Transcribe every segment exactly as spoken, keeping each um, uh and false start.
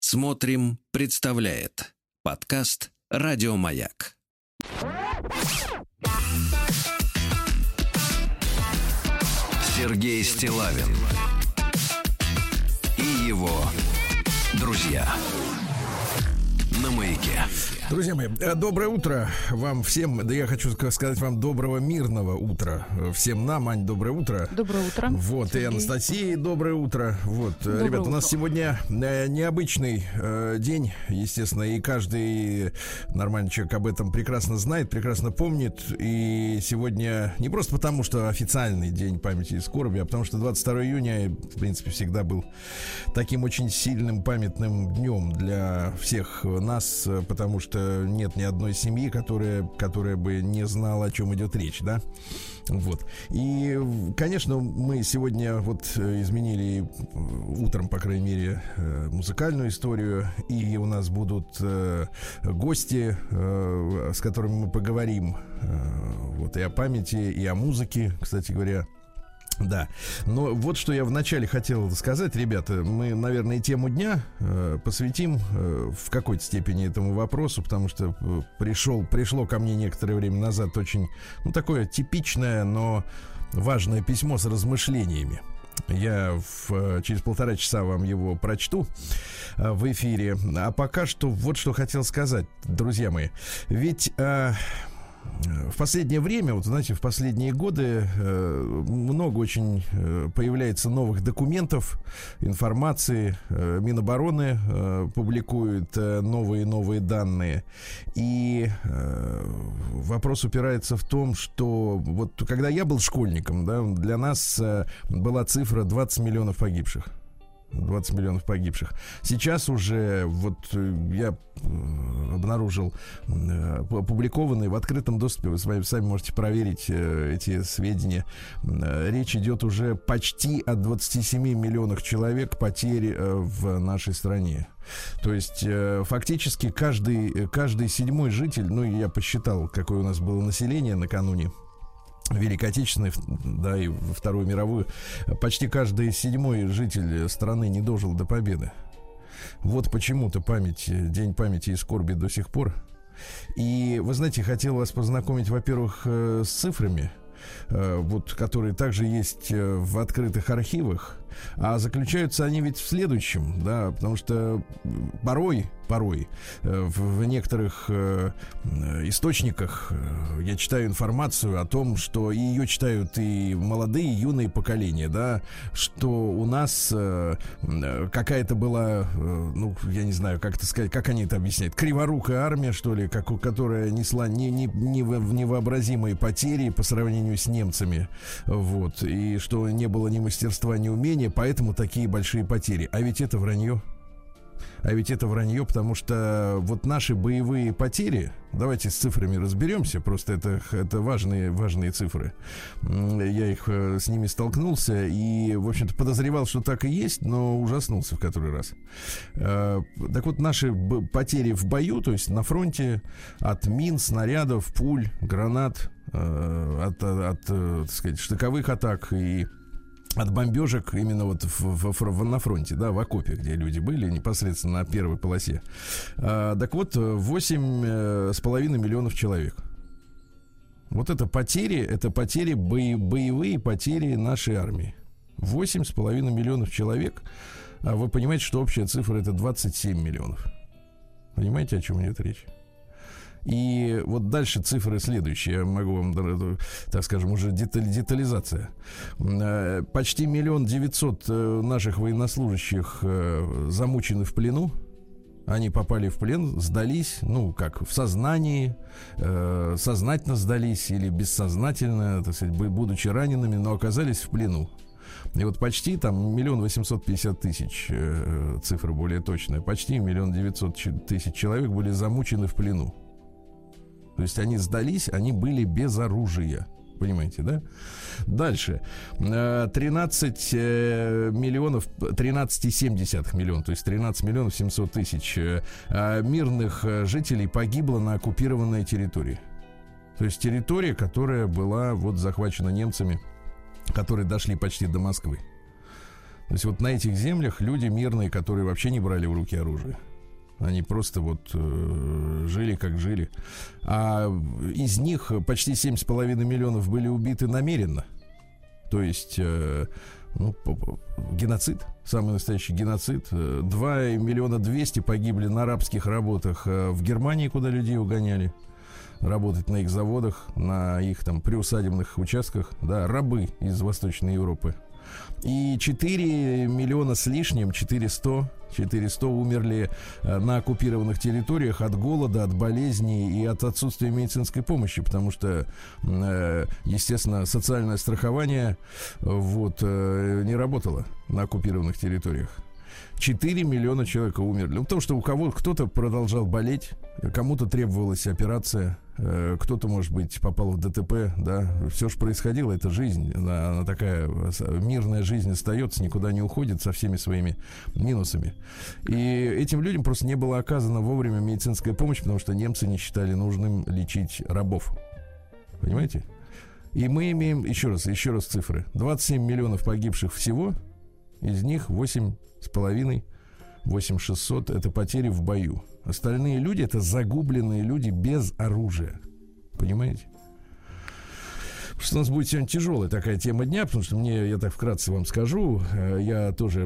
Смотрим, представляет подкаст «Радиомаяк». Сергей Стиллавин и его друзья на Маяке. Друзья мои, доброе утро вам всем. Да я хочу сказать вам доброго мирного утра. Всем нам, Ань, доброе утро. Доброе утро. Вот, Сергей. И Анастасии доброе утро. Вот, доброе ребята, утро. У нас сегодня необычный э, день, естественно, и каждый нормальный человек об этом прекрасно знает, прекрасно помнит. И сегодня не просто потому, что официальный день памяти и скорби, а потому что двадцать второго июня, в принципе, всегда был таким очень сильным памятным днем для всех нас, потому что нет ни одной семьи, которая, которая бы не знала, о чем идет речь, да? Вот. И, конечно, мы сегодня вот изменили утром, по крайней мере, музыкальную историю, и у нас будут гости, с которыми мы поговорим вот и о памяти, и о музыке, кстати говоря. Да, но вот что я вначале хотел сказать, ребята, мы, наверное, тему дня э, посвятим э, в какой-то степени этому вопросу, потому что э, пришел, пришло ко мне некоторое время назад очень, ну, такое типичное, но важное письмо с размышлениями. Я в, через полтора часа вам его прочту э, в эфире, а пока что вот что хотел сказать, друзья мои, ведь... Э, В последнее время, вот знаете, в последние годы э, много очень э, появляется новых документов, информации. Э, Минобороны э, публикует э, новые-новые данные. И э, вопрос упирается в том, что вот когда я был школьником, да, для нас э, была цифра двадцать миллионов погибших. двадцать миллионов погибших. Сейчас уже вот я обнаружил опубликованные в открытом доступе, вы с вами сами можете проверить эти сведения. Речь идет уже почти о двадцати семи миллионах человек потерь в нашей стране. То есть фактически каждый, каждый седьмой житель, ну я посчитал, какое у нас было население накануне Великой Отечественной, да, и Вторую мировую, почти каждый седьмой житель страны не дожил до победы. Вот почему-то память, День памяти и скорби до сих пор. И, вы знаете, хотел вас познакомить, во-первых, с цифрами, вот, которые также есть в открытых архивах. А заключаются они ведь в следующем, да, потому что порой, порой в некоторых источниках я читаю информацию о том, что и ее читают и молодые, и юные поколения, да, что у нас какая-то была, ну, я не знаю, как это сказать, как они это объясняют, криворукая армия, что ли, как, которая несла не, не, не, невообразимые потери по сравнению с немцами, вот, и что не было ни мастерства, ни умения, поэтому такие большие потери. А ведь это вранье. А ведь это вранье, потому что вот наши боевые потери, давайте с цифрами разберемся, просто это, это важные, важные цифры. Я их с ними столкнулся и, в общем-то, подозревал, что так и есть, но ужаснулся в который раз. Так вот, наши потери в бою, то есть на фронте, от мин, снарядов, пуль, гранат, от, от, так сказать, штыковых атак и от бомбежек именно вот в, в, в, на фронте, да, в окопе, где люди были непосредственно на первой полосе. А, так вот, восемь с половиной миллионов человек. Вот это потери, это потери, бо, боевые потери нашей армии. Восемь с половиной миллионов человек. А вы понимаете, что общая цифра — это двадцать семь миллионов. Понимаете, о чем идет речь? И вот дальше цифры следующие. Я могу вам, так скажем, уже деталь, детализация. Почти миллион девятьсот наших военнослужащих замучены в плену. Они попали в плен, сдались, ну, как в сознании, э, сознательно сдались или бессознательно, так сказать, будучи ранеными, но оказались в плену. И вот почти там миллион восемьсот пятьдесят тысяч, э, цифра более точная, почти миллион девятьсот тысяч человек были замучены в плену. То есть они сдались, они были без оружия. Понимаете, да? Дальше. тринадцать миллионов, тринадцать целых семь десятых миллиона, то есть тринадцать миллионов семьсот тысяч мирных жителей погибло на оккупированной территории. То есть территория, которая была вот захвачена немцами, которые дошли почти до Москвы. То есть вот на этих землях люди мирные, которые вообще не брали в руки оружие. Они просто вот э, жили, как жили. А из них почти семь с половиной миллионов были убиты намеренно. То есть э, ну, геноцид, самый настоящий геноцид. два миллиона двести погибли на рабских работах в Германии, куда людей угоняли работать на их заводах, на их там приусадебных участках. Да, рабы из Восточной Европы. И четыре миллиона с лишним, четыреста, четыреста умерли на оккупированных территориях от голода, от болезней и от отсутствия медицинской помощи, потому что, естественно, социальное страхование вот, не работало на оккупированных территориях. четыре миллиона человек умерли. Ну, потому что у кого кто-то продолжал болеть, кому-то требовалась операция, кто-то, может быть, попал в ДТП, да, все же происходило, это жизнь, она, она такая, мирная жизнь остается, никуда не уходит со всеми своими минусами. И этим людям просто не была оказана вовремя медицинская помощь, потому что немцы не считали нужным лечить рабов. Понимаете? И мы имеем, еще раз, еще раз цифры, двадцать семь миллионов погибших всего, из них восемь с половиной, восемь тысяч шестьсот это потери в бою. Остальные люди это загубленные люди без оружия. Понимаете? Что у нас будет сегодня тяжелая такая тема дня, потому что мне, я так вкратце вам скажу, я тоже,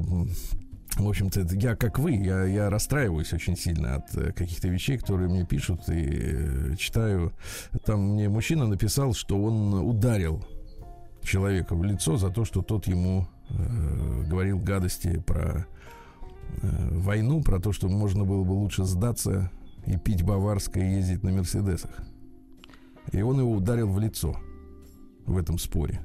в общем-то, я как вы, я, я расстраиваюсь очень сильно от каких-то вещей, которые мне пишут, и читаю. Там мне мужчина написал, что он ударил человека в лицо за то, что тот ему э, говорил гадости про э, войну, про то, что можно было бы лучше сдаться и пить баварское и ездить на мерседесах. И он его ударил в лицо в этом споре.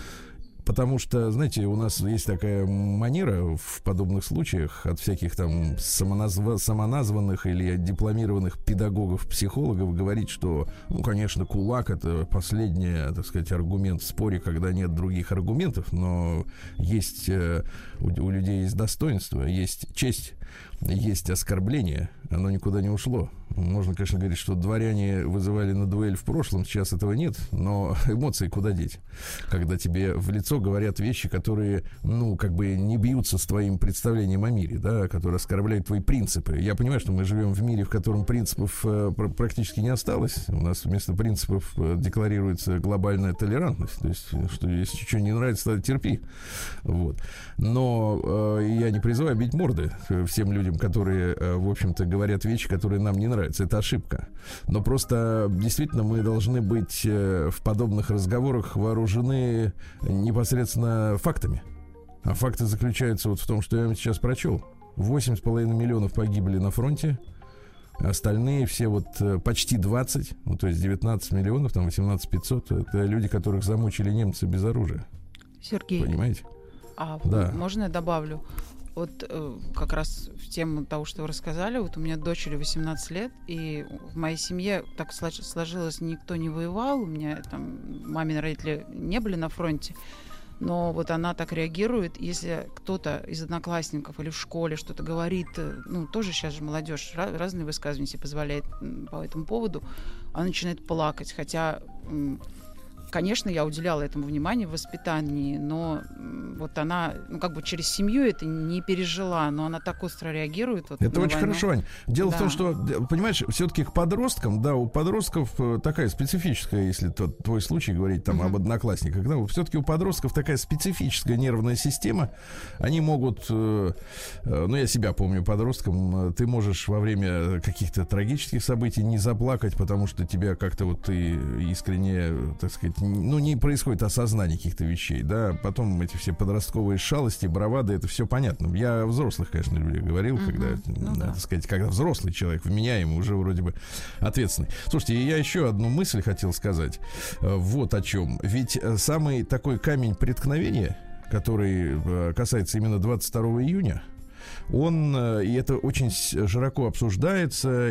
Потому что, знаете, у нас есть такая манера в подобных случаях от всяких там самоназва- самоназванных или дипломированных педагогов-психологов говорить, что, ну, конечно, кулак — это последний, так сказать, аргумент в споре, когда нет других аргументов, но есть э, у, у людей есть достоинство, есть честь, есть оскорбление, оно никуда не ушло. Можно, конечно, говорить, что дворяне вызывали на дуэль в прошлом, сейчас этого нет, но эмоции куда деть, когда тебе в лицо говорят вещи, которые, ну, как бы не бьются с твоим представлением о мире, да, которые оскорбляют твои принципы. Я понимаю, что мы живем в мире, в котором принципов э, практически не осталось. У нас вместо принципов э, декларируется глобальная толерантность, то есть, что если что не нравится, тогда терпи. Вот. Но э, я не призываю бить морды всем людям, которые, э, в общем-то, говорят вещи, которые нам не нравятся. Это ошибка. Но просто действительно мы должны быть э, в подобных разговорах вооружены непосредственно фактами. А факты заключаются вот в том, что я вам сейчас прочел. восемь с половиной миллионов погибли на фронте. Остальные все вот э, почти двадцать, ну то есть девятнадцать миллионов, там восемнадцать тысяч пятьсот. Это люди, которых замучили немцы без оружия. Сергей. Понимаете? А да. Можно я добавлю? Вот э, как раз в тему того, что вы рассказали, вот у меня дочери восемнадцать лет, и в моей семье так сложилось, никто не воевал, у меня там мамины родители не были на фронте, но вот она так реагирует, если кто-то из одноклассников или в школе что-то говорит, ну, тоже сейчас же молодежь разные высказывания себе позволяет по этому поводу, она начинает плакать, хотя... Конечно, я уделяла этому внимание в воспитании, но вот она, ну, как бы через семью это не пережила, но она так остро реагирует. Вот, это очень войну. Хорошо, Ань. Дело да. в том, что, понимаешь, все-таки к подросткам, да, у подростков такая специфическая, если тот, твой случай говорить там uh-huh. об одноклассниках, да, все-таки у подростков такая специфическая нервная система. Они могут, ну, я себя помню подростком, ты можешь во время каких-то трагических событий не заплакать, потому что тебя как-то вот ты искренне, так сказать, ну, не происходит осознание каких-то вещей, да, потом эти все подростковые шалости, бравады, это все понятно. Я о взрослых, конечно, людях говорил, uh-huh. когда, ну, да, да. так сказать, когда взрослый человек, вменяемый, уже вроде бы ответственный. Слушайте, я еще одну мысль хотел сказать, вот о чем. Ведь самый такой камень преткновения, который касается именно двадцать второго июня, он, и это очень широко обсуждается,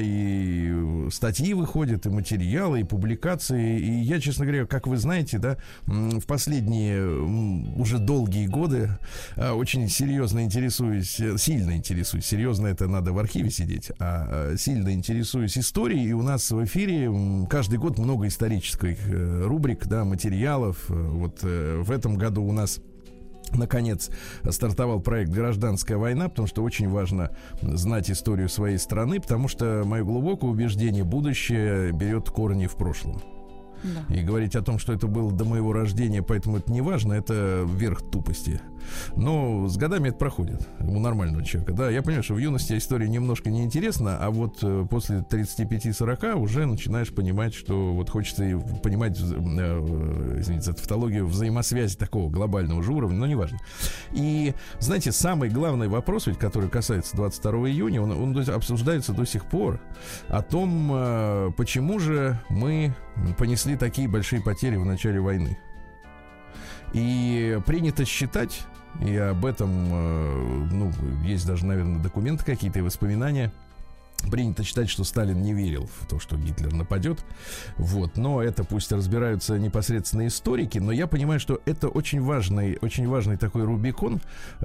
и статьи выходят, и материалы, и публикации, и я, честно говоря, как вы знаете, да, в последние уже долгие годы очень серьезно интересуюсь, сильно интересуюсь, серьезно это надо в архиве сидеть, а сильно интересуюсь историей, и у нас в эфире каждый год много исторических рубрик, да, материалов. Вот в этом году у нас наконец стартовал проект «Гражданская война», потому что очень важно знать историю своей страны, потому что мое глубокое убеждение: будущее берет корни в прошлом. Да. И говорить о том, что это было до моего рождения, поэтому это не важно, это верх тупости. Но с годами это проходит у нормального человека. Да, я понимаю, что в юности история немножко неинтересна, а вот после тридцати пяти сорока уже начинаешь понимать, что вот хочется понимать, э, извините за тавтологию, взаимосвязи такого глобального же уровня, но неважно. И, знаете, самый главный вопрос, ведь, который касается двадцать второго июня, он, он обсуждается до сих пор, о том, э, почему же мы понесли такие большие потери в начале войны. И принято считать, и об этом, ну, есть даже, наверное, документы какие-то и воспоминания, принято считать, что Сталин не верил в то, что Гитлер нападет. Вот. Но это пусть разбираются непосредственно историки, но я понимаю, что это очень важный, очень важный такой рубикон,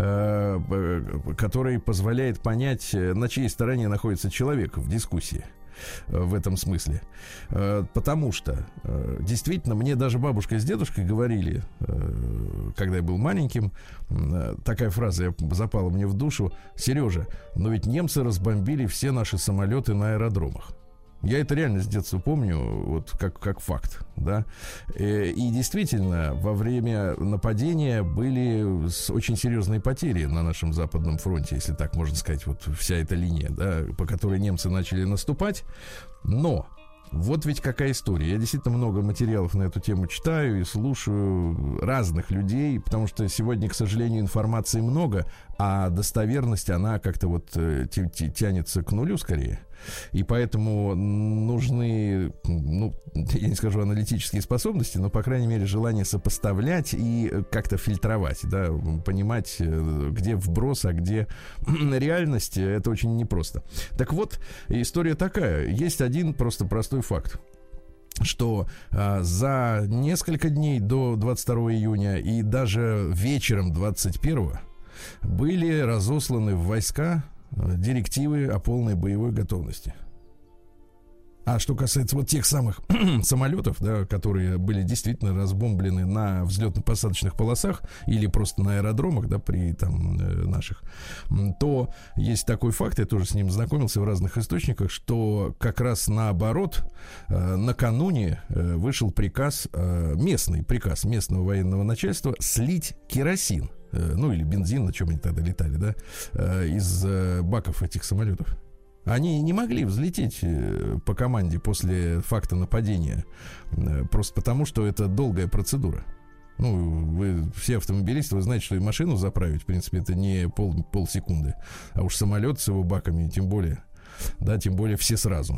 э, который позволяет понять, на чьей стороне находится человек в дискуссии. В этом смысле. Потому что действительно мне даже бабушка с дедушкой говорили, когда я был маленьким, такая фраза запала мне в душу: Сережа, но ведь немцы разбомбили все наши самолеты на аэродромах. Я это реально с детства помню, вот как, как факт, да. И действительно, во время нападения были очень серьезные потери на нашем Западном фронте, если так можно сказать, вот вся эта линия, да, по которой немцы начали наступать. Но вот ведь какая история. Я действительно много материалов на эту тему читаю и слушаю разных людей, потому что сегодня, к сожалению, информации много, а достоверность, она как-то вот тянется к нулю скорее. И поэтому нужны, ну, я не скажу аналитические способности, но, по крайней мере, желание сопоставлять и как-то фильтровать, да, понимать, где вброс, а где реальность. Это очень непросто. Так вот, история такая. Есть один просто простой факт, что а, за несколько дней до двадцать второго июня и даже вечером двадцать первого были разосланы в войска директивы о полной боевой готовности. А что касается вот тех самых самолетов, да, которые были действительно разбомблены на взлетно-посадочных полосах или просто на аэродромах, да, при там наших, то есть такой факт, я тоже с ним знакомился в разных источниках, что как раз наоборот, э, накануне э, вышел приказ, э, местный приказ местного военного начальства слить керосин, э, ну или бензин, на чем они тогда летали, да, э, из э, баков этих самолетов. Они не могли взлететь по команде после факта нападения, просто потому, что это долгая процедура. Ну, вы все автомобилисты, вы знаете, что и машину заправить, в принципе, это не пол, полсекунды. А уж самолет с его баками, тем более, да, тем более все сразу.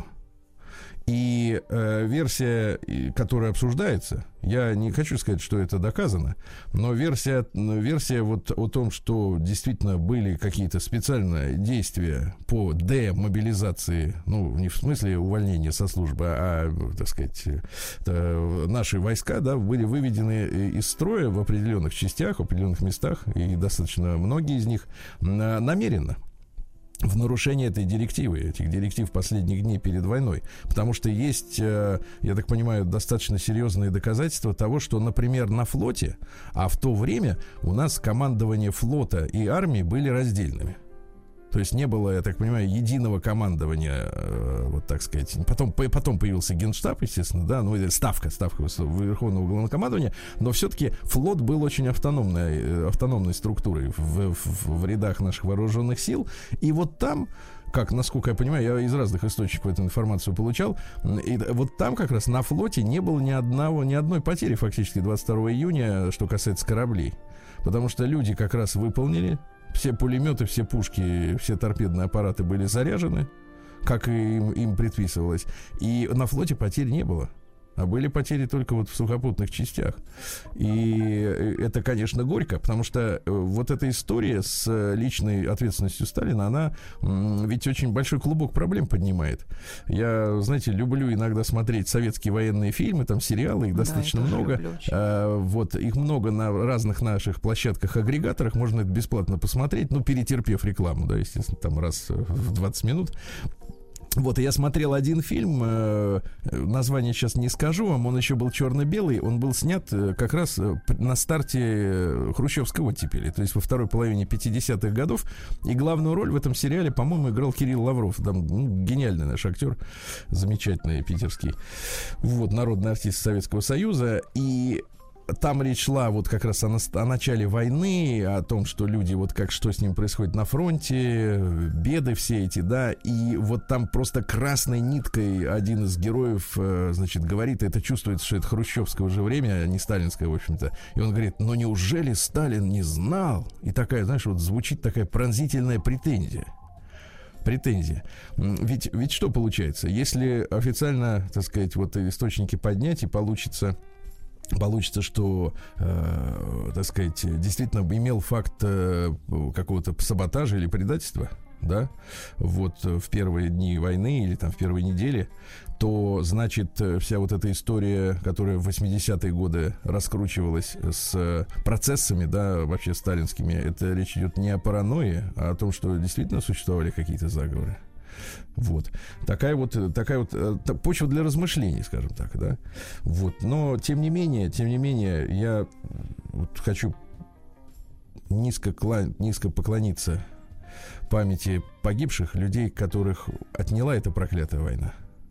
И э, версия, которая обсуждается, я не хочу сказать, что это доказано, но версия, версия вот о том, что действительно были какие-то специальные действия по демобилизации, ну, не в смысле увольнения со службы, а, так сказать, наши войска, да, были выведены из строя в определенных частях, в определенных местах, и достаточно многие из них намеренно, в нарушение этой директивы, этих директив последних дней перед войной. Потому что есть, я так понимаю, достаточно серьезные доказательства того, что, например, на флоте, а в то время у нас командование флота и армии были раздельными. То есть не было, я так понимаю, единого командования, вот так сказать. Потом, потом появился Генштаб, естественно, да, ну, ставка, ставка Верховного Главнокомандования, но все-таки флот был очень автономной, автономной структурой в, в, в рядах наших вооруженных сил. И вот там, как, насколько я понимаю, я из разных источников эту информацию получал, и вот там как раз на флоте не было ни одного, ни одной потери фактически двадцать второго июня, что касается кораблей. Потому что люди как раз выполнили. Все пулеметы, все пушки, все торпедные аппараты были заряжены, как и им, им предписывалось. И на флоте потерь не было. А были потери только вот в сухопутных частях. И это, конечно, горько, потому что вот эта история с личной ответственностью Сталина, она ведь очень большой клубок проблем поднимает. Я, знаете, люблю иногда смотреть советские военные фильмы, там сериалы, их достаточно да, много. А, вот, их много на разных наших площадках-агрегаторах, можно это бесплатно посмотреть, ну, перетерпев рекламу, да, естественно, там раз в двадцать минут. Вот, и я смотрел один фильм, э, название сейчас не скажу вам, он еще был черно-белый, он был снят э, как раз э, на старте хрущевской оттепели, то есть во второй половине пятидесятых годов, и главную роль в этом сериале, по-моему, играл Кирилл Лавров, там, ну, гениальный наш актер, замечательный питерский, вот, народный артист Советского Союза, и там речь шла вот как раз о, о начале войны, о том, что люди, вот как, что с ним происходит на фронте, беды все эти, да, и вот там просто красной ниткой один из героев, значит, говорит, это чувствуется, что это хрущевское уже время, а не сталинское, в общем-то, и он говорит, но неужели Сталин не знал? И такая, знаешь, вот звучит такая пронзительная претензия. Претензия. Ведь, ведь что получается? Если официально, так сказать, вот источники поднять, и получится... Получится, что, э, так сказать, действительно имел факт э, какого-то саботажа или предательства, да, вот в первые дни войны или там в первые недели, то, значит, вся вот эта история, которая в восьмидесятые годы раскручивалась с процессами, да, вообще сталинскими, это речь идет не о паранойи, а о том, что действительно существовали какие-то заговоры. Вот. Такая вот, такая вот э, почва для размышлений, скажем так, да. Вот. Но, тем не менее, тем не менее, я вот хочу низко, кла- низко поклониться памяти погибших людей, которых отняла эта проклятая война.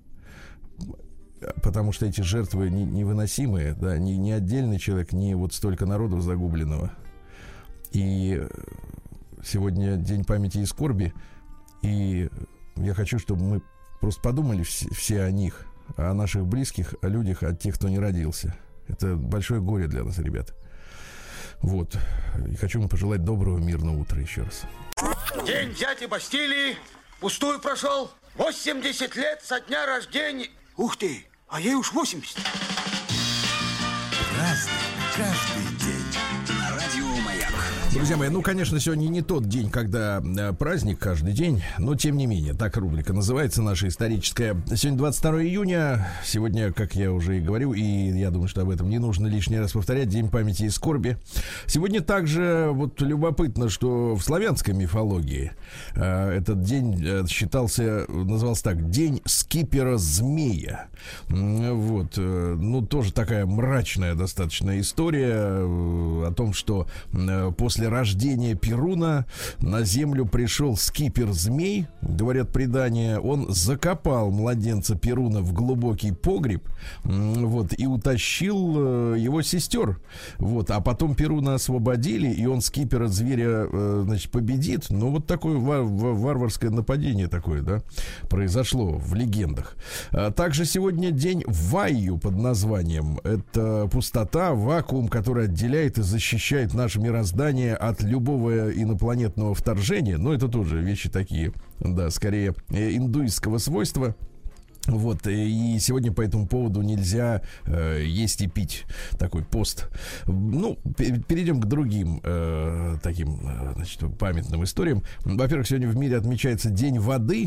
Потому что эти жертвы не, невыносимые, да, ни, ни отдельный человек, ни вот столько народу загубленного. И сегодня день памяти и скорби, и я хочу, чтобы мы просто подумали все, все о них, о наших близких, о людях, о тех, кто не родился. Это большое горе для нас, ребят. Вот. И хочу вам пожелать доброго, мирного утра еще раз. День дяди Бастилии пустую прошел. восемьдесят лет со дня рождения. Ух ты, а ей уж восемьдесят. Разный, каждый день. Радио Маяк. Друзья мои, ну, конечно, сегодня не тот день, когда э, праздник каждый день, но тем не менее, так рубрика называется, наша историческая. Сегодня двадцать второе июня, сегодня, как я уже и говорю, и я думаю, что об этом не нужно лишний раз повторять, День памяти и скорби. Сегодня также вот любопытно, что в славянской мифологии э, этот день э, считался, назывался так, День скипера-змея. Вот, э, ну, тоже такая мрачная достаточно история э, о том, что э, после рождения Перуна на землю пришел скипер-змей, говорят предания, он закопал младенца Перуна в глубокий погреб, вот, и утащил его сестер, вот, а потом Перуна освободили, и он скипера зверя, значит, победит, ну, вот такое вар- варварское нападение такое, да, произошло в легендах. Также сегодня день Вайю под названием, это пустота, вакуум, который отделяет и защищает наше мироздание от любого инопланетного вторжения. Но это тоже вещи такие, да, скорее индуистского свойства. Вот, и сегодня по этому поводу нельзя э, есть и пить, такой пост. Ну, перейдем к другим э, таким, э, значит, памятным историям. Во-первых, сегодня в мире отмечается День воды,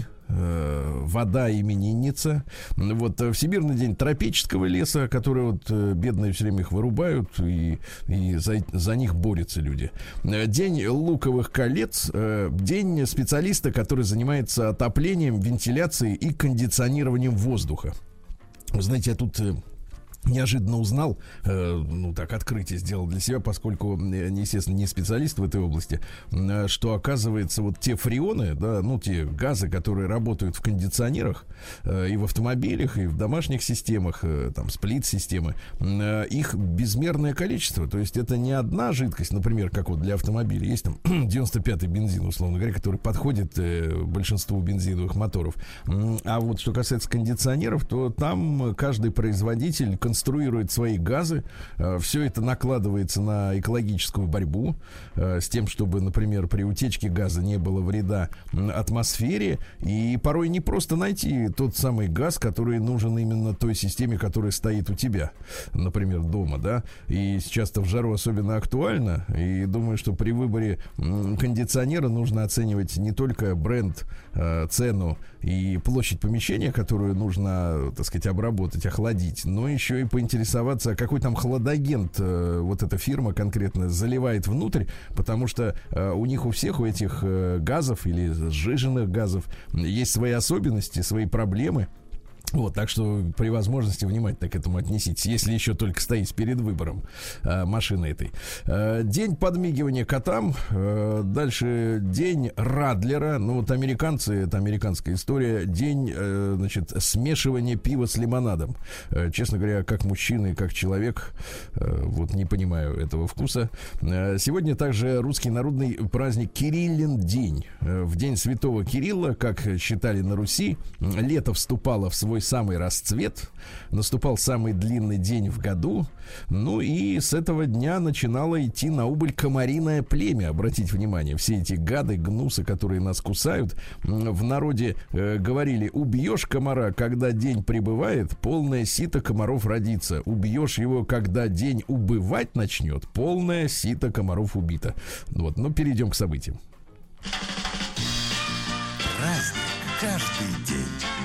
э, вода именинница. Вот, Всемирный день тропического леса, который вот бедные все время их вырубают, и, и за, за них борются люди. День луковых колец, э, день специалиста, который занимается отоплением, вентиляцией и кондиционированием воздуха. Вы знаете, я тут э, неожиданно узнал, э, ну так, открытие сделал для себя, поскольку, э, естественно, не специалист в этой области, э, что, оказывается, вот те фреоны, да, ну, те газы, которые работают в кондиционерах, э, и в автомобилях, и в домашних системах, э, там, сплит-системы, э, их безмерное количество. То есть это не одна жидкость, например, как вот для автомобиля. Есть там девяносто пятый бензин, условно говоря, который подходит э, большинству бензиновых моторов. А вот что касается кондиционеров, то там каждый производитель конструирует свои газы. Все это накладывается на экологическую борьбу с тем, чтобы, например, при утечке газа не было вреда атмосфере. И порой не просто найти тот самый газ, который нужен именно той системе, которая стоит у тебя, например, дома, да. И сейчас-то в жару особенно актуально. И думаю, что при выборе кондиционера нужно оценивать не только бренд, цену и площадь помещения, которую нужно, так сказать, обработать, охладить, но еще и поинтересоваться, какой там хладагент э, вот эта фирма конкретно заливает внутрь, потому что э, у них у всех, у этих э, газов или сжиженных газов есть свои особенности, свои проблемы. Вот, так что при возможности внимательно к этому отнеситесь, если еще только стоите перед выбором э, машины этой. Э, день подмигивания котам. Э, дальше день Радлера. Ну вот американцы, это американская история. День, э, значит, смешивания пива с лимонадом. Э, честно говоря, как мужчина и как человек, э, вот не понимаю этого вкуса. Э, сегодня также русский народный праздник Кириллин день. Э, в день Святого Кирилла, как считали на Руси, лето вступало в свой самый расцвет, наступал самый длинный день в году, ну и с этого дня начинало идти на убыль комариное племя. Обратите внимание, все эти гады, гнусы, которые нас кусают, в народе э, говорили: убьешь комара, когда день прибывает, полное сито комаров родится. Убьешь его, когда день убывать начнет, полное сито комаров убито. Вот, ну перейдем к событиям. Праздник каждый день.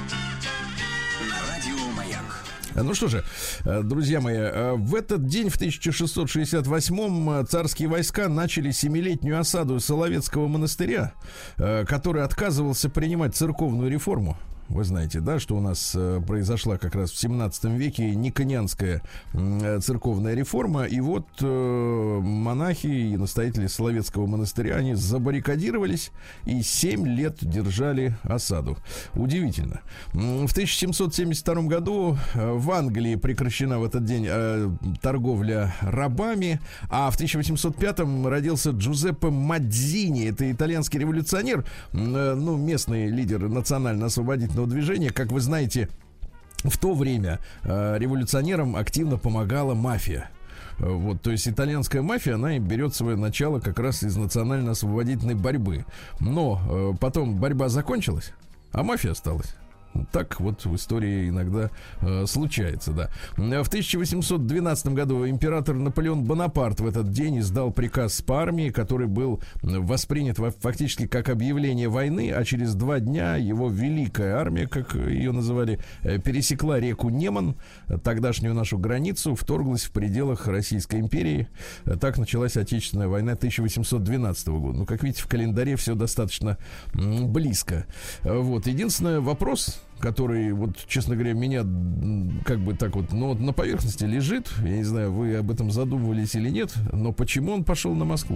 Ну что же, друзья мои, в этот день, в тысяча шестьсот шестьдесят восьмом, царские войска начали семилетнюю осаду Соловецкого монастыря, который отказывался принимать церковную реформу. Вы знаете, да, что у нас э, произошла как раз в семнадцатом веке никонианская э, церковная реформа. И вот э, монахи и настоятели Соловецкого монастыря, они забаррикадировались и семь лет держали осаду. Удивительно. В тысяча семьсот семьдесят втором году в Англии прекращена в этот день э, торговля рабами, а в тысяча восемьсот пятом родился Джузеппе Мадзини. Это итальянский революционер, э, ну, местный лидер национально-освободительного движения. Как вы знаете, в то время э, революционерам активно помогала мафия. Вот, то есть итальянская мафия, она и берет свое начало как раз из национально-освободительной борьбы. Но э, потом борьба закончилась, а мафия осталась. Так вот в истории иногда э, случается, да. В тысяча восемьсот двенадцатом году император Наполеон Бонапарт в этот день издал приказ по армии, который был воспринят фактически как объявление войны, а через два дня его великая армия, как ее называли, пересекла реку Неман, тогдашнюю нашу границу, вторглась в пределах Российской империи. Так началась Отечественная война тысяча восемьсот двенадцатого года. Ну, как видите, в календаре все достаточно близко. Вот. Единственный вопрос, который, вот, честно говоря, меня как бы так вот, ну, вот на поверхности лежит. Я не знаю, вы об этом задумывались или нет, но почему он пошел на Москву?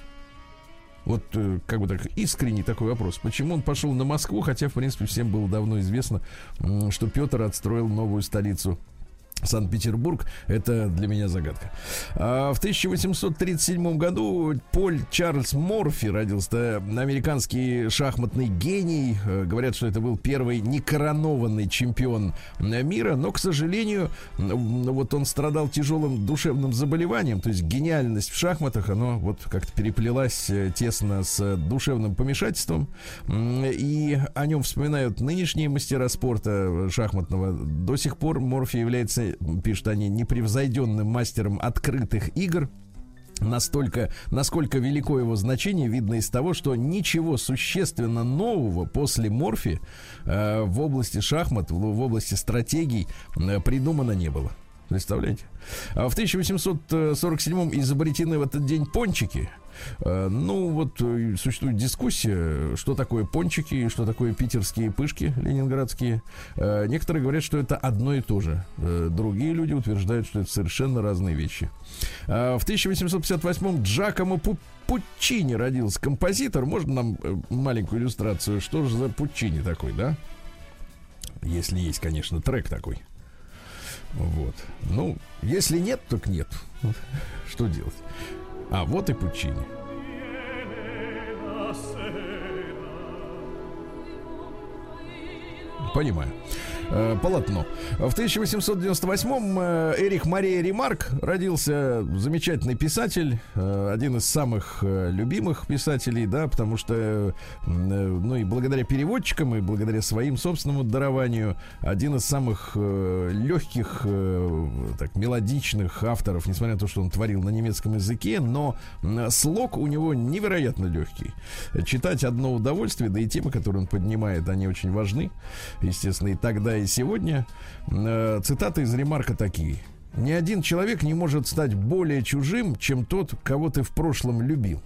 Вот, как бы так, искренний такой вопрос. Почему он пошел на Москву, хотя, в принципе, всем было давно известно, что Петр отстроил новую столицу Санкт-Петербург. Это для меня загадка. А в тысяча восемьсот тридцать седьмом году Поль Чарльз Морфи родился. Американский шахматный гений. Говорят, что это был первый некоронованный чемпион мира, но, к сожалению, вот он страдал тяжелым душевным заболеванием. То есть гениальность в шахматах, оно вот как-то переплелась тесно с душевным помешательством. И о нем вспоминают нынешние мастера спорта шахматного. До сих пор Морфи является, пишут они, непревзойденным мастером открытых игр. Настолько, насколько велико его значение, видно из того, что ничего существенно нового после Морфи э, в области шахмат, в, в области стратегий э, придумано не было. Представляете? А в тысяча восемьсот сорок седьмом изобретены в этот день пончики. Ну, вот существует дискуссия, что такое пончики, что такое питерские пышки ленинградские. Некоторые говорят, что это одно и то же. Другие люди утверждают, что это совершенно разные вещи. В тысяча восемьсот пятьдесят восьмом Джакомо Пуччини родился, композитор. Можно нам маленькую иллюстрацию? Что же за Пуччини такой, да? Если есть, конечно, трек такой. Вот. Ну, если нет, так нет. Что делать? А вот и Пуччини. Понимаю. Полотно. В тысяча восемьсот девяносто восьмом Эрих Мария Ремарк родился, замечательный писатель, один из самых любимых писателей, да, потому что, ну, и благодаря переводчикам, и благодаря своим собственному дарованию, один из самых легких, так, мелодичных авторов, несмотря на то, что он творил на немецком языке, но слог у него невероятно легкий. Читать одно удовольствие, да и темы, которые он поднимает, они очень важны, естественно, и тогда, тогда и сегодня. Цитаты из Ремарка такие: «Ни один человек не может стать более чужим, чем тот, кого ты в прошлом любил».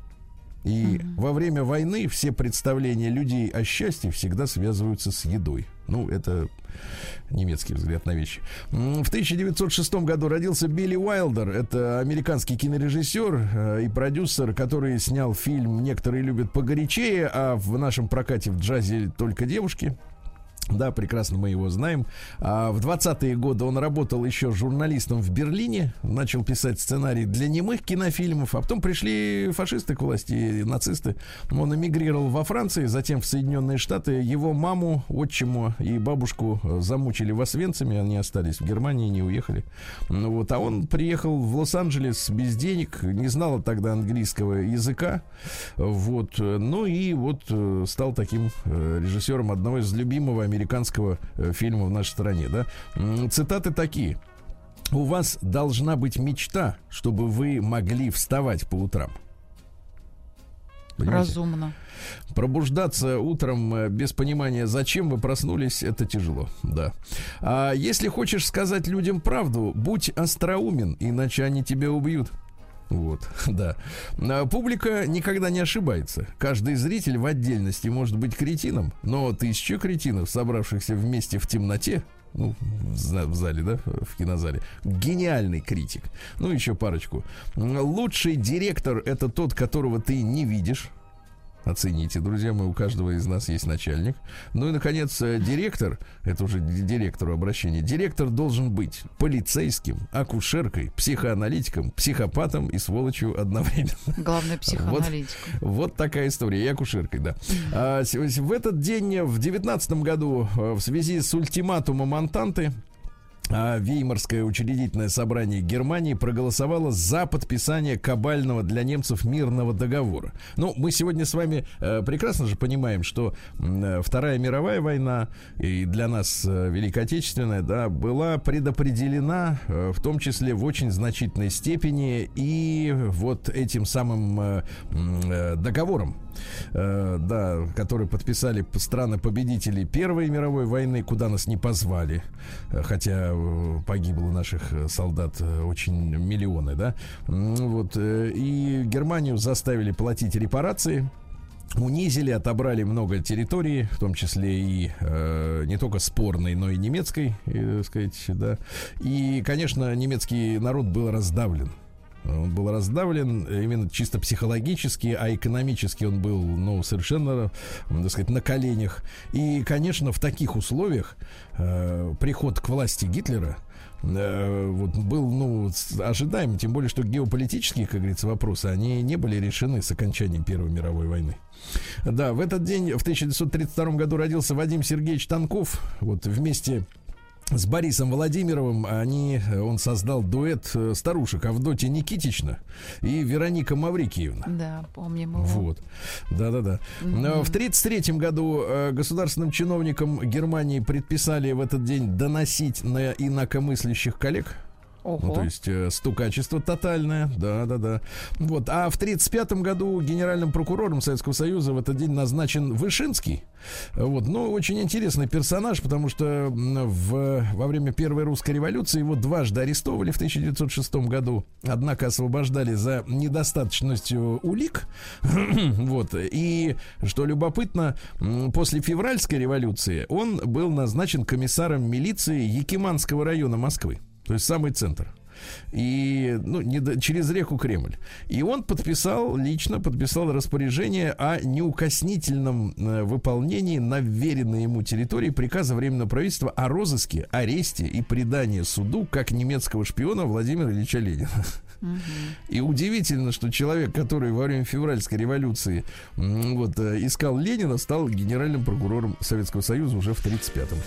И mm-hmm. во время войны все представления людей о счастье всегда связываются с едой. Ну, это немецкий взгляд на вещи. В тысяча девятьсот шестом году родился Билли Уайлдер. Это американский кинорежиссер и продюсер, который снял фильм «Некоторые любят погорячее», а в нашем прокате в джазе только девушки. Да, прекрасно мы его знаем. А в двадцатые годы он работал еще журналистом в Берлине, начал писать сценарий для немых кинофильмов, а потом пришли фашисты к власти, нацисты. Он эмигрировал во Франции, затем в Соединенные Штаты. Его маму, отчиму и бабушку замучили в Освенциме, они остались в Германии, не уехали. Ну, вот, а он приехал в Лос-Анджелес без денег, не знал тогда английского языка. Вот, ну и вот стал таким режиссером одного из любимого американского э, фильма в нашей стране, да. Цитаты такие: «У вас должна быть мечта, чтобы вы могли вставать по утрам». Понимаете? Разумно. Пробуждаться утром без понимания, зачем вы проснулись, это тяжело, да. А если хочешь сказать людям правду, будь остроумен, иначе они тебя убьют. Вот, да. А публика никогда не ошибается. Каждый зритель в отдельности может быть кретином, но тысяча кретинов, собравшихся вместе в темноте, ну, в зале, да, в кинозале, гениальный критик. Ну, еще парочку. Лучший директор — это тот, которого ты не видишь. Оцените, друзья мои, у каждого из нас есть начальник. Ну и, наконец, директор, это уже директору обращения, директор должен быть полицейским, акушеркой, психоаналитиком, психопатом и сволочью одновременно. Главное, психоаналитиком. Вот, вот такая история, и акушеркой, да. А, в этот день, в девятнадцатом году, в связи с ультиматумом Антанты, а Веймарское учредительное собрание Германии проголосовало за подписание кабального для немцев мирного договора. Ну, мы сегодня с вами э, прекрасно же понимаем, что э, Вторая мировая война, и для нас э, Великая Отечественная, да, была предопределена, э, в том числе в очень значительной степени, и вот этим самым э, э, договором, э, да, который подписали страны-победители Первой мировой войны, куда нас не позвали, хотя погибло наших солдат очень миллионы, да, вот, и Германию заставили платить репарации, унизили, отобрали много территорий, в том числе и э, не только спорной, но и немецкой, э, сказать, да, и, конечно, немецкий народ был раздавлен. Он был раздавлен именно чисто психологически, а экономически он был, ну, совершенно, так сказать, на коленях. И, конечно, в таких условиях э, приход к власти Гитлера э, вот, был, ну, ожидаем, тем более, что геополитические, как говорится, вопросы, они не были решены с окончанием Первой мировой войны. Да, в этот день, в тысяча девятьсот тридцать втором году, родился Вадим Сергеевич Танков. Вот вместе с Борисом Владимировым они, он создал дуэт старушек Авдотья Никитична и Вероника Маврикиевна. Да, помним его. Вот. Да-да-да. Mm-hmm. В тридцать третьем году государственным чиновникам Германии предписали в этот день доносить на инакомыслящих коллег. Ого. Ну, то есть э, стукачество тотальное, да-да-да. Вот. А в тридцать пятом году генеральным прокурором Советского Союза в этот день назначен Вышинский. Вот. Ну, очень интересный персонаж, потому что в, во время Первой русской революции его дважды арестовывали в тысяча девятьсот шестом году. Однако освобождали за недостаточностью улик. Вот. И, что любопытно, после Февральской революции он был назначен комиссаром милиции Якиманского района Москвы. То есть самый центр. И, ну, не до, через реку Кремль. И он подписал, лично подписал распоряжение о неукоснительном э, выполнении на вверенной ему территории приказа Временного правительства о розыске, аресте и предании суду как немецкого шпиона Владимира Ильича Ленина. Uh-huh. И удивительно, что человек, который во время Февральской революции м, вот, э, искал Ленина, стал генеральным прокурором Советского Союза уже в тридцать пятом.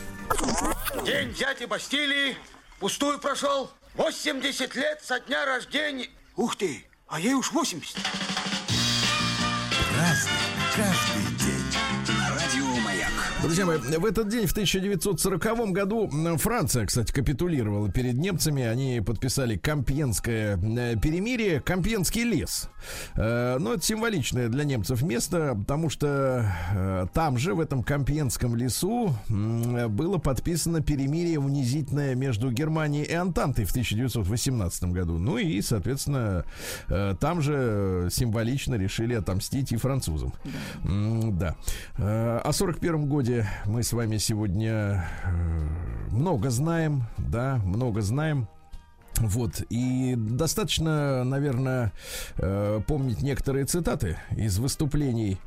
День дяди Бастилии пустую прошел. восемьдесят лет со дня рождения. Ух ты, а ей уж восемьдесят. Разный, каждый день. На радио Маяк. Друзья мои, в этот день, в тысяча девятьсот сороковом году, Франция, кстати, капитулировала перед немцами. Они подписали Компьенское перемирие, Компьенский лес. Но это символичное для немцев место, потому что там же, в этом Компьенском лесу, было подписано перемирие унизительное между Германией и Антантой в тысяча девятьсот восемнадцатом году. Ну и, соответственно, там же символично решили отомстить и французам. Да. О сорок первом годе мы с вами сегодня много знаем, да, много знаем. Вот, и достаточно, наверное, э, помнить некоторые цитаты из выступлений,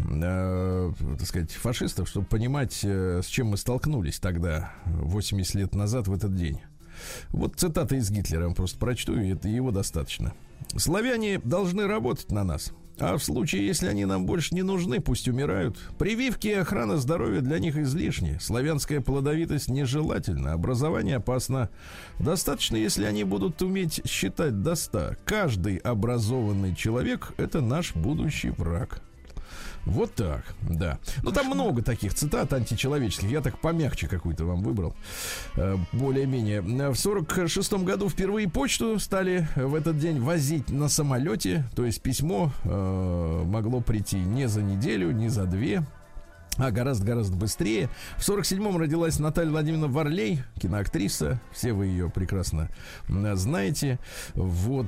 э, так сказать, фашистов, чтобы понимать, э, с чем мы столкнулись тогда, восемьдесят лет назад, в этот день. Вот цитата из Гитлера, я просто прочту, и это его достаточно. «Славяне должны работать на нас. А в случае, если они нам больше не нужны, пусть умирают. Прививки и охрана здоровья для них излишни. Славянская плодовитость нежелательна. Образование опасно. Достаточно, если они будут уметь считать до ста. Каждый образованный человек — это наш будущий враг». Вот так, да. Ну, там много таких цитат античеловеческих. Я так помягче какую-то вам выбрал. э, Более-менее. В сорок шестом году впервые почту стали в этот день возить на самолете. То есть письмо э, могло прийти не за неделю, не за две, а гораздо-гораздо быстрее. В сорок седьмом родилась Наталья Владимировна Варлей, киноактриса. Все вы ее прекрасно знаете. Вот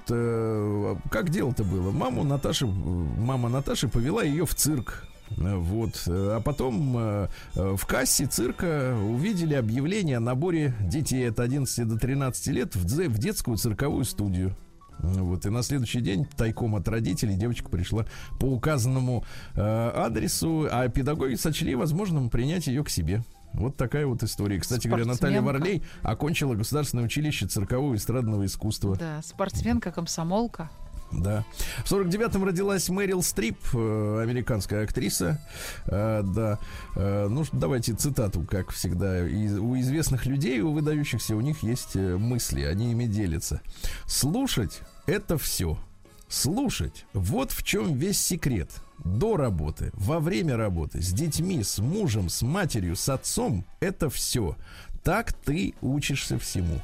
э, как дело-то было? Маму Наташи, мама Наташи повела ее в цирк. Вот. А потом э, в кассе цирка увидели объявление о наборе детей от одиннадцати до тринадцати лет в, в детскую цирковую студию. Вот, и на следующий день тайком от родителей девочка пришла по указанному э, адресу, а педагоги сочли возможным принять ее к себе. Вот такая вот история. Кстати говоря, Наталья Варлей окончила Государственное училище циркового и эстрадного искусства. Да, спортсменка, комсомолка. Да. В сорок девятом родилась Мэрил Стрип, э, американская актриса. Э, да. Э, ну, давайте цитату, как всегда. Из, у известных людей, у выдающихся, у них есть мысли, они ими делятся. «Слушать — это все. Слушать — вот в чем весь секрет. До работы, во время работы, с детьми, с мужем, с матерью, с отцом — это все. Так ты учишься всему».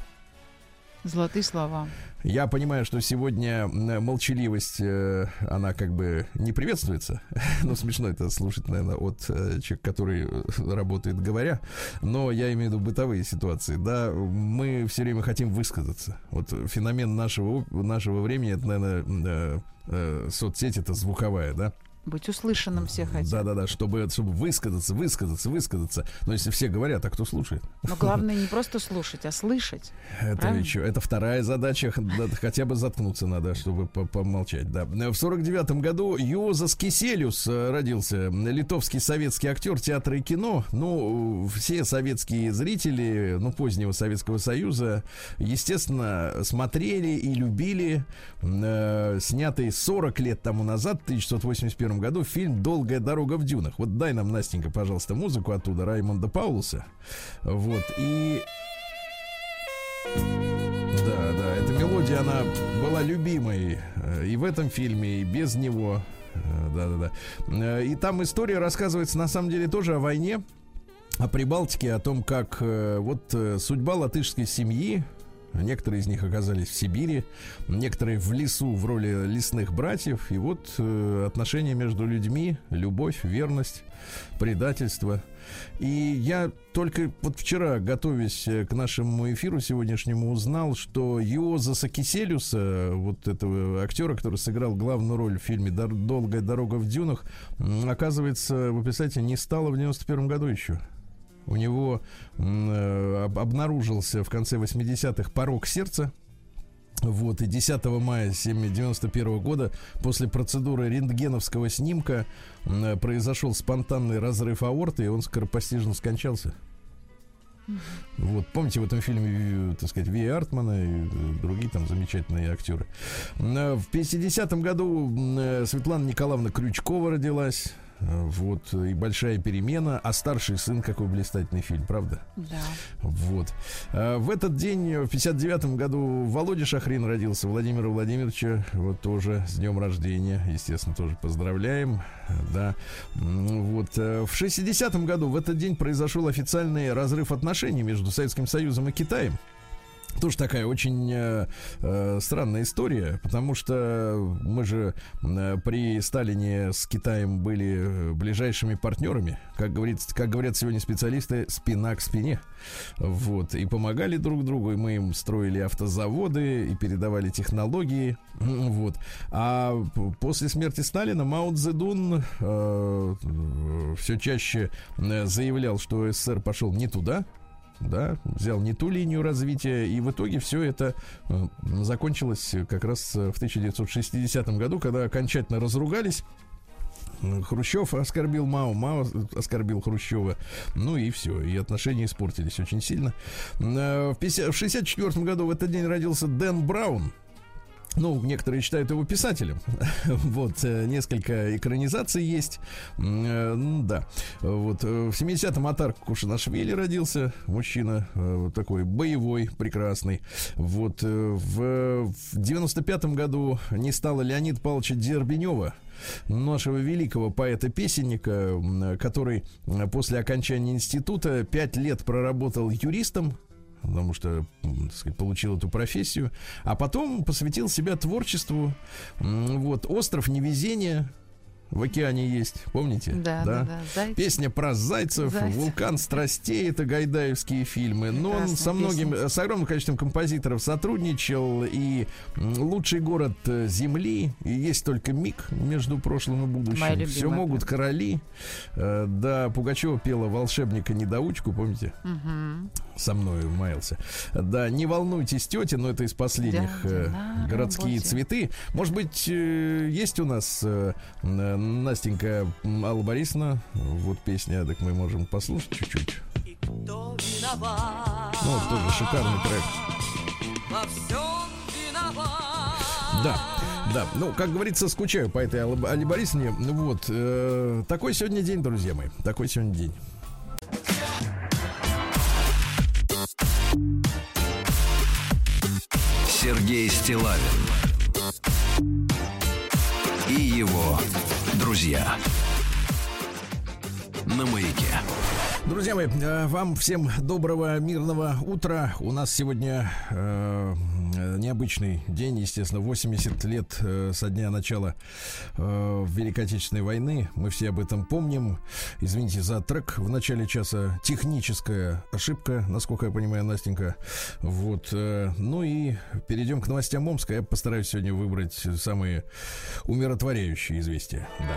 Золотые слова. Я понимаю, что сегодня молчаливость, э, она как бы не приветствуется. Ну, смешно это слушать, наверное, от э, человека, который работает говоря. Но я имею в виду бытовые ситуации. Да, мы все время хотим высказаться. Вот феномен нашего, нашего времени, это, наверное, э, э, соцсеть, это звуковая, да? Быть услышанным все хотят. Да-да-да, чтобы, чтобы высказаться, высказаться, высказаться. Но если все говорят, а кто слушает? Но главное не просто слушать, а слышать. Это еще, это вторая задача. Хотя бы заткнуться надо, чтобы помолчать. Да. В сорок девятом году Юозас Киселиус родился. Литовский советский актер театра и кино. Ну, все советские зрители, ну, позднего Советского Союза, естественно, смотрели и любили э, снятый сорок лет тому назад, в тысяча девятьсот восемьдесят первом году, фильм «Долгая дорога в дюнах». Вот дай нам, Настенька, пожалуйста, музыку оттуда, Раймонда Паулуса. Вот, и... Да, да, эта мелодия, она была любимой и в этом фильме, и без него. Да-да-да. И там история рассказывается, на самом деле, тоже о войне, о Прибалтике, о том, как вот судьба латышской семьи. Некоторые из них оказались в Сибири, некоторые в лесу в роли лесных братьев. И вот э, отношения между людьми, любовь, верность, предательство. И я только вот вчера, готовясь к нашему эфиру сегодняшнему, узнал, что Юозаса Киселиуса, вот этого актера, который сыграл главную роль в фильме «Долгая дорога в дюнах», оказывается, вы представляете, не стало в девяносто первом году еще. У него э, обнаружился в конце восьмидесятых порок сердца. Вот, и десятого мая девяносто первого года после процедуры рентгеновского снимка э, произошел спонтанный разрыв аорты, и он скоропостижно скончался. Mm-hmm. Вот, помните в этом фильме, так сказать, Ви Артмана и другие там замечательные актеры. В пятидесятом году Светлана Николаевна Крючкова родилась. вот, и «Большая перемена», а «Старший сын», какой блистательный фильм, правда? Да. Вот. В этот день, в пятьдесят девятом году, Володя Шахрин родился, Владимира Владимировича, вот тоже с днем рождения, естественно, тоже поздравляем, да. Вот. В шестидесятом году в этот день произошел официальный разрыв отношений между Советским Союзом и Китаем. Тоже такая очень э, э, странная история, потому что мы же э, при Сталине с Китаем были ближайшими партнерами, как, говорит, как говорят сегодня специалисты, спина к спине, вот, и помогали друг другу, и мы им строили автозаводы и передавали технологии, вот. А после смерти Сталина Мао Цзэдун э, все чаще заявлял, что СССР пошел не туда, да, взял не ту линию развития, и в итоге все это э, закончилось как раз в тысяча девятьсот шестидесятом году, когда окончательно разругались. Хрущев оскорбил Мао, Мао оскорбил Хрущева, ну и все, и отношения испортились очень сильно. В шестьдесят четвёртом году в этот день родился Дэн Браун. Ну, некоторые считают его писателем. Вот, несколько экранизаций есть. Да. Вот, в семидесятом Атар Кушанашвили родился. Мужчина такой боевой, прекрасный. Вот, в девяносто пятом году не стало Леонида Павловича Дербенева, нашего великого поэта-песенника, который после окончания института пять лет проработал юристом, потому что, так сказать, получил эту профессию, а потом посвятил себя творчеству. Вот, «Остров невезения» в океане есть, помните? Да, да, да. да. Песня про зайцев, Зайцев, «Вулкан страстей», это гайдаевские фильмы. Но он со многим, песня. с огромным количеством композиторов сотрудничал. И «Лучший город Земли», и «Есть только миг между прошлым и будущим», «Все могут короли». Да, Пугачева пела «Волшебника-недоучку», помните? Угу. Со мной маялся. Да, «Не волнуйтесь, тетя», но это из последних да, «Городские работе. цветы». Может быть, есть у нас Настенька, Алла Борисовна, вот песня, так мы можем послушать чуть-чуть. Ну, вот тоже шикарный трек. Да, да, ну, как говорится, скучаю по этой Алле Борисовне. Вот, э, такой сегодня день, друзья мои, такой сегодня день. Сергей Стиллавин и его друзья на Маяке. Друзья мои, вам всем доброго мирного утра. У нас сегодня э, необычный день, естественно, восемьдесят лет э, со дня начала э, Великой Отечественной войны. Мы все об этом помним. Извините за трек в начале часа. Техническая ошибка, насколько я понимаю, Настенька. Вот. Э, ну и перейдем к новостям Омска. Я постараюсь сегодня выбрать самые умиротворяющие известия. Да.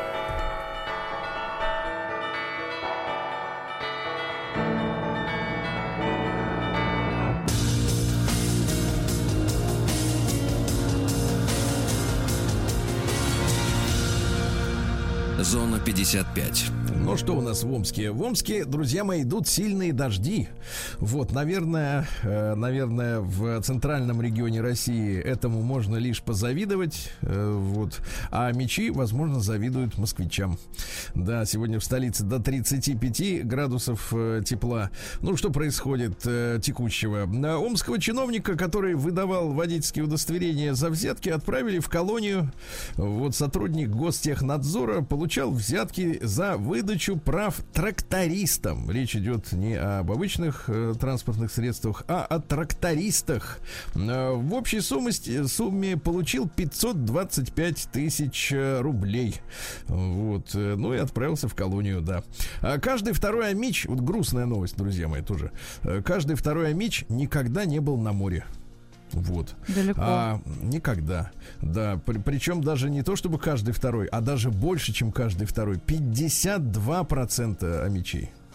Зона пятьдесят пять. Ну что у нас в Омске? В Омске, друзья мои, идут сильные дожди. Вот, наверное, э, наверное, в центральном регионе России этому можно лишь позавидовать. Э, вот, а мечи, возможно, завидуют москвичам. Да, сегодня в столице до тридцати пяти градусов э, тепла. Ну, что происходит э, текущего? На омского чиновника, который выдавал водительские удостоверения за взятки, отправили в колонию. Вот, сотрудник Гостехнадзора получал взятки за выдачу прав трактористам. Речь идет не об обычных э, транспортных средствах, а о трактористах. Э, в общей сумме, сумме получил пятьсот двадцать пять тысяч рублей. Вот. Ну и отправился в колонию, да. А каждый второй амич, вот грустная новость, друзья мои, тоже. Каждый второй амич никогда не был на море. Вот. Далеко. А, никогда. Да, при, причем даже не то, чтобы каждый второй, а даже больше, чем каждый второй. пятьдесят два процента амичей.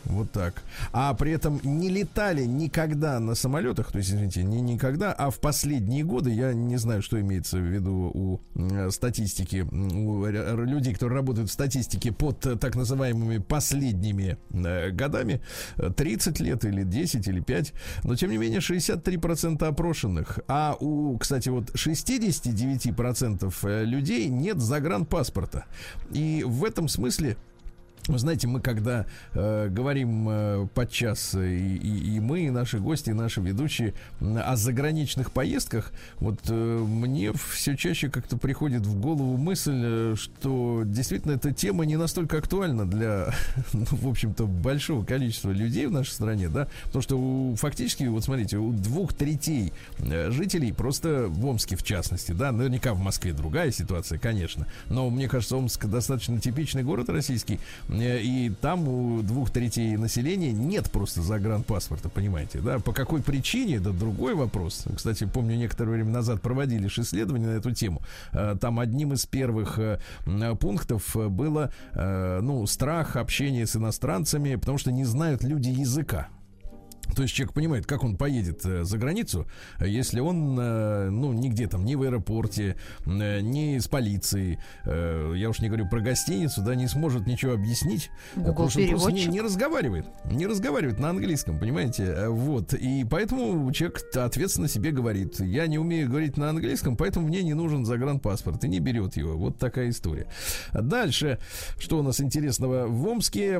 Вот так. А при этом не летали никогда на самолетах, то есть, извините, не никогда, а в последние годы, я не знаю, что имеется в виду у э, статистики, у э, людей, которые работают в статистике под э, так называемыми последними э, годами, тридцать лет или десять или пять, но тем не менее шестьдесят три процента опрошенных, а у, кстати, вот шестьдесят девять процентов людей нет загранпаспорта. И в этом смысле, вы знаете, мы когда э, говорим э, подчас, и, и, и мы, и наши гости, и наши ведущие о заграничных поездках, вот э, мне все чаще как-то приходит в голову мысль, э, что действительно эта тема не настолько актуальна для, ну, в общем-то, большого количества людей в нашей стране, да, потому что у, фактически, вот смотрите, у двух третей жителей, просто в Омске в частности, да, наверняка в Москве другая ситуация, конечно, но мне кажется, Омск достаточно типичный город российский, и там у двух третей населения нет просто загранпаспорта, понимаете, да? По какой причине, это другой вопрос. Кстати, помню, некоторое время назад проводили исследования на эту тему. Там одним из первых пунктов было, ну, страх общения с иностранцами, потому что не знают люди языка. То есть человек понимает, как он поедет э, за границу, если он, э, ну, нигде там, ни в аэропорте, э, ни с полицией, э, я уж не говорю про гостиницу, да, не сможет ничего объяснить, потому что он просто не, не разговаривает, не разговаривает на английском, понимаете, вот, и поэтому человек ответственно себе говорит: я не умею говорить на английском, поэтому мне не нужен загранпаспорт, и не берет его. Вот такая история. Дальше, что у нас интересного в Омске?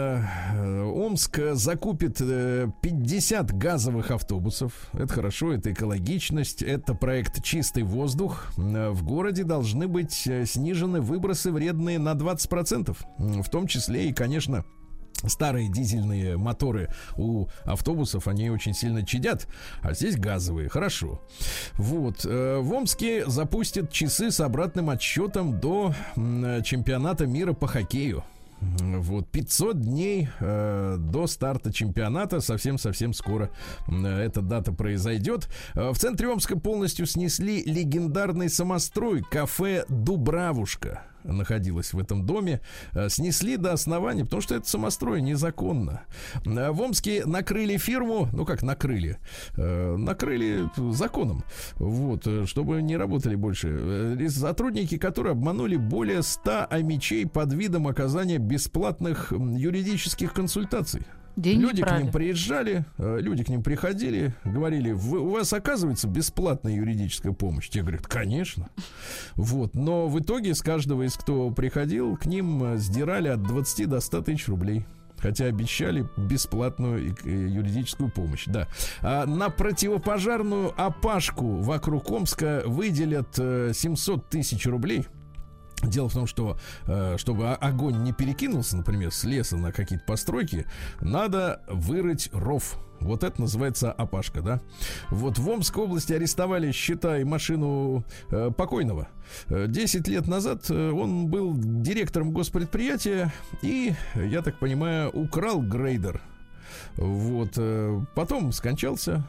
Э, Омск закупит э, пятьдесят газовых автобусов. Это хорошо, это экологичность, это проект «Чистый воздух». В городе должны быть снижены выбросы вредные на двадцать процентов. В том числе и, конечно, старые дизельные моторы у автобусов, они очень сильно чадят, а здесь газовые. Хорошо. Вот. В Омске запустят часы с обратным отсчетом до чемпионата мира по хоккею. Вот, пятьсот дней э, до старта чемпионата. Совсем-совсем скоро э, эта дата произойдет. э, В центре Омска полностью снесли легендарный самострой кафе «Дубравушка». Находилась в этом доме. э, Снесли до основания, потому что это самострой незаконно. э, В Омске накрыли фирму. Ну как накрыли? э, Накрыли законом. Вот, э, чтобы не работали больше. э, Сотрудники, которые обманули более ста омичей под видом оказания бесплатных юридических консультаций. Деньги люди брали. к ним приезжали, люди к ним приходили, говорили: Вы, у вас оказывается бесплатная юридическая помощь. Те говорят: конечно. Вот. Но в итоге с каждого из кто приходил, к ним сдирали от двадцати до ста тысяч рублей. Хотя обещали бесплатную юридическую помощь. Да. А на противопожарную опашку вокруг Омска выделят семьсот тысяч рублей. Дело в том, что э, чтобы огонь не перекинулся, например, с леса на какие-то постройки, надо вырыть ров. Вот это называется опашка, да? Вот в Омской области арестовали, считай, машину э, покойного. Десять лет назад э, он был директором госпредприятия и, я так понимаю, украл грейдер. Вот. Э, потом скончался.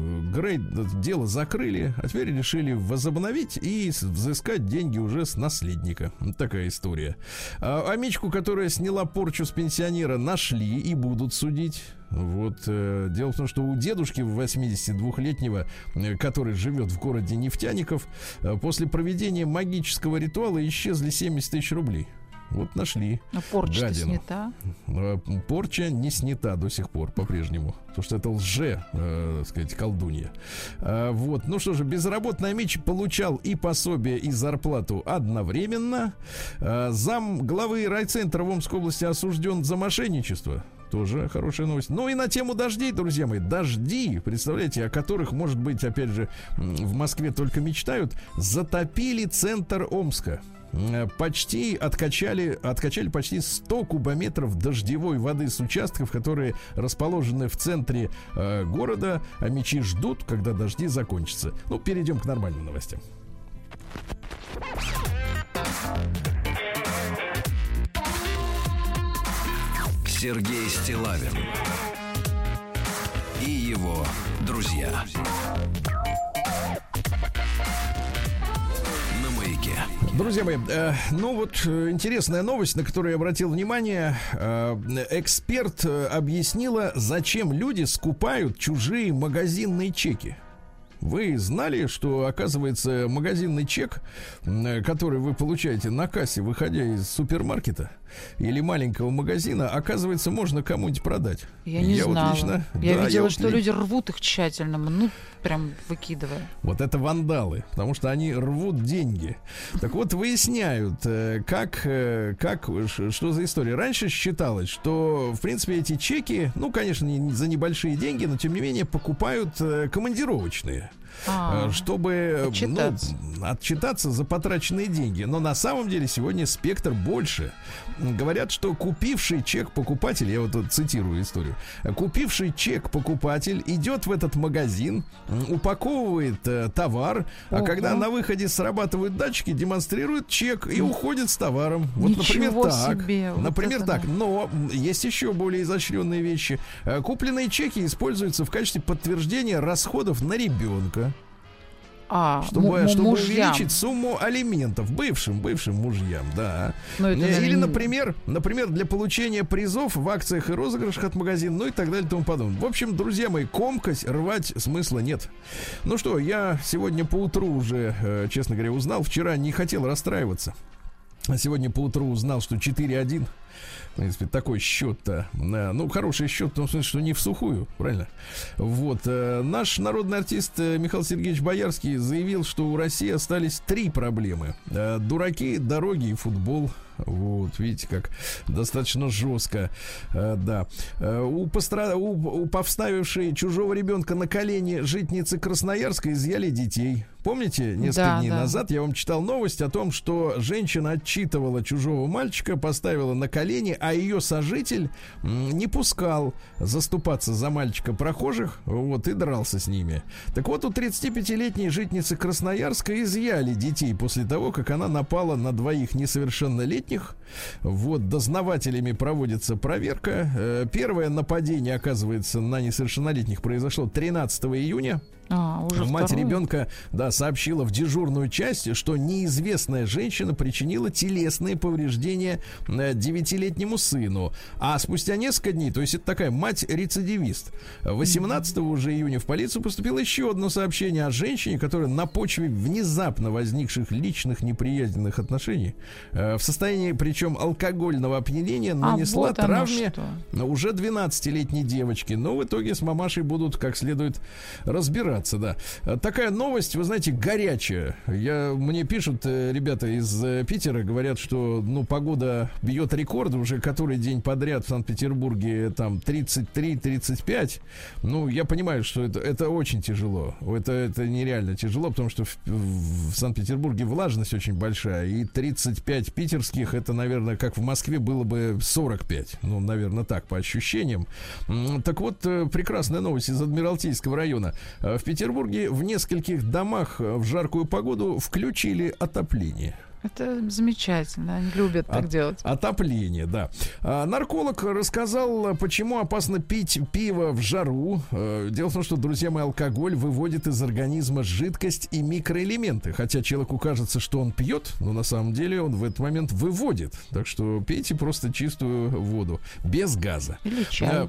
Грейд, дело закрыли, а теперь решили возобновить и взыскать деньги уже с наследника. Вот такая история. А амичку, которая сняла порчу с пенсионера, нашли и будут судить. Вот. Э, дело в том, что у дедушки восьмидесятидвухлетнего, э, который живет в городе Нефтяников, э, после проведения магического ритуала исчезли семьдесят тысяч рублей. Вот нашли. Но порча снята. Порча не снята до сих пор по-прежнему. Потому что это лже, э, так сказать, колдунья. А, вот. Ну что же, безработный амич получал и пособие, и зарплату одновременно. А, зам главы райцентра в Омской области осужден за мошенничество. Тоже хорошая новость. Ну и на тему дождей, друзья мои. Дожди, представляете, о которых, может быть, опять же, в Москве только мечтают. Затопили центр Омска. Почти откачали, откачали почти сто кубометров дождевой воды с участков, которые расположены в центре э, города. Омичи ждут, когда дожди закончатся. Ну, перейдем к нормальным новостям. Сергей Стиллавин и его друзья. Друзья мои, э, ну вот э, интересная новость, на которую я обратил внимание. Э, эксперт э, объяснила, зачем люди скупают чужие магазинные чеки. Вы знали, что, оказывается, магазинный чек, который вы получаете на кассе, выходя из супермаркета или маленького магазина, оказывается, можно кому-нибудь продать? Я не я знала. Вот лично, я да, видела, я что вот... люди рвут их тщательно, ну, прям выкидывая. Вот это вандалы, потому что они рвут деньги. Так вот, выясняют, как, как, что за история. Раньше считалось, что, в принципе, эти чеки, ну, конечно, не за небольшие деньги, но, тем не менее, покупают командировочные. А, чтобы отчитаться. Ну, отчитаться за потраченные деньги. Но на самом деле сегодня спектр больше. Говорят, что купивший чек покупатель, я вот тут цитирую историю, купивший чек покупатель идет в этот магазин, упаковывает э, товар, Ого. а когда на выходе срабатывают датчики, демонстрирует чек и уходит с товаром. Вот, Ничего например, так. себе. Вот например, так. Да. Но есть еще более изощренные вещи. Купленные чеки используются в качестве подтверждения расходов на ребенка. А, чтобы, м- чтобы мужьям. увеличить сумму алиментов бывшим, бывшим мужьям, да. Но это, наверное, Или, не... например, например, для получения призов в акциях и розыгрышах от магазина, ну и так далее и тому подобное. В общем, друзья мои, комкость рвать смысла нет. Ну что, я сегодня поутру уже, честно говоря, узнал, вчера не хотел расстраиваться, а сегодня поутру узнал, что четыре один. В принципе, такой счет-то, ну, хороший счет в том смысле, что не в сухую, правильно? Вот, э, наш народный артист Михаил Сергеевич Боярский заявил, что у России остались три проблемы. Э, дураки, дороги и футбол. Вот, видите, как достаточно жестко, э, да. Э, у, постра... у, у повставившей чужого ребенка на колени житницы Красноярска изъяли детей. Помните, несколько да, дней да. назад я вам читал новость о том, что женщина отчитывала чужого мальчика, поставила на колени, а ее сожитель м, не пускал заступаться за мальчика прохожих, вот, и дрался с ними. Так вот, у тридцатипятилетней житницы Красноярска изъяли детей после того, как она напала на двоих несовершеннолетних. Вот, дознавателями проводится проверка. Первое нападение, оказывается, на несовершеннолетних произошло тринадцатого июня. А, уже Мать второе? ребенка, да, сообщила в дежурную часть, что неизвестная женщина причинила телесные повреждения девятилетнему сыну. А спустя несколько дней, то есть это такая мать-рецидивист, восемнадцатого уже июня в полицию поступило еще одно сообщение о женщине, которая на почве внезапно возникших личных неприязненных отношений в состоянии, причем алкогольного опьянения, нанесла а вот травме уже двенадцатилетней девочки. Но в итоге с мамашей будут как следует разбираться. Да. Такая новость, вы знаете, горячая. Я, мне пишут э, ребята из э, Питера, говорят, что ну, погода бьет рекорды уже который день подряд в Санкт-Петербурге, там тридцать три тридцать пять. Ну, я понимаю, что это, это очень тяжело. Это, это нереально тяжело, потому что в, в Санкт-Петербурге влажность очень большая. И тридцать пять питерских, это, наверное, как в Москве было бы сорок пять. Ну, наверное, так, по ощущениям. Так вот, прекрасная новость из Адмиралтейского района. В Петербурге в нескольких домах в жаркую погоду включили отопление. Это замечательно, они любят так От, делать. Отопление, да. А, нарколог рассказал, почему опасно пить пиво в жару. А, дело в том, что, друзья мои, алкоголь выводит из организма жидкость и микроэлементы. Хотя человеку кажется, что он пьет, но на самом деле он в этот момент выводит. Так что пейте просто чистую воду, без газа. Или чай. А,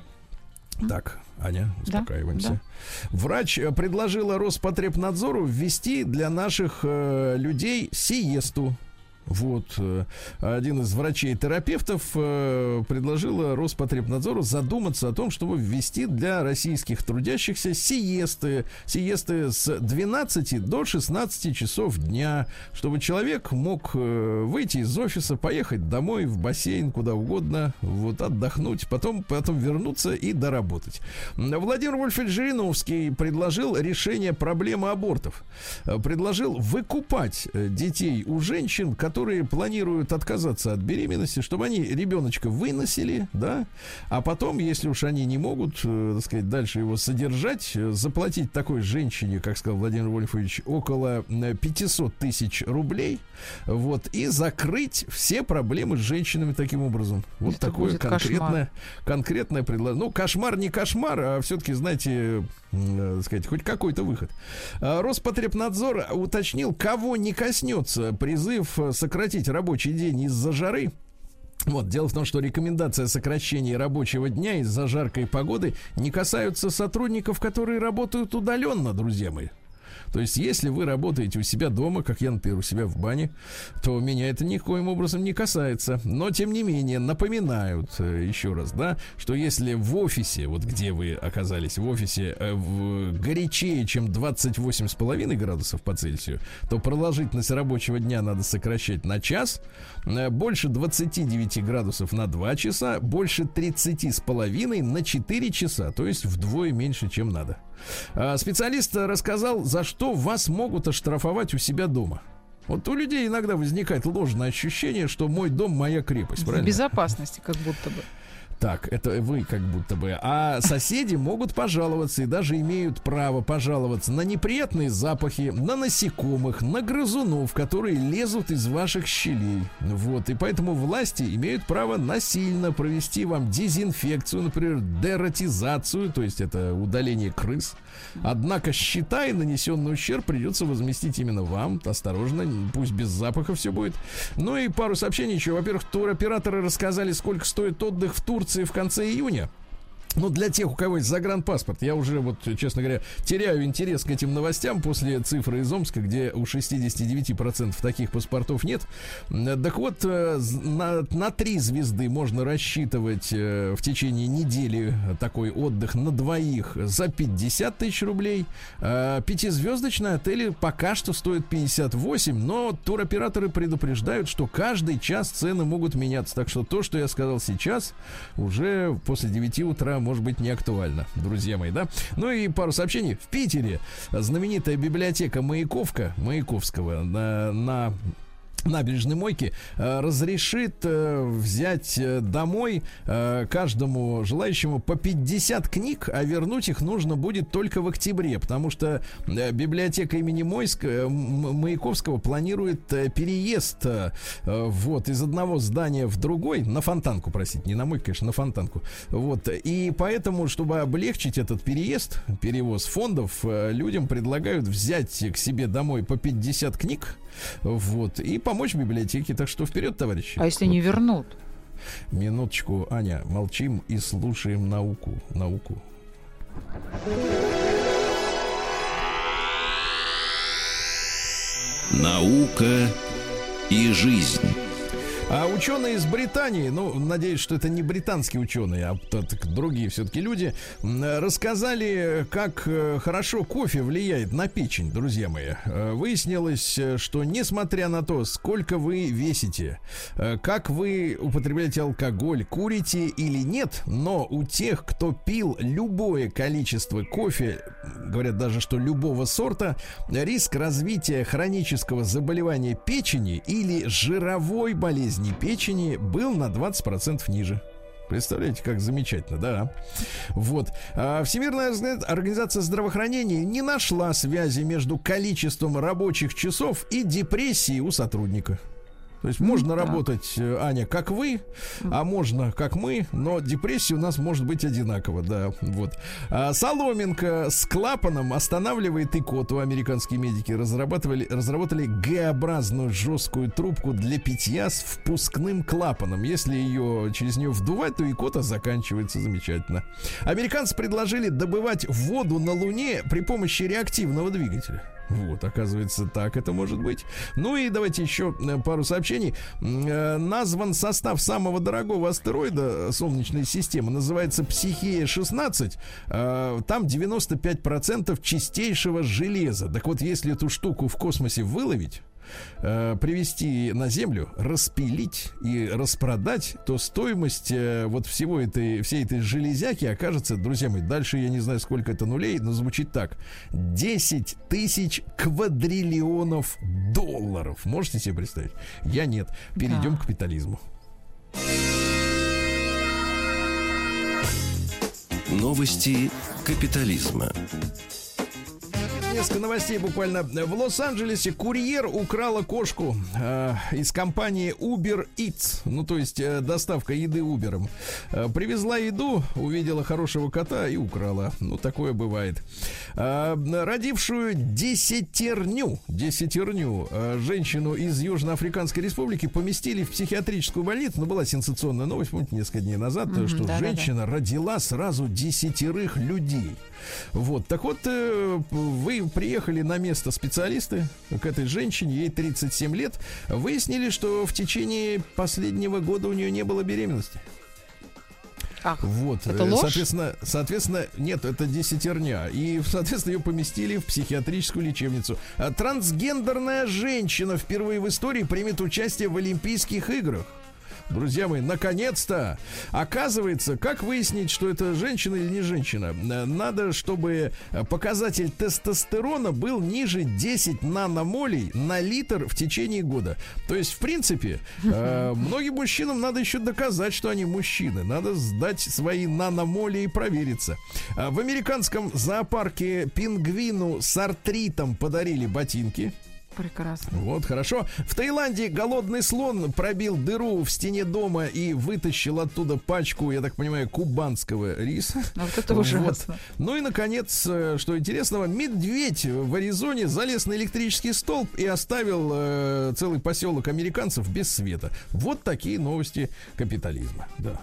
так, Аня, успокаиваемся. Да, да. Врач предложила Роспотребнадзору ввести для наших э, людей сиесту. Вот, э, один из врачей-терапевтов э, предложил Роспотребнадзору задуматься о том, чтобы ввести для российских трудящихся сиесты, сиесты с двенадцати до шестнадцати часов дня, чтобы человек мог э, выйти из офиса, поехать домой, в бассейн, куда угодно, вот, отдохнуть, потом, потом вернуться и доработать. Владимир Вольфович Жириновский предложил решение проблемы абортов. Предложил выкупать детей у женщин, которые которые планируют отказаться от беременности, чтобы они ребеночка выносили, да, а потом, если уж они не могут, э, так сказать, дальше его содержать, заплатить такой женщине, как сказал Владимир Вольфович, около пятьсот тысяч рублей, вот, и закрыть все проблемы с женщинами таким образом. Вот это такое конкретное, кошмар. конкретное предложение. Ну, кошмар не кошмар, а все-таки, знаете, э, сказать, хоть какой-то выход. Роспотребнадзор уточнил, кого не коснется призыв сократить рабочий день из-за жары. Вот, дело в том, что рекомендация сокращения рабочего дня из-за жаркой погоды не касаются сотрудников, которые работают удаленно, друзья мои. То есть, если вы работаете у себя дома, как я, например, у себя в бане, то меня это никоим образом не касается. Но, тем не менее, напоминают э, еще раз, да, что если в офисе, вот где вы оказались в офисе, э, в, горячее, чем двадцать восемь с половиной градусов по Цельсию, то продолжительность рабочего дня надо сокращать на час, э, больше двадцати девяти градусов на два часа, больше тридцати с половиной на четыре часа, то есть вдвое меньше, чем надо. Специалист рассказал, за что вас могут оштрафовать у себя дома. Вот у людей иногда возникает ложное ощущение, что мой дом моя крепость. Правильно? В безопасности, как будто бы. Так, это вы как будто бы. А соседи могут пожаловаться и даже имеют право пожаловаться на неприятные запахи, на насекомых, на грызунов, которые лезут из ваших щелей. Вот, и поэтому власти имеют право насильно провести вам дезинфекцию, например, дератизацию, то есть это удаление крыс. Однако счета и нанесенный ущерб придется возместить именно вам. Осторожно, пусть без запаха все будет. Ну и пару сообщений еще. Во-первых, туроператоры рассказали, сколько стоит отдых в Турции в конце июня. Ну, для тех, у кого есть загранпаспорт, я уже, вот, честно говоря, теряю интерес к этим новостям после цифры из Омска, где у шестьдесят девять процентов таких паспортов нет. Так вот, на, на три звезды можно рассчитывать в течение недели такой отдых на двоих за пятьдесят тысяч рублей. Пятизвездочные отели пока что стоят пятьдесят восемь, но туроператоры предупреждают, что каждый час цены могут меняться. Так что то, что я сказал сейчас, уже после девяти утра может быть не актуально, друзья мои, да? Ну и пару сообщений. В Питере знаменитая библиотека Маяковка, Маяковского на, на набережной Мойки э, разрешит э, взять э, домой э, каждому желающему по пятьдесят книг, а вернуть их нужно будет только в октябре, потому что э, библиотека имени Мойск, э, Маяковского планирует э, переезд э, вот, из одного здания в другой, на Фонтанку, простите, не на Мойку, конечно, на Фонтанку. Вот, и поэтому, чтобы облегчить этот переезд, перевоз фондов, э, людям предлагают взять к себе домой по пятьдесят книг, вот, и помочь библиотеке. Так что вперед, товарищи. А если вот. не вернут? Минуточку, Аня, молчим и слушаем науку. Науку. Наука и жизнь. А ученые из Британии, ну, надеюсь, что это не британские ученые, а другие все-таки люди, рассказали, как хорошо кофе влияет на печень, друзья мои. Выяснилось, что несмотря на то, сколько вы весите, как вы употребляете алкоголь, курите или нет, но у тех, кто пил любое количество кофе, говорят даже, что любого сорта, риск развития хронического заболевания печени или жировой болезни печени был на двадцать процентов ниже. Представляете, как замечательно, да? Вот. А Всемирная организация здравоохранения не нашла связи между количеством рабочих часов и депрессией у сотрудника. То есть можно да. работать, Аня, как вы, а можно, как мы, но депрессия у нас может быть одинакова, да, вот. А соломинка с клапаном останавливает икоту. Американские медики разрабатывали, разработали Г-образную жесткую трубку для питья с впускным клапаном. Если ее через нее вдувать, то икота заканчивается. Замечательно. Американцы предложили добывать воду на Луне при помощи реактивного двигателя. Вот, оказывается, так это может быть. Ну и давайте еще пару сообщений. Назван состав самого дорогого астероида Солнечной системы. Называется Психея шестнадцать. Там девяносто пять процентов чистейшего железа. Так вот, если эту штуку в космосе выловить, привезти на Землю, распилить и распродать, то стоимость вот всего этой, всей этой железяки окажется, друзья мои, дальше я не знаю, сколько это нулей, но звучит так: десять тысяч квадриллионов долларов. Можете себе представить? Я нет. Перейдем да. к капитализму. Новости капитализма. несколько новостей буквально. В Лос-Анджелесе курьер украла кошку э, из компании Uber Eats. Ну, то есть э, доставка еды Uber'ом. Э, привезла еду, увидела хорошего кота и украла. Ну, такое бывает. Э, родившую десятерню, десятерню э, женщину из Южноафриканской Республики поместили в психиатрическую больницу. Ну, была сенсационная новость, помните, несколько дней назад, mm-hmm, что да, женщина да, да. родила сразу десятерых людей. Вот, так вот, э, вы приехали на место специалисты к этой женщине, ей тридцать семь лет, выяснили, что в течение последнего года у нее не было беременности. Ах, вот, это ложь? Соответственно, соответственно, нет, это десятерня. И, соответственно, ее поместили в психиатрическую лечебницу. Трансгендерная женщина впервые в истории примет участие в Олимпийских играх. Друзья мои, наконец-то! Оказывается, как выяснить, что это женщина или не женщина? Надо, чтобы показатель тестостерона был ниже десять наномолей на литр в течение года. То есть, в принципе, многим мужчинам надо еще доказать, что они мужчины. Надо сдать свои наномоли и провериться. В американском зоопарке пингвину с артритом подарили ботинки. Прекрасно. Вот, хорошо. В Таиланде голодный слон пробил дыру в стене дома и вытащил оттуда пачку, я так понимаю, кубанского риса. А вот это ужасно. Вот. Ну и, наконец, что интересного, медведь в Аризоне залез на электрический столб и оставил э, целый поселок американцев без света. Вот такие новости капитализма. Да.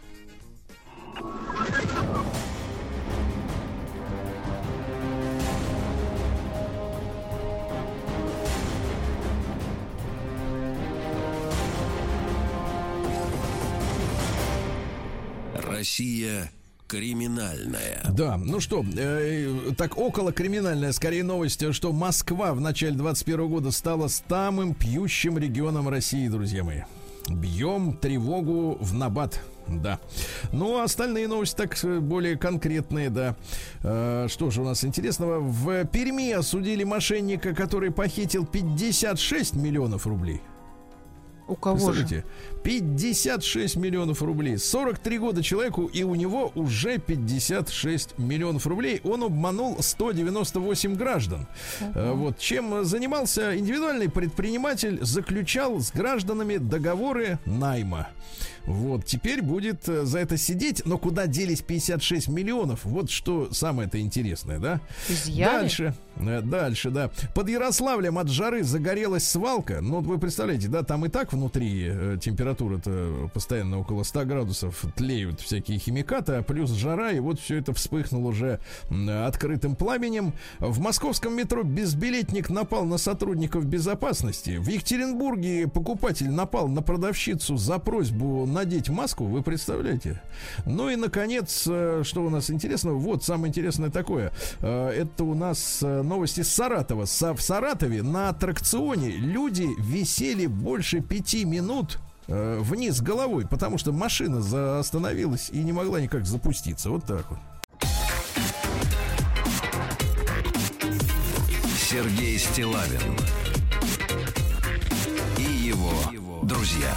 Россия криминальная. Да, ну что, э, так около криминальная, скорее новость, что Москва в начале двадцать первого года стала самым пьющим регионом России, друзья мои. Бьем тревогу в набат. Да. Ну, а остальные новости так более конкретные, да. Э, что же у нас интересного? В Перми осудили мошенника, который похитил пятьдесят шесть миллионов рублей. У кого же? пятьдесят шесть миллионов рублей. сорок три года человеку, и у него уже пятьдесят шесть миллионов рублей. Он обманул сто девяносто восемь граждан. Uh-huh. Вот. Чем занимался индивидуальный предприниматель, заключал с гражданами договоры найма. Вот, теперь будет за это сидеть, но куда делись пятьдесят шесть миллионов? Вот что самое-то интересное, да? Изъяли? Дальше, дальше, да. Под Ярославлем от жары загорелась свалка. Ну, вот вы представляете, да, там и так внутри э, температура-то постоянно около ста градусов, тлеют всякие химикаты, а плюс жара, и вот все это вспыхнуло уже э, открытым пламенем. В московском метро безбилетник напал на сотрудников безопасности. В Екатеринбурге покупатель напал на продавщицу за просьбу надеть маску, вы представляете? Ну и, наконец, что у нас интересного? Вот, самое интересное такое. Это у нас новости с Саратова. В Саратове на аттракционе люди висели больше пяти минут вниз головой, потому что машина остановилась и не могла никак запуститься. Вот так вот. Сергей Стиллавин и его друзья.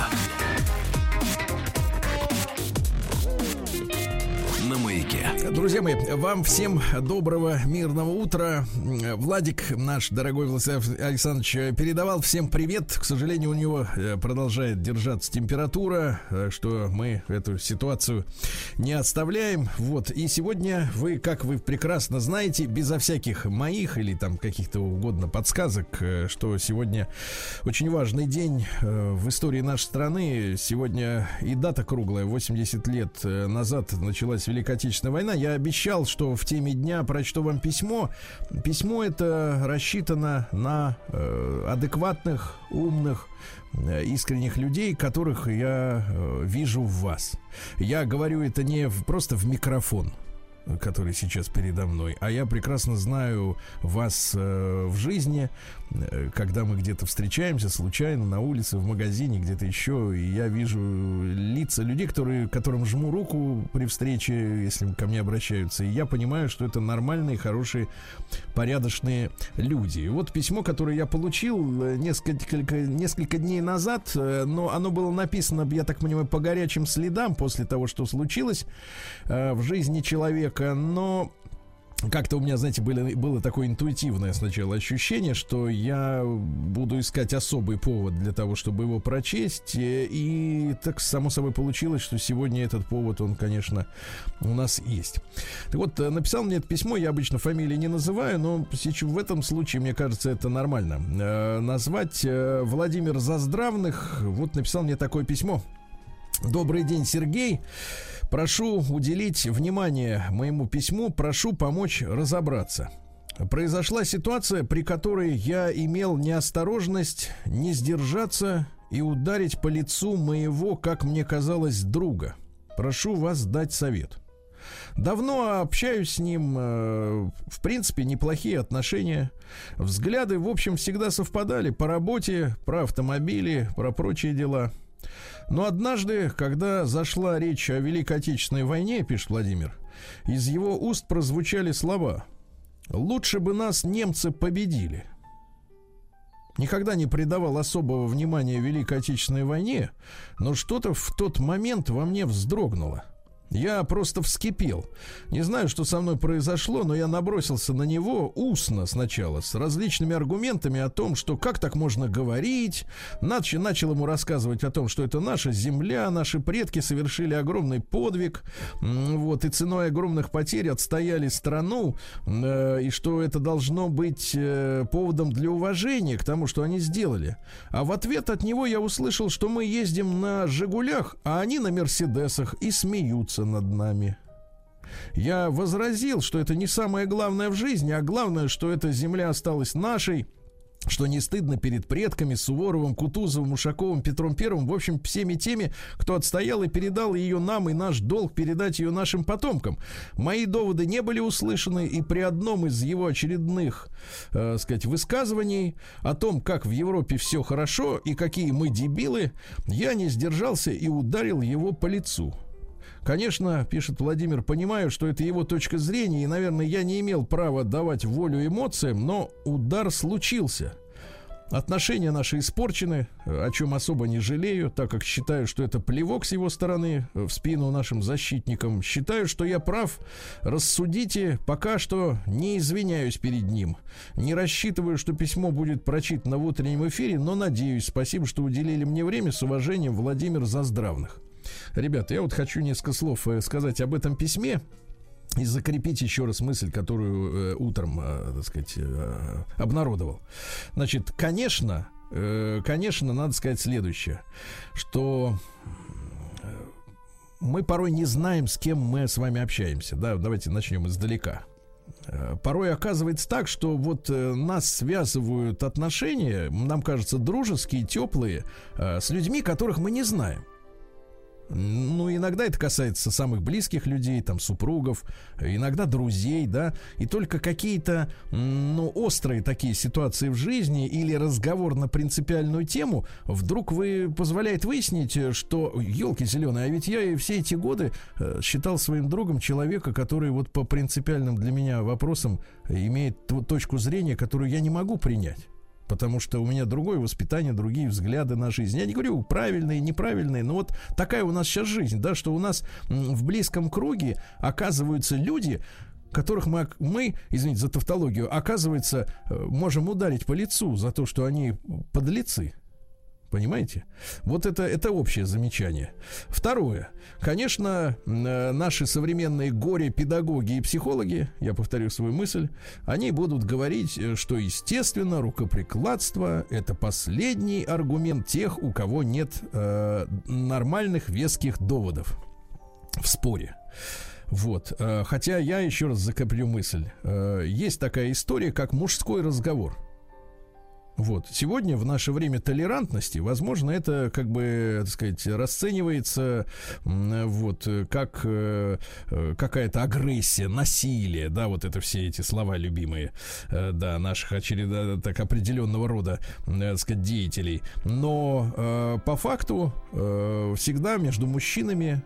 На маяке. Друзья мои, вам всем доброго мирного утра. Владик, наш дорогой Владислав Александрович, передавал всем привет. К сожалению, у него продолжает держаться температура, что мы эту ситуацию не оставляем. Вот. И сегодня вы, как вы прекрасно знаете, безо всяких моих или там каких-то угодно подсказок, что сегодня очень важный день в истории нашей страны. Сегодня и дата круглая. восемьдесят лет назад началась Великая Отечественная война. Я обещал, что в теме дня прочту вам письмо. Письмо это рассчитано на э, адекватных, умных, э, искренних людей, которых я э, вижу в вас. Я говорю это не в, просто в микрофон, который сейчас передо мной, а я прекрасно знаю вас э, в жизни, э, когда мы где-то встречаемся случайно на улице, в магазине, где-то еще, и я вижу лица людей, которые, которым жму руку при встрече, если ко мне обращаются, и я понимаю, что это нормальные, хорошие, порядочные люди. И вот письмо, которое я получил несколько, несколько дней назад, э, но оно было написано, я так понимаю, по горячим следам после того, что случилось э, в жизни человека. Но как-то у меня, знаете, были, было такое интуитивное сначала ощущение, что я буду искать особый повод для того, чтобы его прочесть. И так само собой получилось, что сегодня этот повод, он, конечно, у нас есть. Так вот, написал мне это письмо, я обычно фамилии не называю, но в этом случае, мне кажется, это нормально. Назвать Владимир Заздравных, вот написал мне такое письмо. Добрый день, Сергей. Прошу уделить внимание моему письму, прошу помочь разобраться. Произошла ситуация, при которой я имел неосторожность не сдержаться и ударить по лицу моего, как мне казалось, друга. Прошу вас дать совет. Давно общаюсь с ним, э, в принципе, неплохие отношения. Взгляды, в общем, всегда совпадали по работе, про автомобили, про прочие дела. Но однажды, когда зашла речь о Великой Отечественной войне, пишет Владимир, из его уст прозвучали слова: «Лучше бы нас немцы победили». Никогда не придавал особого внимания Великой Отечественной войне, но что-то в тот момент во мне вздрогнуло. Я просто вскипел. Не знаю, что со мной произошло, но я набросился на него устно сначала, с различными аргументами о том, что как так можно говорить. Нач- начал ему рассказывать о том, что это наша земля, наши предки совершили огромный подвиг, вот, и ценой огромных потерь отстояли страну, э, и что это должно быть э, поводом для уважения к тому, что они сделали. А в ответ от него я услышал, что мы ездим на «Жигулях», а они на «Мерседесах» и смеются над нами. Я возразил, что это не самое главное в жизни, а главное, что эта земля осталась нашей, что не стыдно перед предками Суворовым, Кутузовым, Ушаковым, Петром Первым, в общем, всеми теми, кто отстоял и передал ее нам, и наш долг передать ее нашим потомкам. Мои доводы не были услышаны, и при одном из его очередных, э, сказать, высказываний о том, как в Европе все хорошо и какие мы дебилы, я не сдержался и ударил его по лицу. Конечно, пишет Владимир, понимаю, что это его точка зрения, и, наверное, я не имел права давать волю эмоциям, но удар случился. Отношения наши испорчены, о чем особо не жалею, так как считаю, что это плевок с его стороны в спину нашим защитникам. Считаю, что я прав. Рассудите, пока что не извиняюсь перед ним. Не рассчитываю, что письмо будет прочитано в утреннем эфире, но надеюсь. Спасибо, что уделили мне время. С уважением, Владимир Заздравных. Ребята, я вот хочу несколько слов сказать об этом письме и закрепить еще раз мысль, которую э, утром, э, так сказать, э, обнародовал. Значит, конечно, э, конечно, надо сказать следующее, что мы порой не знаем, с кем мы с вами общаемся. Да, давайте начнем издалека. Порой оказывается так, что вот э, нас связывают отношения, нам кажется, дружеские, теплые, э, с людьми, которых мы не знаем. Ну, иногда это касается самых близких людей, там, супругов, иногда друзей, да, и только какие-то, ну, острые такие ситуации в жизни или разговор на принципиальную тему вдруг вы позволяет выяснить, что, елки зеленые, а ведь я и все эти годы считал своим другом человека, который вот по принципиальным для меня вопросам имеет ту точку зрения, которую я не могу принять. Потому что у меня другое воспитание, другие взгляды на жизнь. Я не говорю правильные, неправильные, но вот такая у нас сейчас жизнь, да, что у нас в близком круге оказываются люди, которых мы, мы, извините за тавтологию, оказывается, можем ударить по лицу за то, что они подлецы. Понимаете? Вот это, это общее замечание. Второе. Конечно, наши современные горе-педагоги и психологи, я повторю свою мысль, они будут говорить, что, естественно, рукоприкладство — это последний аргумент тех, у кого нет э, нормальных веских доводов в споре. Вот. Хотя я еще раз закреплю мысль. Есть такая история, как мужской разговор. Вот. Сегодня в наше время толерантности, возможно, это, как бы, так сказать, расценивается вот, как э, какая-то агрессия, насилие, да, вот это все эти слова любимые, э, да, наших очередно, так, определенного рода, э, так сказать, деятелей. Но э, по факту э, всегда между мужчинами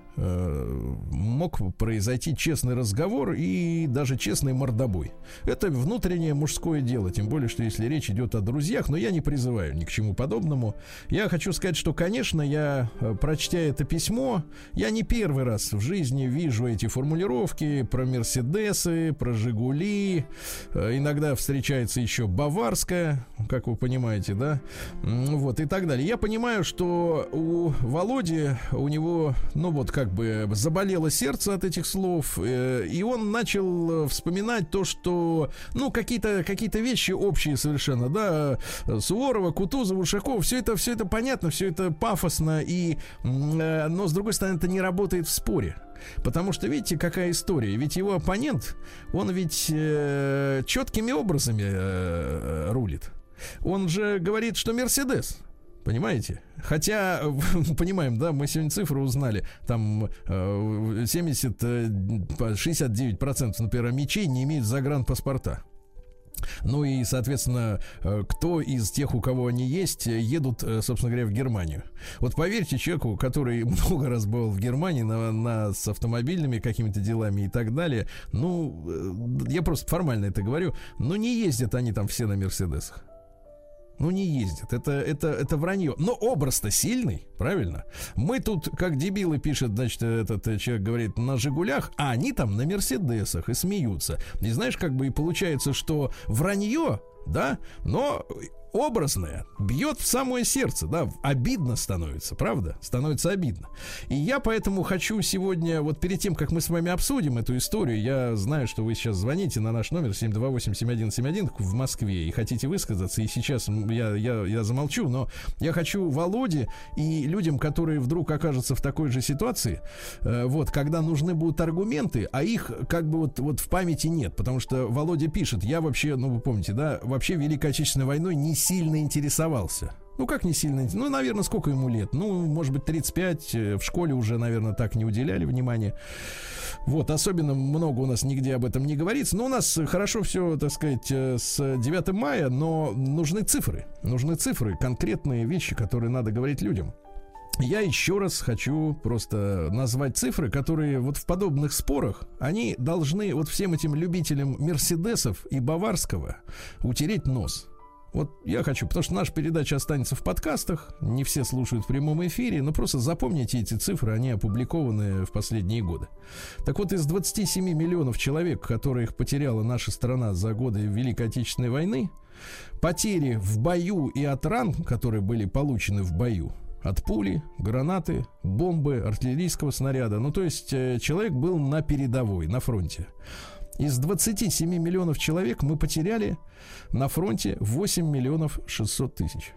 э, мог произойти честный разговор и даже честный мордобой. Это внутреннее мужское дело, тем более, что если речь идет о друзьях, но я не призываю ни к чему подобному. Я хочу сказать, что, конечно, я, прочтя это письмо, я не первый раз в жизни вижу эти формулировки про Мерседесы, про Жигули, иногда встречается еще Баварская, как вы понимаете, да, вот и так далее. Я понимаю, что у Володи, у него, ну вот как бы заболело сердце от этих слов, э, и он начал вспоминать то, что, ну, какие-то, какие-то вещи общие совершенно, да, Суворова, Кутузова, Ушакова, все это, все это понятно, все это пафосно, и, э, но, с другой стороны, это не работает в споре. Потому что, видите, какая история. Ведь его оппонент, он ведь э, четкими образами э, рулит. Он же говорит, что Мерседес. Понимаете? Хотя, понимаем, да, мы сегодня цифры узнали, там семьдесят-шестьдесят девять процентов, например, мечей не имеют загранпаспорта. Ну и, соответственно, кто из тех, у кого они есть, едут, собственно говоря, в Германию. Вот поверьте человеку, который много раз был в Германии на, на, с автомобильными какими-то делами и так далее, ну, я просто формально это говорю, но не ездят они там все на Мерседесах. Ну, не ездят. Это, это, это вранье. Но образ-то сильный, правильно? Мы тут, как дебилы, пишет, значит, этот человек говорит, на Жигулях, а они там на Мерседесах и смеются. И знаешь, как бы и получается, что вранье, да, но образное бьет в самое сердце, да, обидно становится, правда? Становится обидно. И я поэтому хочу сегодня, вот перед тем, как мы с вами обсудим эту историю, я знаю, что вы сейчас звоните на наш номер семь два восемь семь один семь один в Москве и хотите высказаться, и сейчас я, я, я замолчу, но я хочу Володе и людям, которые вдруг окажутся в такой же ситуации, э, вот, когда нужны будут аргументы, а их как бы вот, вот в памяти нет, потому что Володя пишет, я вообще, ну вы помните, да, вообще Великой Отечественной войной не сильно интересовался. Ну, как не сильно? Ну, наверное, сколько ему лет? Ну, может быть, тридцать пять. В школе уже, наверное, так не уделяли внимания. Вот, особенно много у нас нигде об этом не говорится. Но у нас хорошо все, так сказать, с девятого мая, но нужны цифры. Нужны цифры, конкретные вещи, которые надо говорить людям. Я еще раз хочу просто назвать цифры, которые вот в подобных спорах, они должны вот всем этим любителям Мерседесов и Баварского утереть нос. Вот я хочу, потому что наша передача останется в подкастах, не все слушают в прямом эфире, но просто запомните эти цифры, они опубликованы в последние годы. Так вот, из двадцати семи миллионов человек, которых потеряла наша страна за годы Великой Отечественной войны, потери в бою и от ран, которые были получены в бою, от пули, гранаты, бомбы, артиллерийского снаряда, ну то есть человек был на передовой, на фронте. Из двадцати семи миллионов человек мы потеряли на фронте восемь миллионов шестьсот тысяч.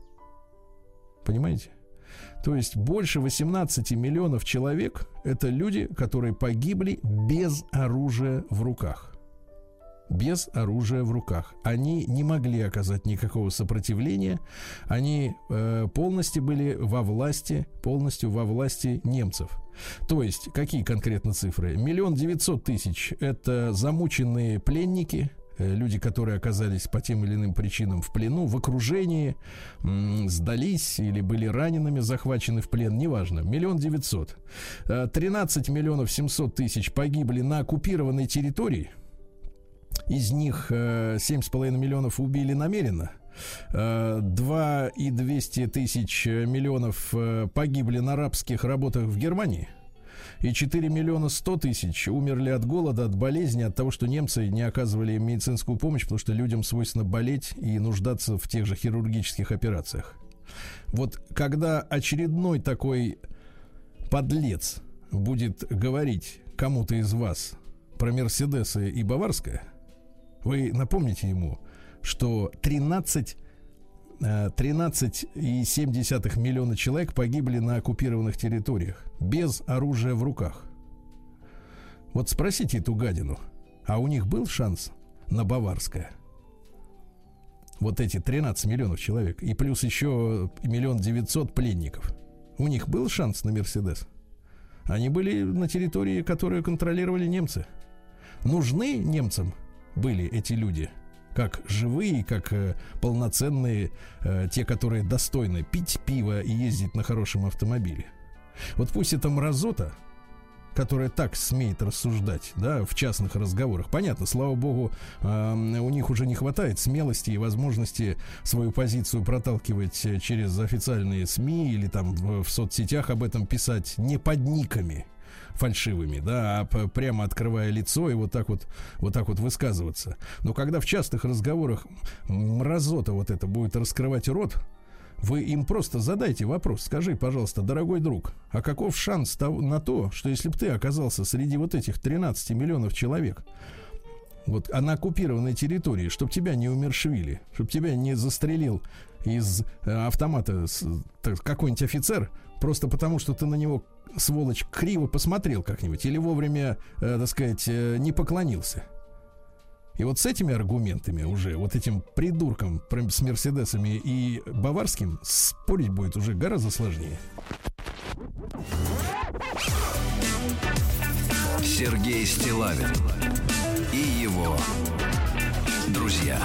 Понимаете? То есть больше восемнадцати миллионов человек — это люди, которые погибли без оружия в руках. Без оружия в руках. Они не могли оказать никакого сопротивления. Они э, полностью были во власти, полностью во власти немцев. То есть, какие конкретно цифры? Миллион девятьсот тысяч — это замученные пленники, э, люди, которые оказались по тем или иным причинам в плену, в окружении, м- сдались или были ранеными, захвачены в плен, неважно. Миллион девятьсот. тринадцать миллионов семьсот тысяч погибли на оккупированной территории. Из них э, семь с половиной миллионов убили намеренно. Э, два и двести тысяч миллионов э, погибли на рабских работах в Германии. И четыре миллиона сто тысяч умерли от голода, от болезни, от того, что немцы не оказывали им медицинскую помощь, потому что людям свойственно болеть и нуждаться в тех же хирургических операциях. Вот когда очередной такой подлец будет говорить кому-то из вас про Мерседесы и Баварское, вы напомните ему, что тринадцать и семь десятых миллиона человек погибли на оккупированных территориях без оружия в руках. Вот спросите эту гадину, а у них был шанс на Баварское? Вот эти тринадцать миллионов человек и плюс еще миллион девятьсот пленников. У них был шанс на Мерседес? Они были на территории, которую контролировали немцы. Нужны немцам были эти люди, как живые, как э, полноценные, э, те, которые достойны пить пиво и ездить на хорошем автомобиле. Вот пусть эта мразота, которая так смеет рассуждать, да, в частных разговорах. Понятно, слава богу, э, у них уже не хватает смелости и возможности свою позицию проталкивать через официальные СМИ или там в, в соцсетях об этом писать не под никами фальшивыми, да, а п- прямо открывая лицо и вот так вот, вот так вот высказываться. Но когда в частых разговорах мразота вот это будет раскрывать рот, вы им просто задайте вопрос. Скажи, пожалуйста, дорогой друг, а каков шанс того, на то, что если бы ты оказался среди вот этих тринадцати миллионов человек, вот, а на оккупированной территории, чтобы тебя не умершвили, чтобы тебя не застрелил из э, автомата с, так, какой-нибудь офицер, просто потому, что ты на него, сволочь, криво посмотрел как-нибудь или вовремя, э, так сказать, э, не поклонился. И вот с этими аргументами уже, вот этим придурком с Мерседесами и Баварским спорить будет уже гораздо сложнее. Сергей Стиллавин и его друзья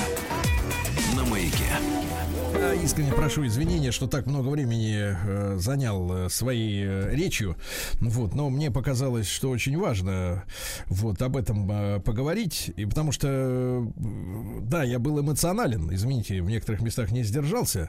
на Маяке. Я искренне прошу извинения, что так много времени э, занял э, своей э, речью, вот, но мне показалось, что очень важно вот об этом э, поговорить, и потому что, э, да, я был эмоционален, извините, в некоторых местах не сдержался,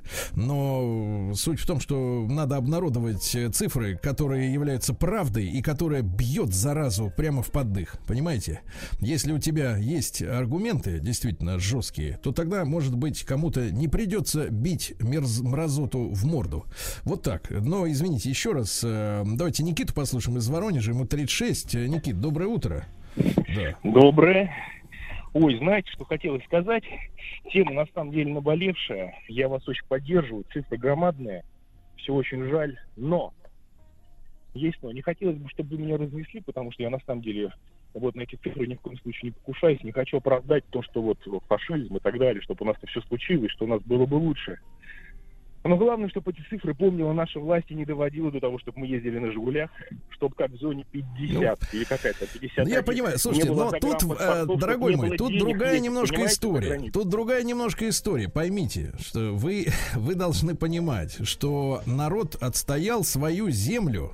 но суть в том, что надо обнародовать цифры, которые являются правдой и которая бьет заразу прямо в поддых, понимаете? Если у тебя есть аргументы действительно жесткие, то тогда, может быть, кому-то не придется бить мерз, мразоту в морду. Вот так. Но, извините, еще раз, э, давайте Никиту послушаем из Воронежа, ему тридцать шесть. Никит, доброе утро. Да. Доброе. Ой, знаете, что хотелось сказать? Тема, на самом деле, наболевшая. Я вас очень поддерживаю. Цифры громадные. Все очень жаль. Но есть но. Не хотелось бы, чтобы вы меня развесли, потому что я, на самом деле, вот на эти цифры ни в коем случае не покушаюсь. Не хочу оправдать то, что вот фашизм и так далее, чтобы у нас это все случилось, что у нас было бы лучше. Но главное, чтобы эти цифры помнила наша власть и не доводила до того, чтобы мы ездили на «Жигулях», чтобы как в зоне пятьдесят ну, или какая-то пятьдесят один. Я понимаю, слушайте, но тут, э, дорогой мой, тут другая ездить, немножко история. Тут другая немножко история. Поймите, что вы, вы должны понимать, что народ отстоял свою землю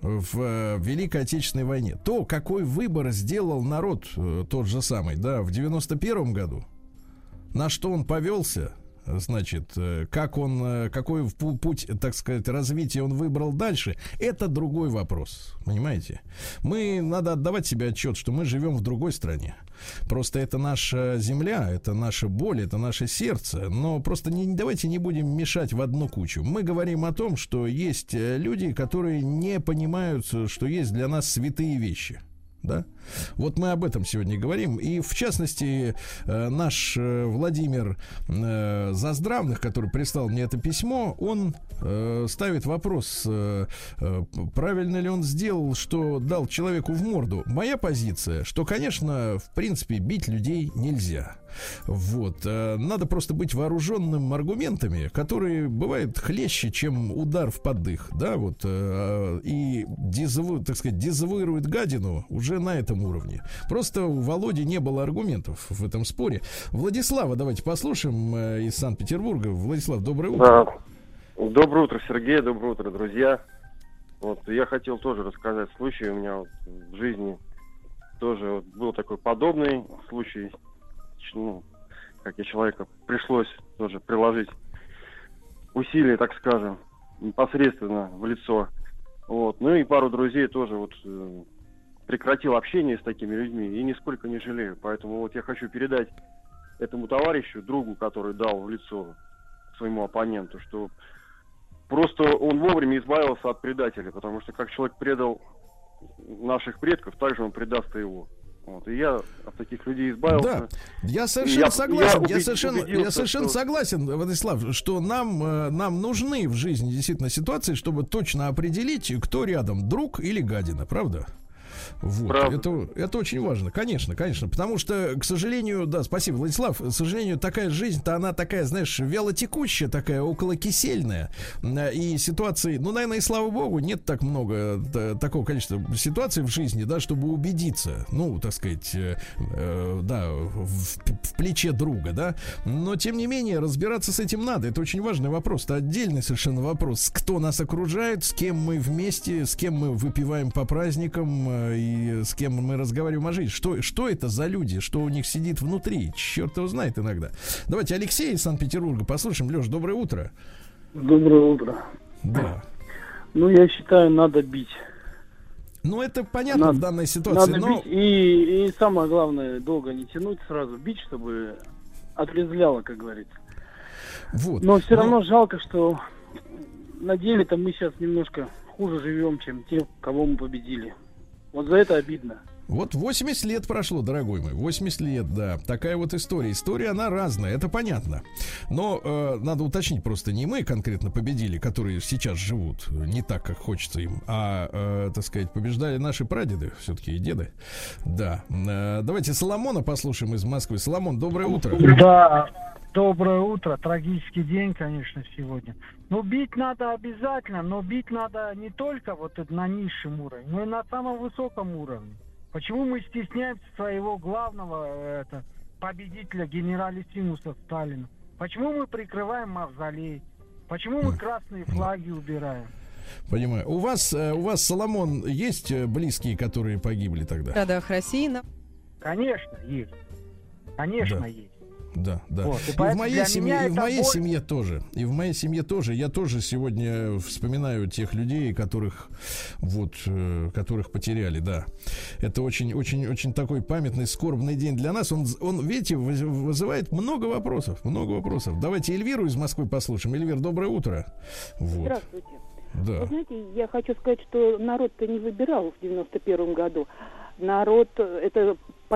в Великой Отечественной войне. То, какой выбор сделал народ, тот же самый, да, в девяносто первом году, на что он повелся, значит, как он, какой путь, так сказать, развития он выбрал дальше, это другой вопрос, понимаете? Мы, надо отдавать себе отчет, что мы живем в другой стране. Просто это наша земля, это наша боль, это наше сердце, но просто не, давайте не будем мешать в одну кучу. Мы говорим о том, что есть люди, которые не понимают, что есть для нас святые вещи. Да? Вот мы об этом сегодня говорим. И в частности, наш Владимир Заздравных, который прислал мне это письмо, он ставит вопрос, правильно ли он сделал, что дал человеку в морду. Моя позиция, что, конечно, в принципе, бить людей нельзя. Вот. Надо просто быть вооруженным аргументами, которые бывают хлеще, чем удар в поддых, да, вот, и дезаву, так сказать, дезавуирует гадину уже на этом уровне. Просто у Володи не было аргументов в этом споре. Владислава давайте послушаем из Санкт-Петербурга. Владислав, доброе утро. Да. Доброе утро, Сергей, доброе утро, друзья. Вот, я хотел тоже рассказать случай. У меня вот в жизни тоже вот был такой подобный случай. Ну, как и человека пришлось тоже приложить усилия, так скажем, непосредственно в лицо. Вот. Ну и пару друзей тоже вот э, прекратил общение с такими людьми и нисколько не жалею. Поэтому вот я хочу передать этому товарищу, другу, который дал в лицо своему оппоненту, что просто он вовремя избавился от предателя, потому что как человек предал наших предков, так же он предаст и его. Вот, и я от таких людей избавился. Да, я совершенно я, согласен. Я, убед, я совершенно, я совершенно что... согласен, Владислав, что нам, нам нужны в жизни действительно ситуации, чтобы точно определить, кто рядом, друг или гадина, правда? Вот. Это, это очень важно, конечно, конечно. Потому что, к сожалению, да, спасибо, Владислав, к сожалению, такая жизнь-то, она такая, знаешь, вялотекущая, такая околокисельная. И ситуации, ну, наверное, и слава богу, нет так много, да, такого количества ситуаций в жизни, да, чтобы убедиться, ну, так сказать, э, э, да, в, в плече друга, да. Но, тем не менее, разбираться с этим надо. Это очень важный вопрос. Это отдельный совершенно вопрос. Кто нас окружает, с кем мы вместе, с кем мы выпиваем по праздникам э, и с кем мы разговариваем о жизни. Что, что это за люди? Что у них сидит внутри? Черт его знает иногда. Давайте Алексея из Санкт-Петербурга послушаем. Леш, доброе утро. Доброе утро. Да. Ну, я считаю, надо бить. Ну, это понятно надо, в данной ситуации. Надо но... бить и, и самое главное, долго не тянуть, сразу бить, чтобы отрезвляло, как говорится. Вот. Но все но... равно жалко, что на деле-то мы сейчас немножко хуже живем, чем те, кого мы победили. Вот за это обидно. Вот восемьдесят лет прошло, дорогой мой. восемьдесят лет, да. Такая вот история. История, она разная, это понятно. Но э, надо уточнить, просто не мы конкретно победили, которые сейчас живут не так, как хочется им, а, э, так сказать, побеждали наши прадеды, все-таки и деды. Да. Э, давайте Соломона послушаем из Москвы. Соломон, доброе утро. Да, доброе утро. Трагический день, конечно, сегодня. Ну, бить надо обязательно, но бить надо не только вот на низшем уровне, но и на самом высоком уровне. Почему мы стесняемся своего главного это, победителя, генералиссимуса Сталина? Почему мы прикрываем мавзолей? Почему мы красные флаги убираем? Понимаю. У вас, у вас, Соломон, есть близкие, которые погибли тогда? В городах России? Конечно, есть. Конечно, да. есть. Да, да. Вот, и, и в моей, семье, и в моей боль... семье тоже. И в моей семье тоже. Я тоже сегодня вспоминаю тех людей, которых вот, которых потеряли, да. Это очень, очень, очень такой памятный, скорбный день для нас. Он, он, видите, вызывает много вопросов. Много вопросов. Давайте Эльвиру из Москвы послушаем. Эльвир, доброе утро. Вот. Здравствуйте. Да. Вы знаете, я хочу сказать, что народ-то не выбирал в девяносто первом году. Народ, это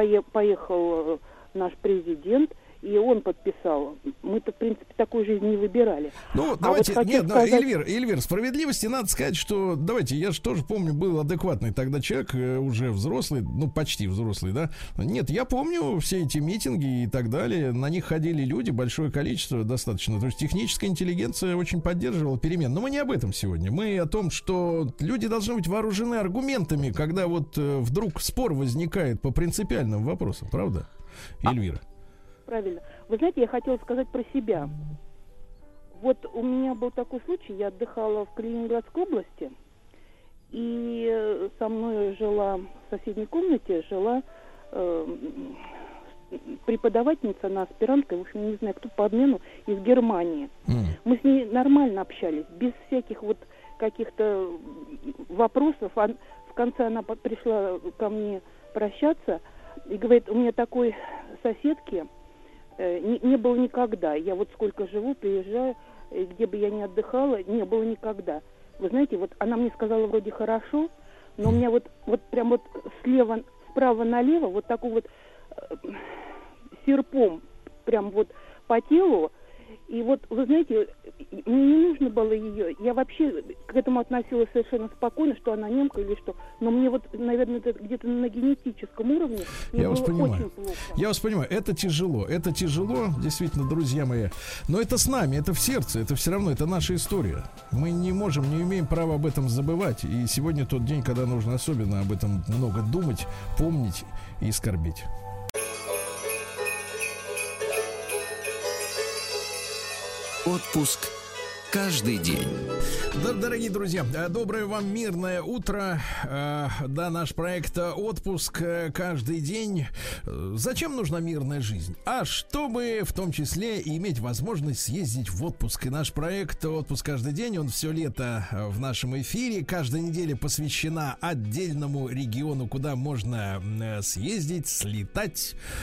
поехал наш президент, и он подписал. Мы-то, в принципе, такую жизнь не выбирали. Ну, а давайте, вот нет, сказать... да, Эльвир, Эльвир, справедливости надо сказать, что, давайте, я же тоже помню, был адекватный тогда человек, уже взрослый, ну, почти взрослый, да. Нет, я помню все эти митинги и так далее, на них ходили люди, большое количество достаточно, то есть техническая интеллигенция очень поддерживала перемен. Но мы не об этом сегодня, мы о том, что люди должны быть вооружены аргументами, когда вот э, вдруг спор возникает по принципиальным вопросам, правда, Эльвира? Правильно. Вы знаете, я хотела сказать про себя. Вот у меня был такой случай, я отдыхала в Калининградской области, и со мной жила в соседней комнате, жила э, преподавательница, она аспирантка, в общем, не знаю, кто по обмену, из Германии. Mm. Мы с ней нормально общались, без всяких вот каких-то вопросов. А в конце она пришла ко мне прощаться и говорит, у меня такой соседки Не, не было никогда. Я вот сколько живу, приезжаю, где бы я ни отдыхала, не было никогда. Вы знаете, вот она мне сказала вроде хорошо, но у меня вот, вот прям вот слева, справа налево, вот такой вот э, серпом прям вот по телу. И вот, вы знаете, мне не нужно было ее. Я вообще к этому относилась совершенно спокойно, что она немка или что. Но мне вот, наверное, это где-то на генетическом уровне мне Я было вас понимаю. очень плохо. Я вас понимаю. Это тяжело. Это тяжело, действительно, друзья мои. Но это с нами, это в сердце. Это все равно, это наша история. Мы не можем, не имеем права об этом забывать. И сегодня тот день, когда нужно особенно об этом много думать, помнить и скорбить. Отпуск каждый день. Да, дорогие друзья, доброе вам мирное утро. Да, наш проект «Отпуск каждый день». Зачем нужна мирная жизнь? А чтобы в том числе иметь возможность съездить в отпуск. И наш проект «Отпуск каждый день», он все лето в нашем эфире. Каждая неделя посвящена отдельному региону, куда можно съездить, слетать,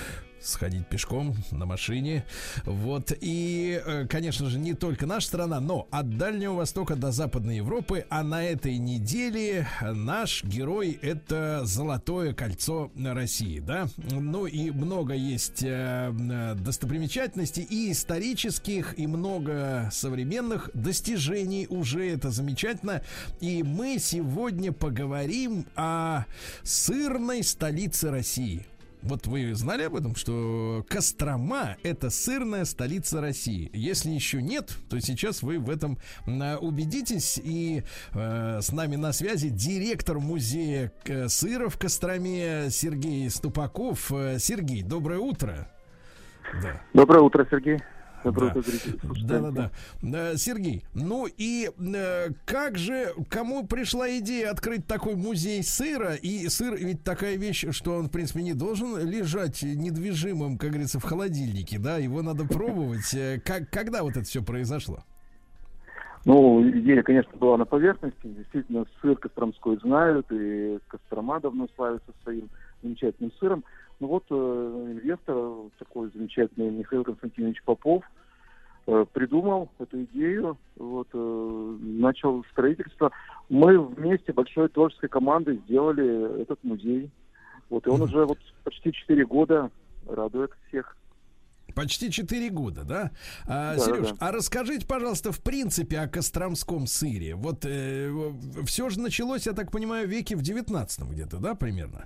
сходить пешком на машине. Вот. И, конечно же, не только наша страна, но от Дальнего Востока до Западной Европы. А на этой неделе наш герой — это Золотое кольцо России, да? Ну и много есть достопримечательностей и исторических, и много современных достижений уже. Это замечательно. И мы сегодня поговорим о сырной столице России. Вот вы знали об этом, что Кострома — это сырная столица России? Если еще нет, то сейчас вы в этом а, убедитесь. И а, с нами на связи директор музея сыра в Костроме Сергей Ступаков. Сергей, доброе утро. Да. Доброе утро, Сергей. Да. Да, да, да. Сергей, ну и э, как же, кому пришла идея открыть такой музей сыра? И сыр ведь такая вещь, что он, в принципе, не должен лежать недвижимым, как говорится, в холодильнике, да? Его надо пробовать. Как, когда вот это все произошло? Ну, идея, конечно, была на поверхности. Действительно, сыр костромской знают, и Кострома давно славится своим замечательным сыром. Ну вот э, инвестор, такой замечательный Михаил Константинович Попов, э, придумал эту идею, вот, э, начал строительство. Мы вместе большой творческой командой сделали этот музей. Вот, и он mm-hmm. уже вот почти четыре года радует всех. Почти четыре года, да? А, да Сереж, да. а расскажите, пожалуйста, в принципе о костромском сыре. Вот э, все же началось, я так понимаю, в веке в девятнадцатом где-то, да, примерно?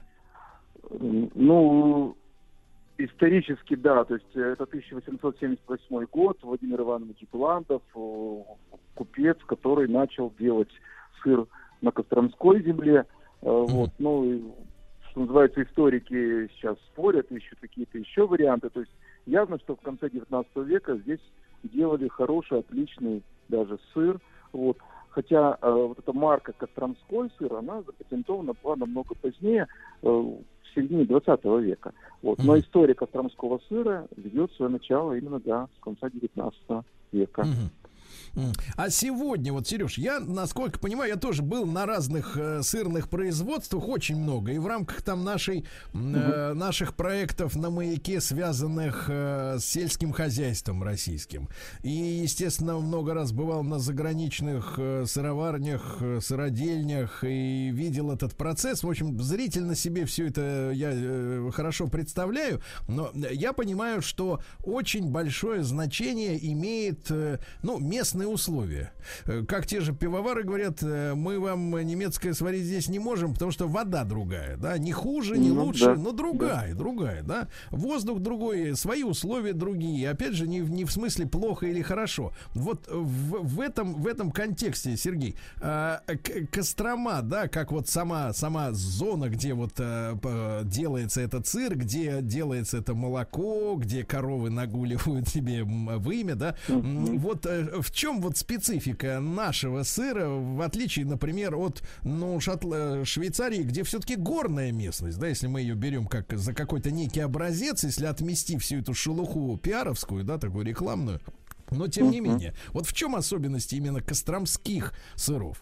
Ну, исторически, да, то есть это тысяча восемьсот семьдесят восьмой год, Владимир Иванович Бландов, купец, который начал делать сыр на Костромской земле. Mm-hmm. Вот, ну, и, что называется, историки сейчас спорят, ищут какие-то еще варианты. То есть явно, что в конце девятнадцатого века здесь делали хороший, отличный даже сыр. Вот. Хотя э, вот эта марка Костромской сыр, она запатентована была намного позднее, э, в середине двадцатого века. Вот. Но история костромского сыра ведет свое начало именно до конца девятнадцатого века. Mm-hmm. А сегодня, вот, Сереж, я, насколько понимаю, я тоже был на разных э, сырных производствах, очень много, и в рамках там нашей, э, наших проектов на Маяке, связанных э, с сельским хозяйством российским. И, естественно, много раз бывал на заграничных э, сыроварнях, э, сыродельнях и видел этот процесс. В общем, зрительно себе все это я э, хорошо представляю, но я понимаю, что очень большое значение имеет, э, ну, местные условия. Как те же пивовары говорят, мы вам немецкое сварить здесь не можем, потому что вода другая, да, не хуже, не ну, лучше, да, но другая, да. другая, да, воздух другой, свои условия другие, опять же, не, не в смысле плохо или хорошо. Вот в, в этом, в этом контексте, Сергей, э, Кострома, да, как вот сама, сама зона, где вот э, делается этот сыр, где делается это молоко, где коровы нагуливают себе вымя, да, mm-hmm. вот э, в чем вот специфика нашего сыра, в отличие, например, от, ну, Шотл... Швейцарии, где все-таки горная местность, да, если мы ее берем как за какой-то некий образец, если отмести всю эту шелуху пиаровскую, да, такую рекламную, но тем не менее, вот в чем особенности именно костромских сыров?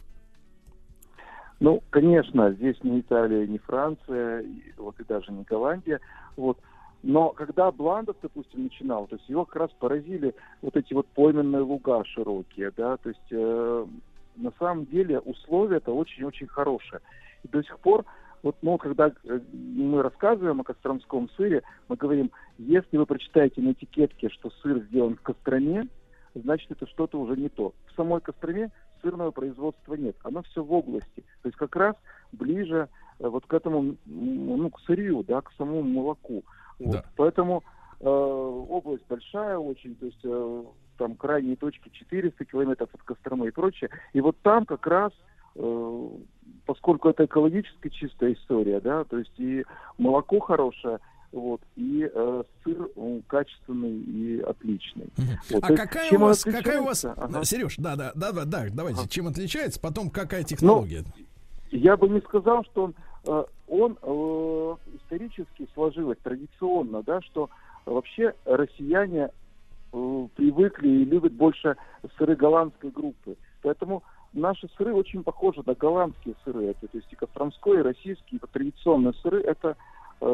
Ну, конечно, здесь не Италия, не Франция, и, вот и даже не Голландия, вот. Но когда Бландов, допустим, начинал, то есть его как раз поразили вот эти вот пойменные луга широкие, да, то есть э, на самом деле условия-то очень-очень хорошие. И до сих пор, вот, ну, когда мы рассказываем о костромском сыре, мы говорим, если вы прочитаете на этикетке, что сыр сделан в Костроме, значит, это что-то уже не то. В самой Костроме сырного производства нет, оно все в области, то есть как раз ближе э, вот к этому, ну, к сырью, да, к самому молоку. Вот. Да. Поэтому э, область большая очень, то есть э, там крайние точки четыреста километров от Костромы и прочее. И вот там как раз, э, поскольку это экологически чистая история, да, то есть и молоко хорошее, вот, и э, сыр он качественный и отличный. Вот. А какая у вас, какая у вас, ага. Сереж, да, да, да, да, да, давайте, ага. чем отличается, потом какая технология? Ну, я бы не сказал, что он он э, исторически сложилось традиционно, да, что вообще россияне э, привыкли и любят больше сыры голландской группы. Поэтому наши сыры очень похожи на голландские сыры. Это, то есть и костромской, и российский, и традиционные сыры. Это э,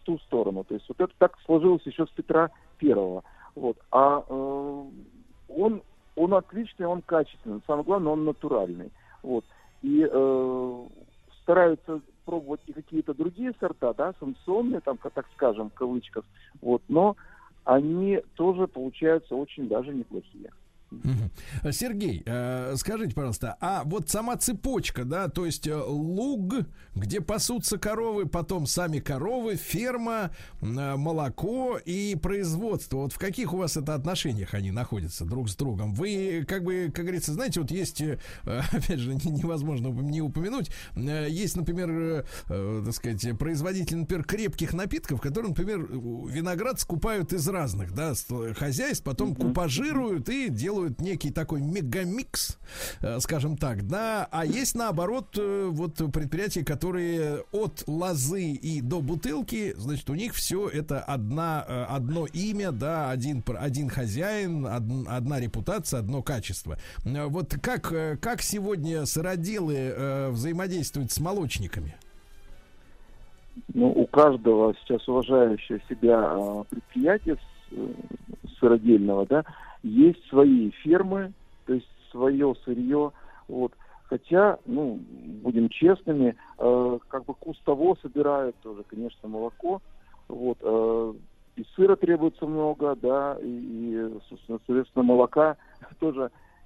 ту сторону. То есть вот это так сложилось еще с Петра Первого. Вот. А э, он, он отличный, он качественный. Самое главное, он натуральный. Вот. И э, стараются пробовать и какие-то другие сорта, да, санкционные, там, так скажем, в кавычках. Вот. Но они тоже получаются очень даже неплохие. Сергей, скажите, пожалуйста, а вот сама цепочка, да, то есть луг, где пасутся коровы, потом сами коровы, ферма, молоко и производство, вот в каких у вас это отношениях они находятся друг с другом? Вы, как бы, как говорится, знаете, вот есть, опять же, невозможно не упомянуть, есть, например, так сказать, производитель, например, крепких напитков, которые, например, виноград скупают из разных, да, хозяйств, потом купажируют и делают некий такой мегамикс, скажем так, да, а есть наоборот вот предприятия, которые от лозы и до бутылки, значит, у них все это одна, одно имя, да, один, один хозяин, од, одна репутация, одно качество. Вот как, как сегодня сыроделы взаимодействуют с молочниками? Ну, у каждого сейчас уважающего себя предприятия сыродельного, да, есть свои фермы, то есть свое сырье, вот. Хотя, ну, будем честными, э, как бы кустово собирают тоже, конечно, молоко, вот. Э, и сыра требуется много, да, и, и соответственно, молока тоже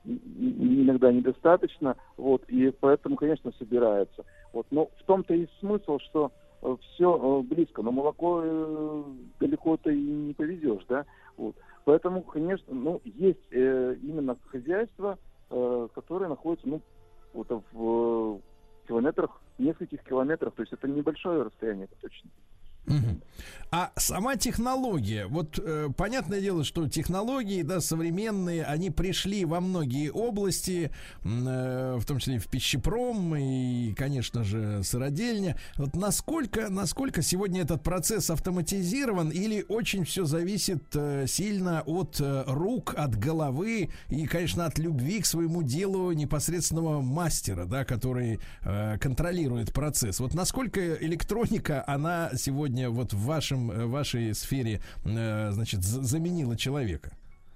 иногда недостаточно, вот. И поэтому, конечно, собирается. Вот. Но в том-то и смысл, что э, все э, близко, но молоко э, далеко-то и не повезешь, да, вот. Поэтому, конечно, ну, есть э, именно хозяйства, э, которые находятся, ну, вот в э, километрах, нескольких километрах, то есть это небольшое расстояние, это точно. Угу. А сама технология, вот э, понятное дело, что технологии, да, современные, они пришли во многие области, э, в том числе и в пищепром, и, конечно же, сыродельня. Вот насколько, насколько сегодня этот процесс автоматизирован, или очень все зависит э, сильно от э, рук, от головы и, конечно, от любви к своему делу непосредственного мастера, да, который э, контролирует процесс. Вот насколько электроника, она сегодня вот в вашем, в вашей сфере, э, значит, заменила человека?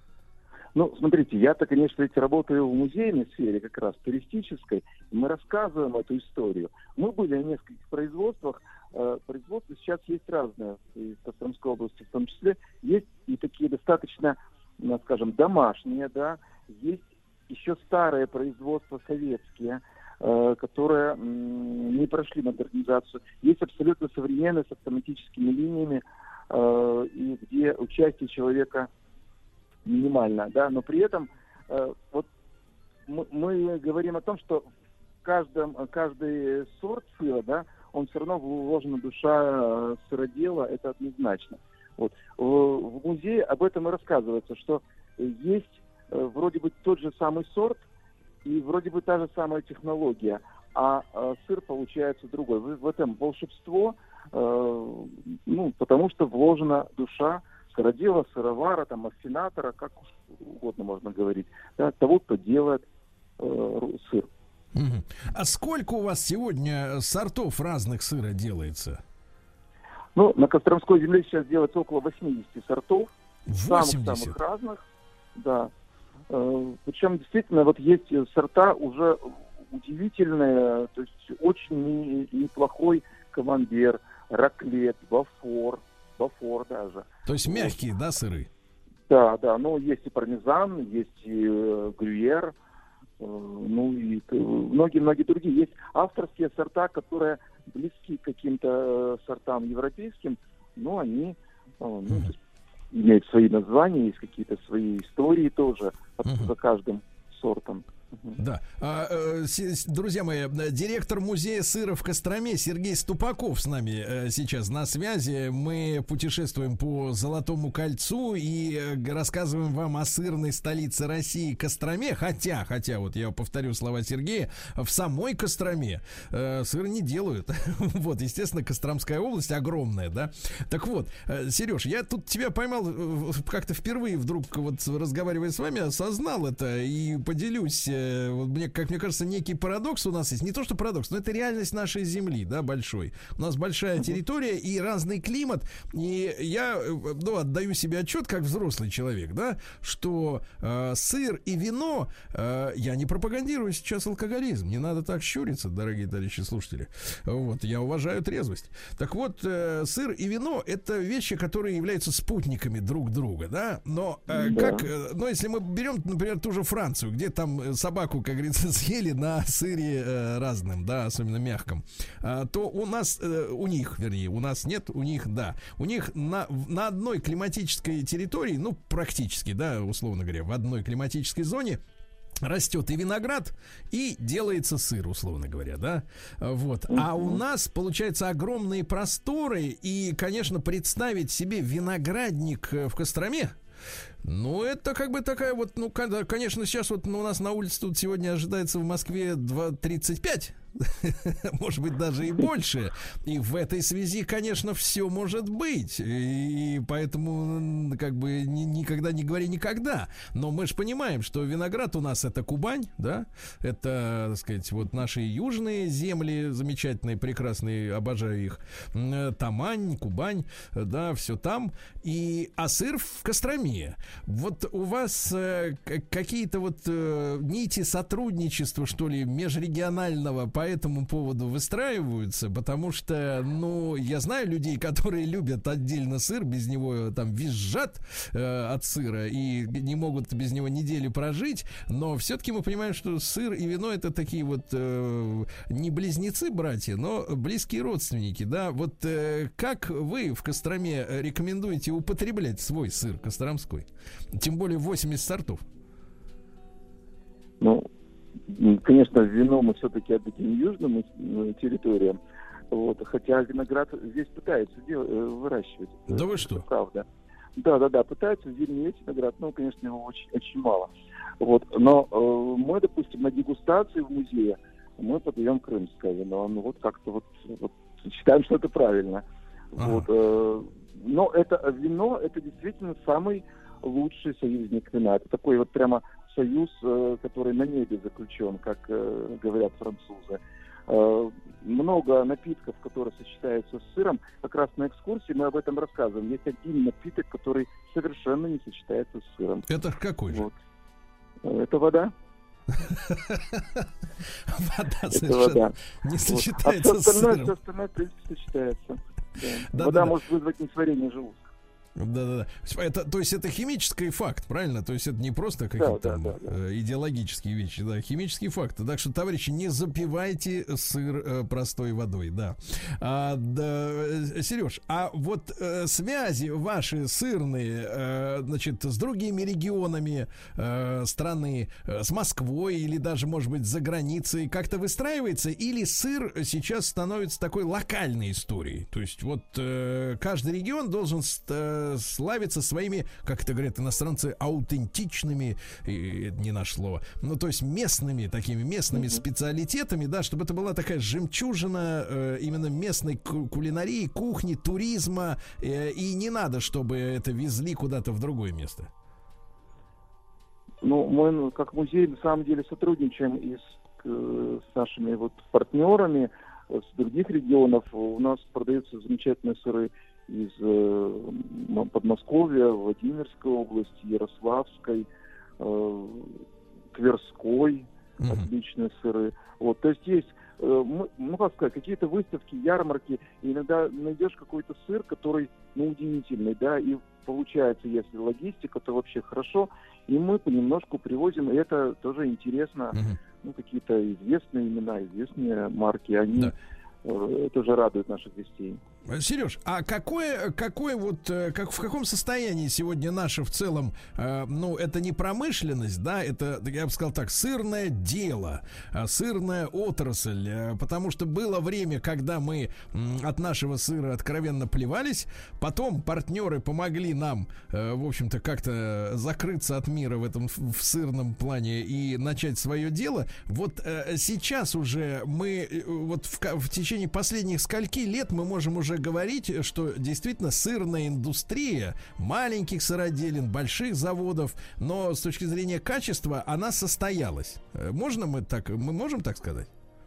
Ну, смотрите, я-то, конечно, ведь работаю в музейной сфере, как раз туристической. Мы рассказываем эту историю. Мы были в нескольких производствах. Э, производства сейчас есть разные, и в Костромской области в том числе. Есть и такие достаточно, ну, скажем, домашние, да. Есть еще старые производства советские, которые не прошли модернизацию. Есть абсолютно современные с автоматическими линиями, э, и где участие человека минимально, да, но при этом э, вот мы, мы говорим о том, что в каждом, каждый сорт сыра, да, он все равно вложена душа сыродела, это однозначно. Вот. В, в музее об этом и рассказывается, что есть э, вроде бы тот же самый сорт, и вроде бы та же самая технология, а, а сыр получается другой. В, в этом волшебство, э, ну, потому что вложена душа сыродела, сыровара, там, афинатора, как угодно можно говорить, да, того, кто делает э, сыр. Угу. А сколько у вас сегодня сортов разных сыра делается? Ну, на Костромской земле сейчас делается около восьмидесяти сортов, восемьдесят? Самых-самых разных, да. Причем действительно вот есть сорта уже удивительные, то есть очень неплохой камамбер, раклет, бафор, бафор даже. То есть мягкие, да, сыры? Да, да, ну есть и пармезан, есть и э, грюйер, э, ну и многие-многие другие. Есть авторские сорта, которые близки к каким-то сортам европейским, но они, э, ну, mm-hmm. имеют свои названия, есть какие-то свои истории тоже uh-huh. за каждым сортом. Uh-huh. Да. А, э, с, друзья мои, директор музея сыра в Костроме Сергей Ступаков с нами э, сейчас на связи. Мы путешествуем по Золотому кольцу и э, рассказываем вам о сырной столице России Костроме. Хотя, хотя, вот я повторю слова Сергея, в самой Костроме э, сыр не делают. Вот, естественно, Костромская область огромная, да. Так вот, э, Сереж, я тут тебя поймал э, как-то впервые вдруг, вот разговаривая с вами, осознал это и поделюсь знаете, вот мне, как мне кажется, некий парадокс у нас есть. Не то, что парадокс, но это реальность нашей земли, да, большой. У нас большая территория и разный климат. И я, ну, отдаю себе отчет, как взрослый человек, да, что э, сыр и вино, э, я не пропагандирую сейчас алкоголизм. Не надо так щуриться, дорогие товарищи слушатели. Вот, я уважаю трезвость. Так вот, э, сыр и вино — это вещи, которые являются спутниками друг друга, да. Но э, Да. как, э, ну, если мы берем, например, ту же Францию, где там собаку, как говорится, съели на сыре э, разном, да, особенно мягком, э, то у нас, э, у них, вернее, у нас нет, у них, да, у них на, на одной климатической территории, ну, практически, да, условно говоря, в одной климатической зоне растет и виноград, и делается сыр, условно говоря, да, вот. А у нас, получается, огромные просторы, и, конечно, представить себе виноградник в Костроме, ну, это как бы такая вот, ну, конечно, сейчас вот у нас на улице тут сегодня ожидается в Москве два тридцать пять, может быть, даже и больше. И в этой связи, конечно, все может быть. И поэтому, как бы, ни, никогда не говори никогда. Но мы же понимаем, что виноград у нас — это Кубань, да? Это, так сказать, вот наши южные земли замечательные, прекрасные, обожаю их. Тамань, Кубань, да, все там. И, а сыр в Костроме. Вот у вас э, какие-то вот э, нити сотрудничества, что ли, межрегионального по этому поводу выстраиваются, потому что, ну, я знаю людей, которые любят отдельно сыр, без него там визжат э, от сыра и не могут без него неделю прожить, но все-таки мы понимаем, что сыр и вино — это такие вот э, не близнецы-братья, но близкие родственники, да. Вот э, как вы в Костроме рекомендуете употреблять свой сыр костромской? Тем более восемьдесят сортов. Ну, конечно, вино мы все-таки отдадим южным территориям. Вот, хотя виноград здесь пытаются делать, выращивать. Да вы что? Правда. Да, да, да, пытаются зеленеть виноград, но, конечно, его очень, очень мало. Вот, но э, мы, допустим, на дегустации в музее мы подаем крымское вино. Ну, вот как-то вот, вот считаем, что это правильно. Ага. Вот, э, но это вино, это действительно самый лучший союзник вина. Это такой вот прямо союз, э, который на небе заключен, как э, говорят французы. Э, много напитков, которые сочетаются с сыром. Как раз на экскурсии мы об этом рассказываем. Есть один напиток, который совершенно не сочетается с сыром. Это какой же? Вот. Это вода. Вода совершенно не сочетается с сыром. Все остальное, в принципе, сочетается. Вода может вызвать несварение желудка. Да-да-да. Это, то есть это химический факт, правильно? То есть это не просто какие-то да, там да, да, да. идеологические вещи, да, химический факт. Так что, товарищи, не запивайте сыр э, простой водой, да. А, да. Сереж, а вот э, связи ваши сырные, э, значит, с другими регионами э, страны, э, с Москвой или даже, может быть, за границей как-то выстраивается? Или сыр сейчас становится такой локальной историей? То есть вот э, каждый регион должен э, славится своими, как это говорят иностранцы, аутентичными, и это не наше слово, ну, то есть местными, такими местными mm-hmm. специалитетами, да, чтобы это была такая жемчужина э, именно местной кулинарии, кухни, туризма, э, и не надо, чтобы это везли куда-то в другое место. Ну, мы, как музей, на самом деле сотрудничаем и с, э, с нашими вот партнерами с других регионов. У нас продаются замечательные сыры из э, Подмосковья, Владимирской области, Ярославской, э, Тверской, mm-hmm. отличные сыры. Вот, то есть есть, э, ну как сказать, какие-то выставки, ярмарки, и иногда найдешь какой-то сыр, который, ну, удивительный, да, и получается, если логистика, то вообще хорошо, и мы понемножку привозим, и это тоже интересно, mm-hmm. ну, какие-то известные имена, известные марки, они... Да. Это же радует наших гостей. Сереж, а какое, какое вот, как, в каком состоянии сегодня наше в целом, э, ну, это не промышленность, да, это, я бы сказал так, сырное дело, сырная отрасль, э, потому что было время, когда мы м, от нашего сыра откровенно плевались, потом партнеры помогли нам, э, в общем-то, как-то закрыться от мира в этом, в сырном плане и начать свое дело. Вот э, сейчас уже мы, э, вот в, в течение последних скольки лет мы можем уже говорить, что действительно сырная индустрия маленьких сыроделин, больших заводов, но с точки зрения качества она состоялась. Можно мы так, мы можем так сказать?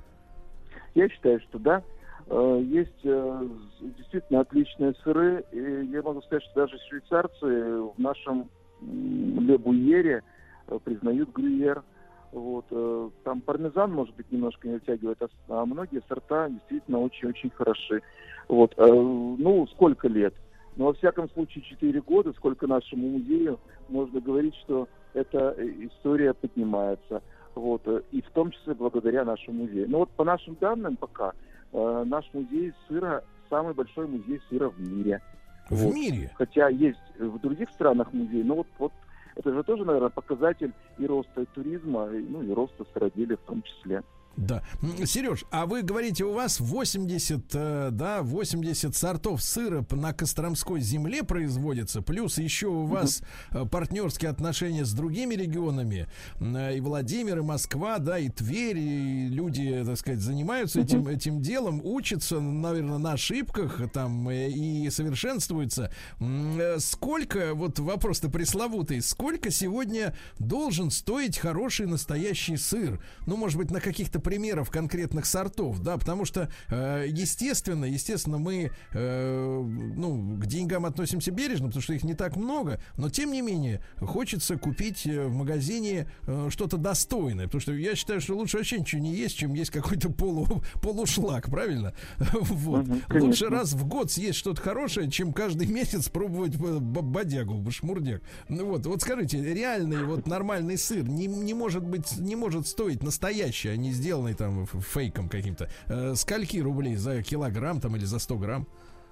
Я считаю, что да. Есть действительно отличные сыры. И я могу сказать, что даже швейцарцы в нашем Ле Буйере признают грюйер. Вот. Там пармезан, может быть, немножко не вытягивает, а многие сорта действительно очень-очень хороши. Вот. Ну, сколько лет? Но, во всяком случае, четыре года, сколько нашему музею, можно говорить, что эта история поднимается. Вот. И в том числе благодаря нашему музею. Но вот по нашим данным пока, э, наш музей сыра самый большой музей сыра в мире. В вот. мире? Хотя есть в других странах музей, но вот, вот это же тоже, наверное, показатель и роста туризма, и, ну и роста сыроделия в том числе. Да. Сереж, а вы говорите, у вас восемьдесят, да, восемьдесят сортов сыра на Костромской земле производится, плюс еще у вас uh-huh. партнерские отношения с другими регионами, и Владимир, и Москва, да, и Тверь, и люди, так сказать, занимаются uh-huh. этим, этим делом, учатся, наверное, на ошибках там и совершенствуются. Сколько, вот вопрос-то пресловутый, сколько сегодня должен стоить хороший настоящий сыр? Ну, может быть, на каких-то примеров конкретных сортов, да, потому что, э, естественно, естественно, мы, э, ну, к деньгам относимся бережно, потому что их не так много, но, тем не менее, хочется купить в магазине э, что-то достойное, потому что я считаю, что лучше вообще ничего не есть, чем есть какой-то полу, полушлак, правильно? Вот. Угу, лучше раз в год съесть что-то хорошее, чем каждый месяц пробовать бодягу, шмурдяк. Ну вот, вот скажите, реальный вот нормальный сыр не, не может быть, не может стоить настоящий, а не сделанный там фейком каким-то. Э, скольки рублей за килограмм там или за сто грамм?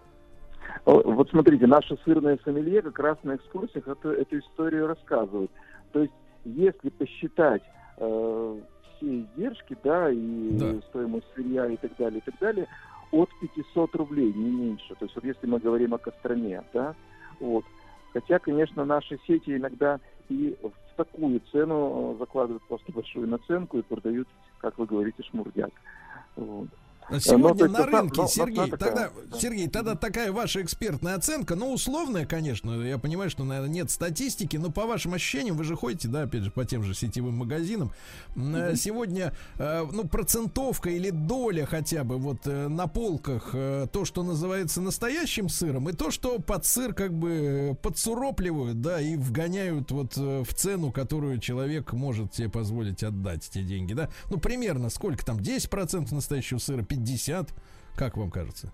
Вот смотрите, наши сырные сомелье как раз на экскурсиях эту, эту историю рассказывают. То есть, если посчитать э, все издержки, да, и да. стоимость сырья и так далее, и так далее, от пятисот рублей, не меньше. То есть, вот если мы говорим о Костроме, да, вот. Хотя, конечно, наши сети иногда и в такую цену закладывают просто большую наценку и продают, как вы говорите, шмурдяк. Вот. Сегодня но, на рынке, но, Сергей, но, тогда, да. Сергей, тогда такая ваша экспертная оценка, ну, условная, конечно, я понимаю, что, наверное, нет статистики, но по вашим ощущениям, вы же ходите, да, опять же, по тем же сетевым магазинам, mm-hmm. сегодня, ну, процентовка или доля хотя бы вот на полках, то, что называется настоящим сыром, и то, что под сыр как бы подсуропливают, да, и вгоняют вот в цену, которую человек может себе позволить отдать, те деньги, да, ну, примерно сколько там, десять процентов настоящего сыра, пятьдесят, как вам кажется?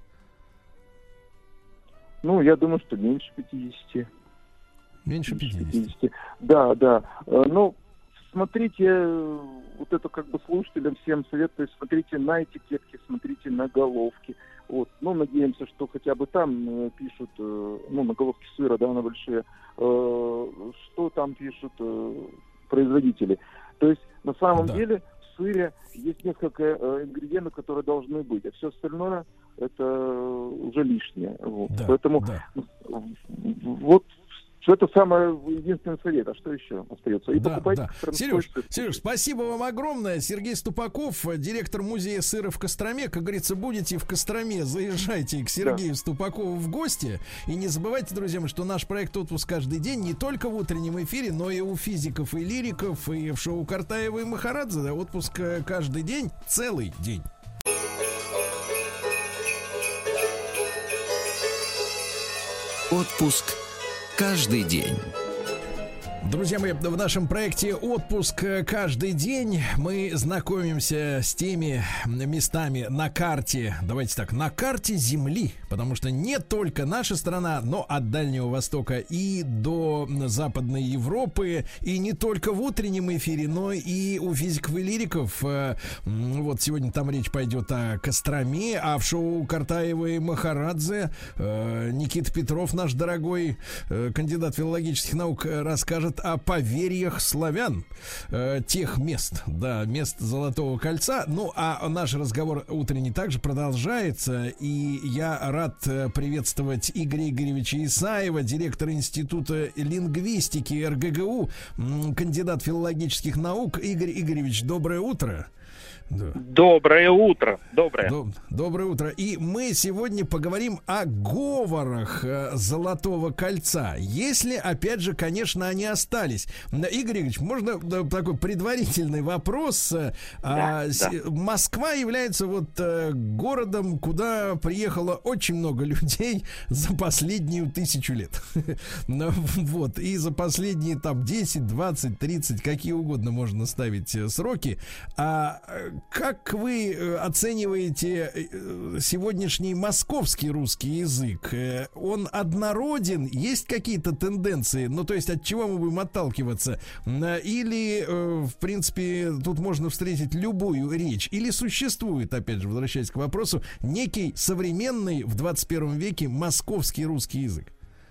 Ну, я думаю, что меньше пятидесяти. Меньше пятидесяти. Да, да. Ну, смотрите, вот это как бы слушателям всем советую, смотрите на этикетки, смотрите на головки. Вот. Ну, надеемся, что хотя бы там пишут, ну, на головке сыра, да, на большие, что там пишут производители. То есть, на самом да. деле, в сыре есть несколько э, ингредиентов, которые должны быть, а все остальное это уже лишнее. Вот. Да, Поэтому да. вот это самое единственный совет. А что еще остается? И да, покупайте. Да. Сереж, Сереж, спасибо вам огромное. Сергей Ступаков, директор музея сыра в Костроме. Как говорится, будете в Костроме, заезжайте к Сергею да. Ступакову в гости. И не забывайте, друзья мои, что наш проект «Отпуск каждый день» не только в утреннем эфире, но и у физиков и лириков, и в шоу Картаева и Махарадзе. Отпуск каждый день, целый день. Отпуск каждый день. Друзья мои, в нашем проекте «Отпуск каждый день» мы знакомимся с теми местами на карте, давайте так, на карте Земли, потому что не только наша страна, но от Дальнего Востока и до Западной Европы, и не только в утреннем эфире, но и у физиков и лириков. Вот сегодня там речь пойдет о Костроме, а в шоу Картаева и Махарадзе Никита Петров, наш дорогой кандидат филологических наук, расскажет о поверьях славян, э, тех мест, да, мест Золотого кольца. Ну, а наш разговор утренний также продолжается, и я рад приветствовать Игоря Игоревича Исаева, директора Института лингвистики эр гэ гэ у, кандидат филологических наук. Игорь Игоревич, доброе утро. Да. Доброе утро. Доброе. Доб- Доброе утро. И мы сегодня поговорим о говорах э, Золотого кольца. Если, опять же, конечно, они остались. Игорь Игоревич, можно да, такой предварительный вопрос? Да, а, с- да. Москва является вот э, городом, куда приехало очень много людей за последнюю тысячу лет. Ну, вот. И за последние там десять, двадцать, тридцать, какие угодно можно ставить э, сроки. А э, как вы э, оцениваете э, сегодняшний московский русский язык? Э, Он однороден? Есть какие-то тенденции? Ну, то есть от чего мы будем отталкиваться? М, Или, э, в принципе, тут можно встретить любую речь? Или существует, опять же, возвращаясь к вопросу, некий современный в двадцать первом веке московский русский язык?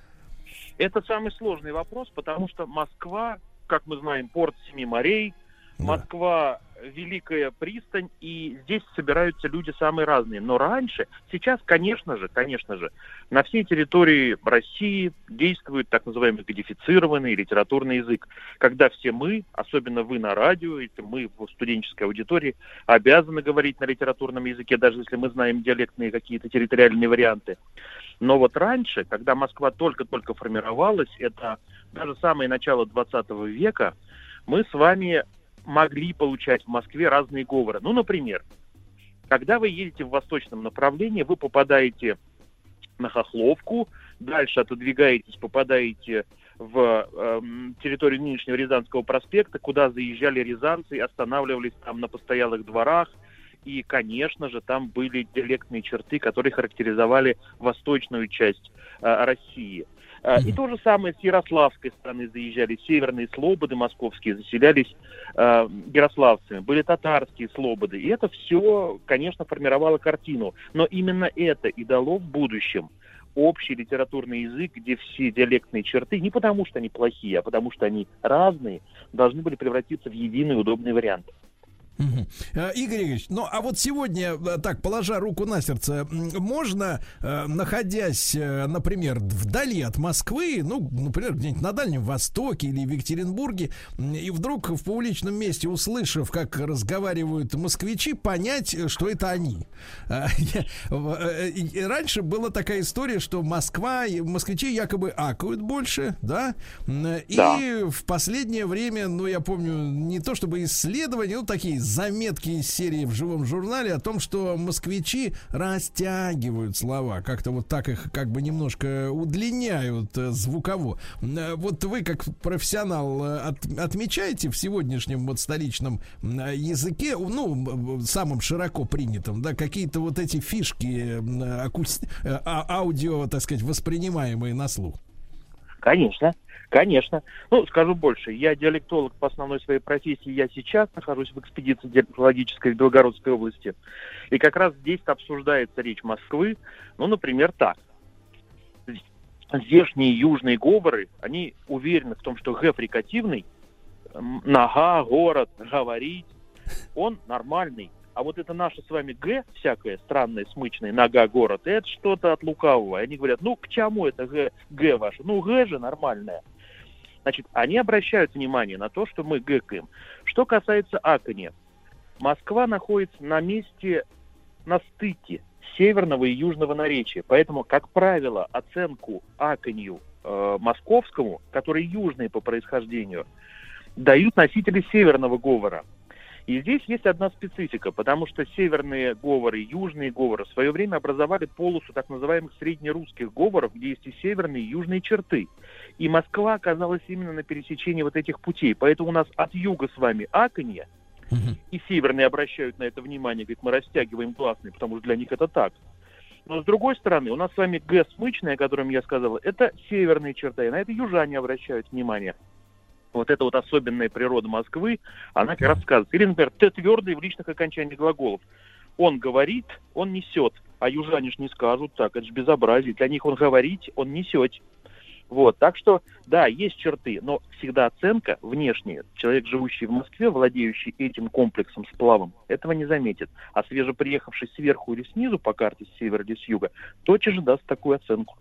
Это самый сложный вопрос, потому что Москва, как мы знаем, порт семи морей, Москва великая пристань, и здесь собираются люди самые разные. Но раньше, сейчас, конечно же, конечно же, на всей территории России действует так называемый кодифицированный литературный язык, когда все мы, особенно вы на радио, и мы в студенческой аудитории, обязаны говорить на литературном языке, даже если мы знаем диалектные какие-то территориальные варианты. Но вот раньше, когда Москва только-только формировалась, это даже самое начало двадцатого века, мы с вами могли получать в Москве разные говоры. Ну, например, когда вы едете в восточном направлении, вы попадаете на Хохловку, дальше отодвигаетесь, попадаете в э, территорию нынешнего Рязанского проспекта, куда заезжали рязанцы и останавливались там на постоялых дворах. И, конечно же, там были диалектные черты, которые характеризовали восточную часть э, России. И то же самое с Ярославской стороны заезжали, северные слободы московские заселялись э, ярославцами, были татарские слободы, и это все, конечно, формировало картину. Но именно это и дало в будущем общий литературный язык, где все диалектные черты, не потому что они плохие, а потому что они разные, должны были превратиться в единый удобный вариант. Угу. Игорь Игоревич, ну а вот сегодня, так, положа руку на сердце, можно, находясь, например, вдали от Москвы, ну, например, где-нибудь на Дальнем Востоке или в Екатеринбурге, и вдруг в публичном месте, услышав, как разговаривают москвичи, понять, что это они? Раньше была такая история, что Москва, москвичи якобы акают больше, да? И да. В последнее время, ну, я помню, не то чтобы исследования, ну, такие заметки из серии в живом журнале о том, что москвичи растягивают слова, как-то вот так их как бы немножко удлиняют звуково. Вот вы как профессионал от, отмечаете в сегодняшнем вот столичном языке, ну, самым широко принятым, да, какие-то вот эти фишки акусти... а, аудио, так сказать, воспринимаемые на слух? Конечно. Конечно. Ну, скажу больше. Я диалектолог по основной своей профессии. Я сейчас нахожусь в экспедиции диалектологической в Белгородской области. И как раз здесь обсуждается речь Москвы. Ну, например, так. Здешние южные говоры, они уверены в том, что г фрикативный, нога, город, говорить, он нормальный. А вот это наше с вами г, всякое странное, смычное, нога, город, это что-то от лукавого. И они говорят, ну, к чему это г, г ваше? Ну, г же нормальное. Значит, они обращают внимание на то, что мы гэкаем. Что касается аканья, Москва находится на месте, на стыке северного и южного наречия. Поэтому, как правило, оценку аканью э, московскому, который южный по происхождению, дают носители северного говора. И здесь есть одна специфика, потому что северные говоры, южные говоры в свое время образовали полосу так называемых среднерусских говоров, где есть и северные, и южные черты. И Москва оказалась именно на пересечении вот этих путей. Поэтому у нас от юга с вами аканье, uh-huh. и северные обращают на это внимание, говорят, мы растягиваем гласные, потому что для них это так. Но с другой стороны, у нас с вами г смычное, о котором я сказал, это северные черты, и на это южане обращают внимание. Вот эта вот особенная природа Москвы, она как раз сказывается. Или, например, т твердый в личных окончаниях глаголов. Он говорит, он несет. А южане ж не скажут так, это же безобразие. Для них он говорить, он несет. Вот, так что, да, есть черты, но всегда оценка внешняя. Человек, живущий в Москве, владеющий этим комплексом сплавом, этого не заметит. А свежеприехавший сверху или снизу по карте с севера или с юга, тотчас же даст такую оценку.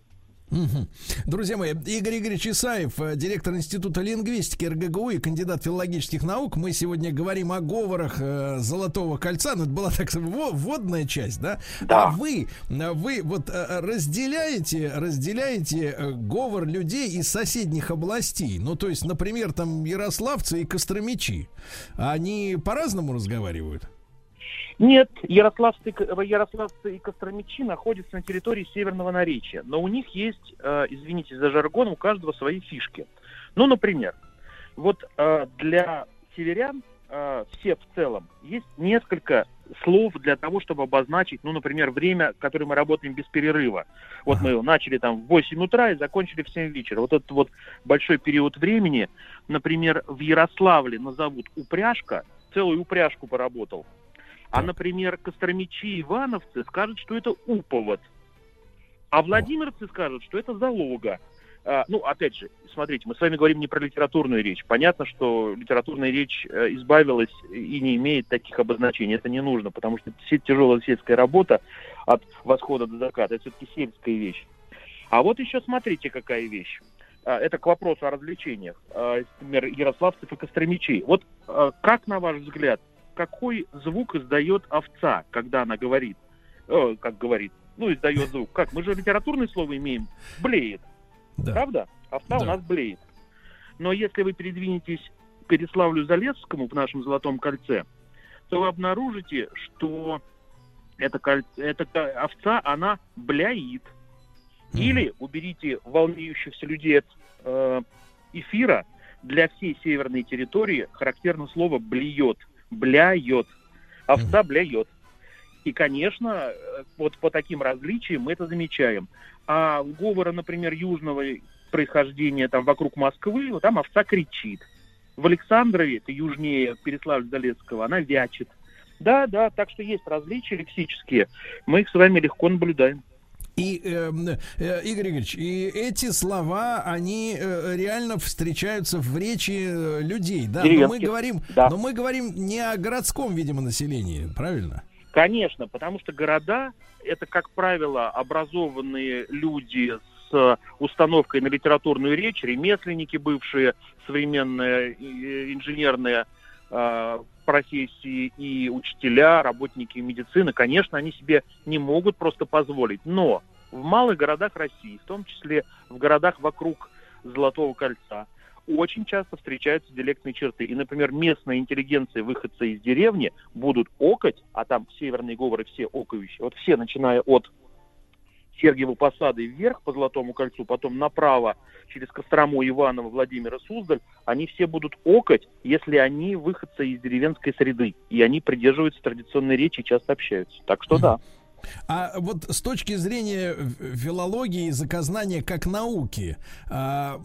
Угу. Друзья мои, Игорь Игоревич Исаев, директор Института лингвистики эр гэ гэ у и кандидат филологических наук. Мы сегодня говорим о говорах э, Золотого кольца. Ну, это была так вводная часть, да? Да. А вы, вы вот разделяете, разделяете говор людей из соседних областей? Ну, то есть, например, там ярославцы и костромичи. Они по-разному разговаривают? Нет, ярославцы, ярославцы и костромичи находятся на территории Северного наречия, но у них есть, э, извините за жаргон, у каждого свои фишки. Ну, например, вот э, для северян э, все в целом есть несколько слов для того, чтобы обозначить, ну, например, время, которое мы работаем без перерыва. Вот мы начали там в восемь утра и закончили в семь вечера. Вот этот вот большой период времени, например, в Ярославле назовут упряжка, целую упряжку поработал. А, например, костромичи и ивановцы скажут, что это уповод. А владимирцы скажут, что это залога. А, ну, опять же, смотрите, мы с вами говорим не про литературную речь. Понятно, что литературная речь э, избавилась и не имеет таких обозначений. Это не нужно, потому что все тяжелая сельская работа от восхода до заката, это все-таки сельская вещь. А вот еще смотрите, какая вещь. А, это к вопросу о развлечениях. А, например, ярославцев и костромичей. Вот а, как, на ваш взгляд, какой звук издает овца, когда она говорит, э, как говорит, ну, издает звук. Как? Мы же литературное слово имеем. Блеет. Да. Правда? Овца да. у нас блеет. Но если вы передвинетесь к Переславлю-Залесскому в нашем Золотом кольце, то вы обнаружите, что эта, кольце, эта овца, она бляит. Mm. Или уберите волнующихся людей от э, эфира, для всей северной территории характерно слово «блюет». Бляет. Овца бляет. И, конечно, вот по таким различиям мы это замечаем. А в говоре, например, южного происхождения, там, вокруг Москвы, вот там овца кричит. В Александрове, это южнее Переславля-Залесского, она вячет. Да, да, так что есть различия лексические. Мы их с вами легко наблюдаем. И, э, э, Игорь Игоревич, и эти слова, они э, реально встречаются в речи людей, да? Но мы говорим, да. но мы говорим не о городском, видимо, населении, правильно? Конечно, потому что города — это, как правило, образованные люди с установкой на литературную речь, ремесленники бывшие, современные инженерные э, профессии и учителя, работники медицины. Конечно, они себе не могут просто позволить. Но в малых городах России, в том числе в городах вокруг Золотого кольца, очень часто встречаются диалектные черты. И, например, местная интеллигенция, выходцы из деревни, будут окать, а там северные говоры все окающие, вот все, начиная от Сергиева Посада и вверх по Золотому кольцу, потом направо через Кострому, Иваново, Владимира, Суздаль, они все будут окать, если они выходцы из деревенской среды, и они придерживаются традиционной речи и часто общаются. Так что да. А вот с точки зрения филологии, языкознания как науки, то,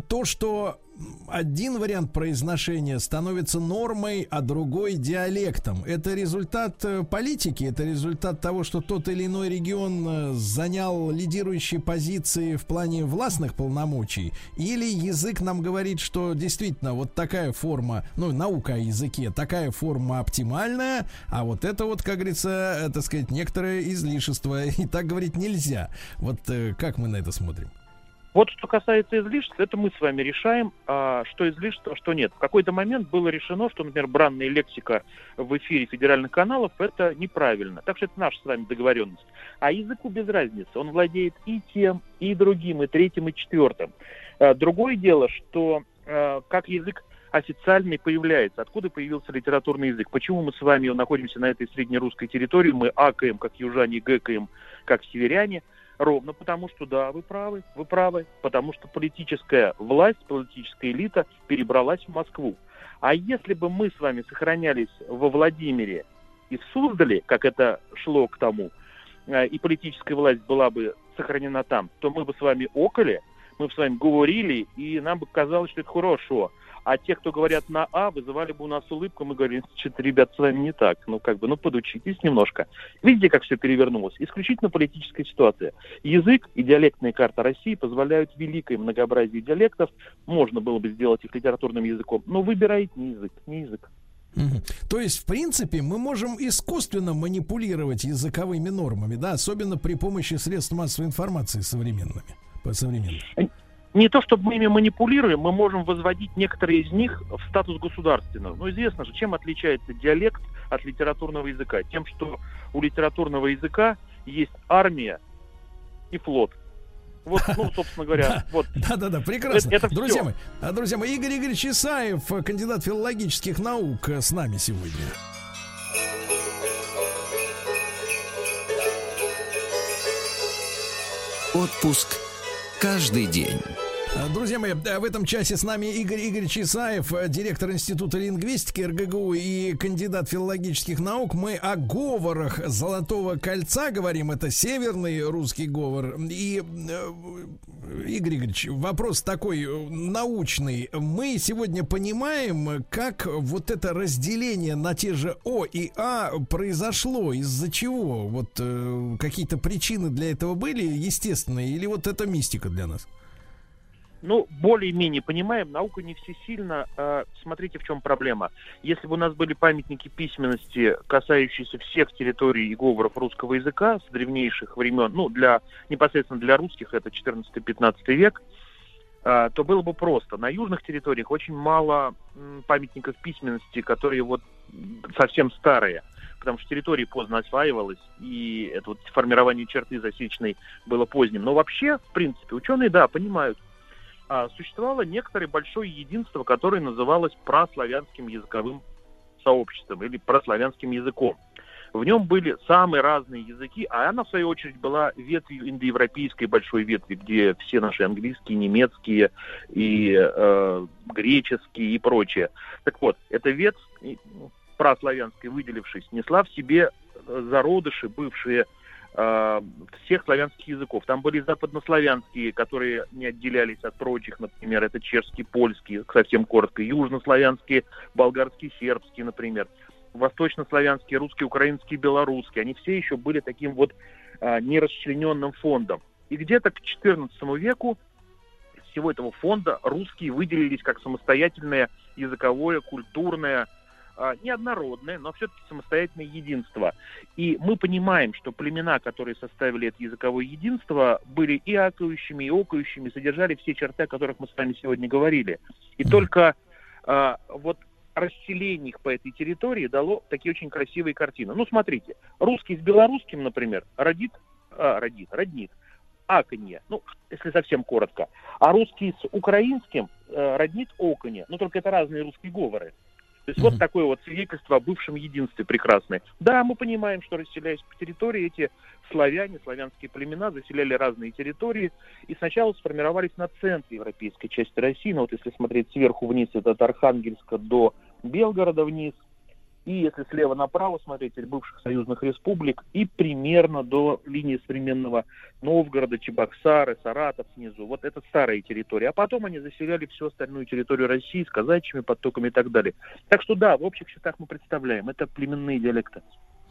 что один вариант произношения становится нормой, а другой диалектом, это результат политики, это результат того, что тот или иной регион занял лидирующие позиции в плане властных полномочий, или язык нам говорит, что действительно вот такая форма, ну, наука о языке, такая форма оптимальная, а вот это вот, как говорится, так сказать, некоторое излишество, и так говорить нельзя. Вот как мы на это смотрим? Вот что касается излишеств, это мы с вами решаем, а, что излишество, а что нет. В какой-то момент было решено, что, например, бранная лексика в эфире федеральных каналов — это неправильно. Так что это наша с вами договоренность. А языку без разницы. Он владеет и тем, и другим, и третьим, и четвертым. А, другое дело, что а, как язык официальный появляется, откуда появился литературный язык, почему мы с вами находимся на этой среднерусской территории, мы акаем, как южане, гэкаем, как северяне. Ровно потому, что да, вы правы, вы правы, потому что политическая власть, политическая элита перебралась в Москву. А если бы мы с вами сохранялись во Владимире и в Суздале, как это шло к тому, и политическая власть была бы сохранена там, то мы бы с вами окали, мы бы с вами говорили, и нам бы казалось, что это хорошо. А те, кто говорят на «а», вызывали бы у нас улыбку, мы говорили, что-то, ребят, с вами не так. Ну, как бы, ну, подучитесь немножко. Видите, как все перевернулось? Исключительно политическая ситуация. Язык и диалектная карта России позволяют великое многообразие диалектов. Можно было бы сделать их литературным языком, но выбирает не язык, не язык. Mm-hmm. То есть, в принципе, мы можем искусственно манипулировать языковыми нормами, да, особенно при помощи средств массовой информации современными. по-современному? Не то, чтобы мы ими манипулируем, мы можем возводить некоторые из них в статус государственного. Но известно же, чем отличается диалект от литературного языка. Тем, что у литературного языка есть армия и флот. Вот, ну, собственно говоря, вот. Да-да-да, прекрасно. Это, это друзья мои, друзья мои, Игорь Игоревич Исаев, кандидат филологических наук, с нами сегодня. Отпуск каждый день. Друзья мои, в этом часе с нами Игорь Игоревич Исаев, директор Института лингвистики эр гэ гэ у и кандидат филологических наук. Мы о говорах Золотого кольца говорим, это северный русский говор. И, Игорь Игоревич, вопрос такой научный. Мы сегодня понимаем, как вот это разделение на те же О и А произошло, из-за чего? Вот э, какие-то причины для этого были естественные, или вот это мистика для нас? Ну, более-менее понимаем, наука не всесильна. А, смотрите, в чем проблема. Если бы у нас были памятники письменности, касающиеся всех территорий и говоров русского языка с древнейших времен, ну, для, непосредственно для русских это четырнадцатый-пятнадцатый век, а, то было бы просто. На южных территориях очень мало м, памятников письменности, которые вот совсем старые, потому что территория поздно осваивалась, и это вот формирование черты засечной было поздним. Но вообще, в принципе, ученые, да, понимают, существовало некоторое большое единство, которое называлось праславянским языковым сообществом или праславянским языком. В нем были самые разные языки, а она, в свою очередь, была ветвью индоевропейской большой ветви, где все наши английские, немецкие и э, греческие и прочее. Так вот, эта ветвь праславянская, выделившись, несла в себе зародыши, бывшие всех славянских языков. Там были западнославянские, которые не отделялись от прочих, например, это чешский, польский, совсем коротко, южнославянские, болгарский, сербский, например, восточнославянские, русский, украинский, белорусский. Они все еще были таким вот а, нерасчлененным фондом. И где-то к четырнадцатому веку из всего этого фонда русские выделились как самостоятельное языковое, культурное, неоднородное, но все-таки самостоятельное единство. И мы понимаем, что племена, которые составили это языковое единство, были и акающими, и окающими, содержали все черты, о которых мы с вами сегодня говорили. И только а, вот расселение их по этой территории дало такие очень красивые картины. Ну, смотрите, русский с белорусским, например, родит, а, родит, роднит аканье, ну, если совсем коротко, а русский с украинским а, роднит оканье, ну, только это разные русские говоры. То есть mm-hmm. вот такое вот свидетельство о бывшем единстве прекрасное. Да, мы понимаем, что, расселяясь по территории, эти славяне, славянские племена заселяли разные территории и сначала сформировались на центре европейской части России. Но вот если смотреть сверху вниз, это от Архангельска до Белгорода вниз, и если слева направо смотреть, от бывших союзных республик, и примерно до линии современного Новгорода, Чебоксары, Саратов снизу. Вот это старая территория. А потом они заселяли всю остальную территорию России с казачьими подтоками и так далее. Так что да, в общих чертах мы представляем, это племенные диалекты.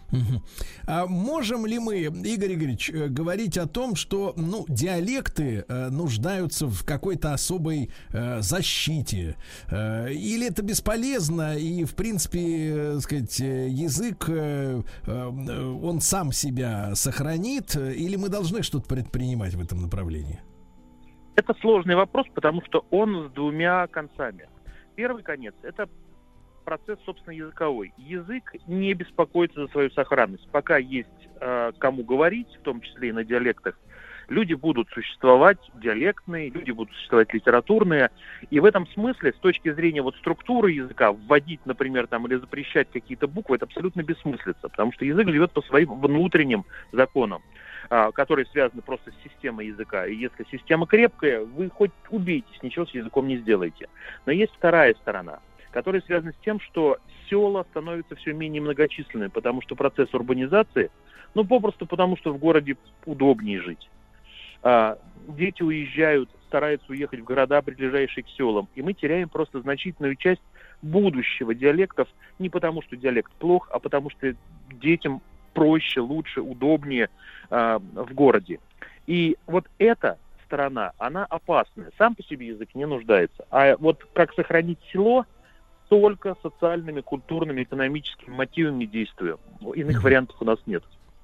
А можем ли мы, Игорь Игоревич, говорить о том, что ну, диалекты э, нуждаются в какой-то особой э, защите? Э, или это бесполезно, и, в принципе, э, сказать, язык, э, э, он сам себя сохранит, или мы должны что-то предпринимать в этом направлении? Это сложный вопрос, потому что он с двумя концами. Первый конец – это процесс, собственно, языковой. Язык не беспокоится за свою сохранность. Пока есть э, кому говорить, в том числе и на диалектах, люди будут существовать диалектные, люди будут существовать литературные. И в этом смысле, с точки зрения вот структуры языка, вводить, например, там, или запрещать какие-то буквы, это абсолютно бессмыслица, потому что язык живет по своим внутренним законам, э, которые связаны просто с системой языка. И если система крепкая, вы хоть убейтесь, ничего с языком не сделаете. Но есть вторая сторона, которые связаны с тем, что села становятся все менее многочисленными, потому что процесс урбанизации, ну, попросту потому, что в городе удобнее жить. А, дети уезжают, стараются уехать в города, ближайшие к селам, и мы теряем просто значительную часть будущего диалектов, не потому, что диалект плох, а потому, что детям проще, лучше, удобнее а, в городе. И вот эта сторона, она опасная. Сам по себе язык не нуждается. А вот как сохранить село, только социальными, культурными, экономическими мотивами действуем. Иных вариантов у нас нет.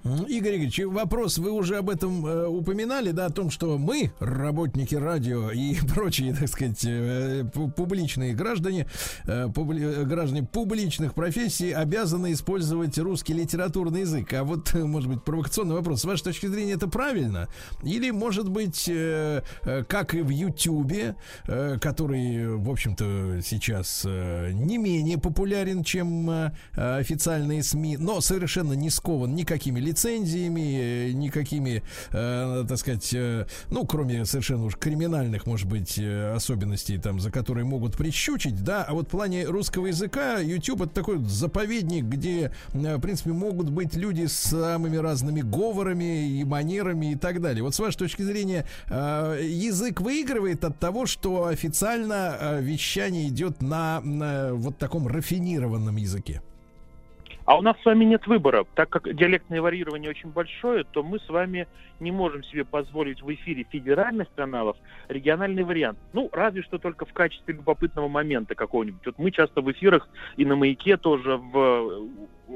Игорь Игоревич, вопрос, вы уже об этом э, упоминали, да, о том, что мы, работники радио и прочие, так сказать, э, публичные граждане, э, публи, граждане публичных профессий обязаны использовать русский литературный язык. А вот, может быть, провокационный вопрос. С вашей точки зрения, это правильно? Или, может быть, э, э, как и в Ютьюбе, э, который, в общем-то, сейчас э, не менее популярен, чем э, официальные СМИ, но совершенно не скован никакими лицензиями, лицензиями, никакими, э, так сказать, э, ну, кроме совершенно уж криминальных, может быть, э, особенностей, там, за которые могут прищучить, да, а вот в плане русского языка YouTube — это такой заповедник, где, э, в принципе, могут быть люди с самыми разными говорами и манерами и так далее. Вот с вашей точки зрения, э, язык выигрывает от того, что официально э, вещание идет на, на вот таком рафинированном языке? А у нас с вами нет выбора. Так как диалектное варьирование очень большое, то мы с вами не можем себе позволить в эфире федеральных каналов региональный вариант. Ну, разве что только в качестве любопытного момента какого-нибудь. Вот мы часто в эфирах и на «Маяке» тоже в,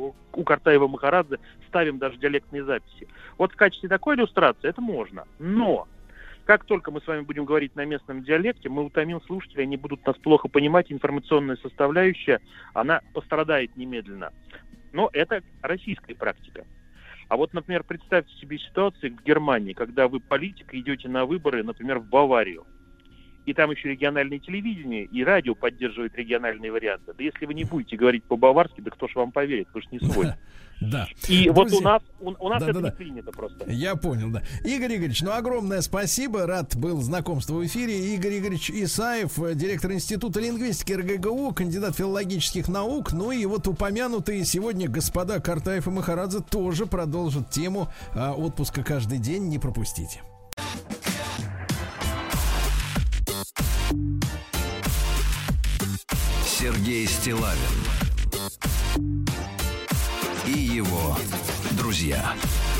у Картаева Махарадзе ставим даже диалектные записи. Вот в качестве такой иллюстрации это можно. Но как только мы с вами будем говорить на местном диалекте, мы утомим слушателей, они будут нас плохо понимать, информационная составляющая, она пострадает немедленно. Но это российская практика. А вот, например, представьте себе ситуацию в Германии, когда вы, политик, идете на выборы, например, в Баварию. И там еще региональное телевидение и радио поддерживают региональные варианты. Да если вы не будете говорить по-баварски, да кто ж вам поверит, вы же не свой. Да. И Друзья, вот у нас, у, у нас да, это да, не да. принято просто. Я понял, да. Игорь Игоревич, ну огромное спасибо. Рад был знакомству в эфире. Игорь Игоревич Исаев, директор Института лингвистики эр гэ гэ у, кандидат филологических наук. Ну и вот упомянутые сегодня господа Картаев и Махарадзе тоже продолжат тему а, отпуска каждый день. Не пропустите. Сергей Стиллавин и его друзья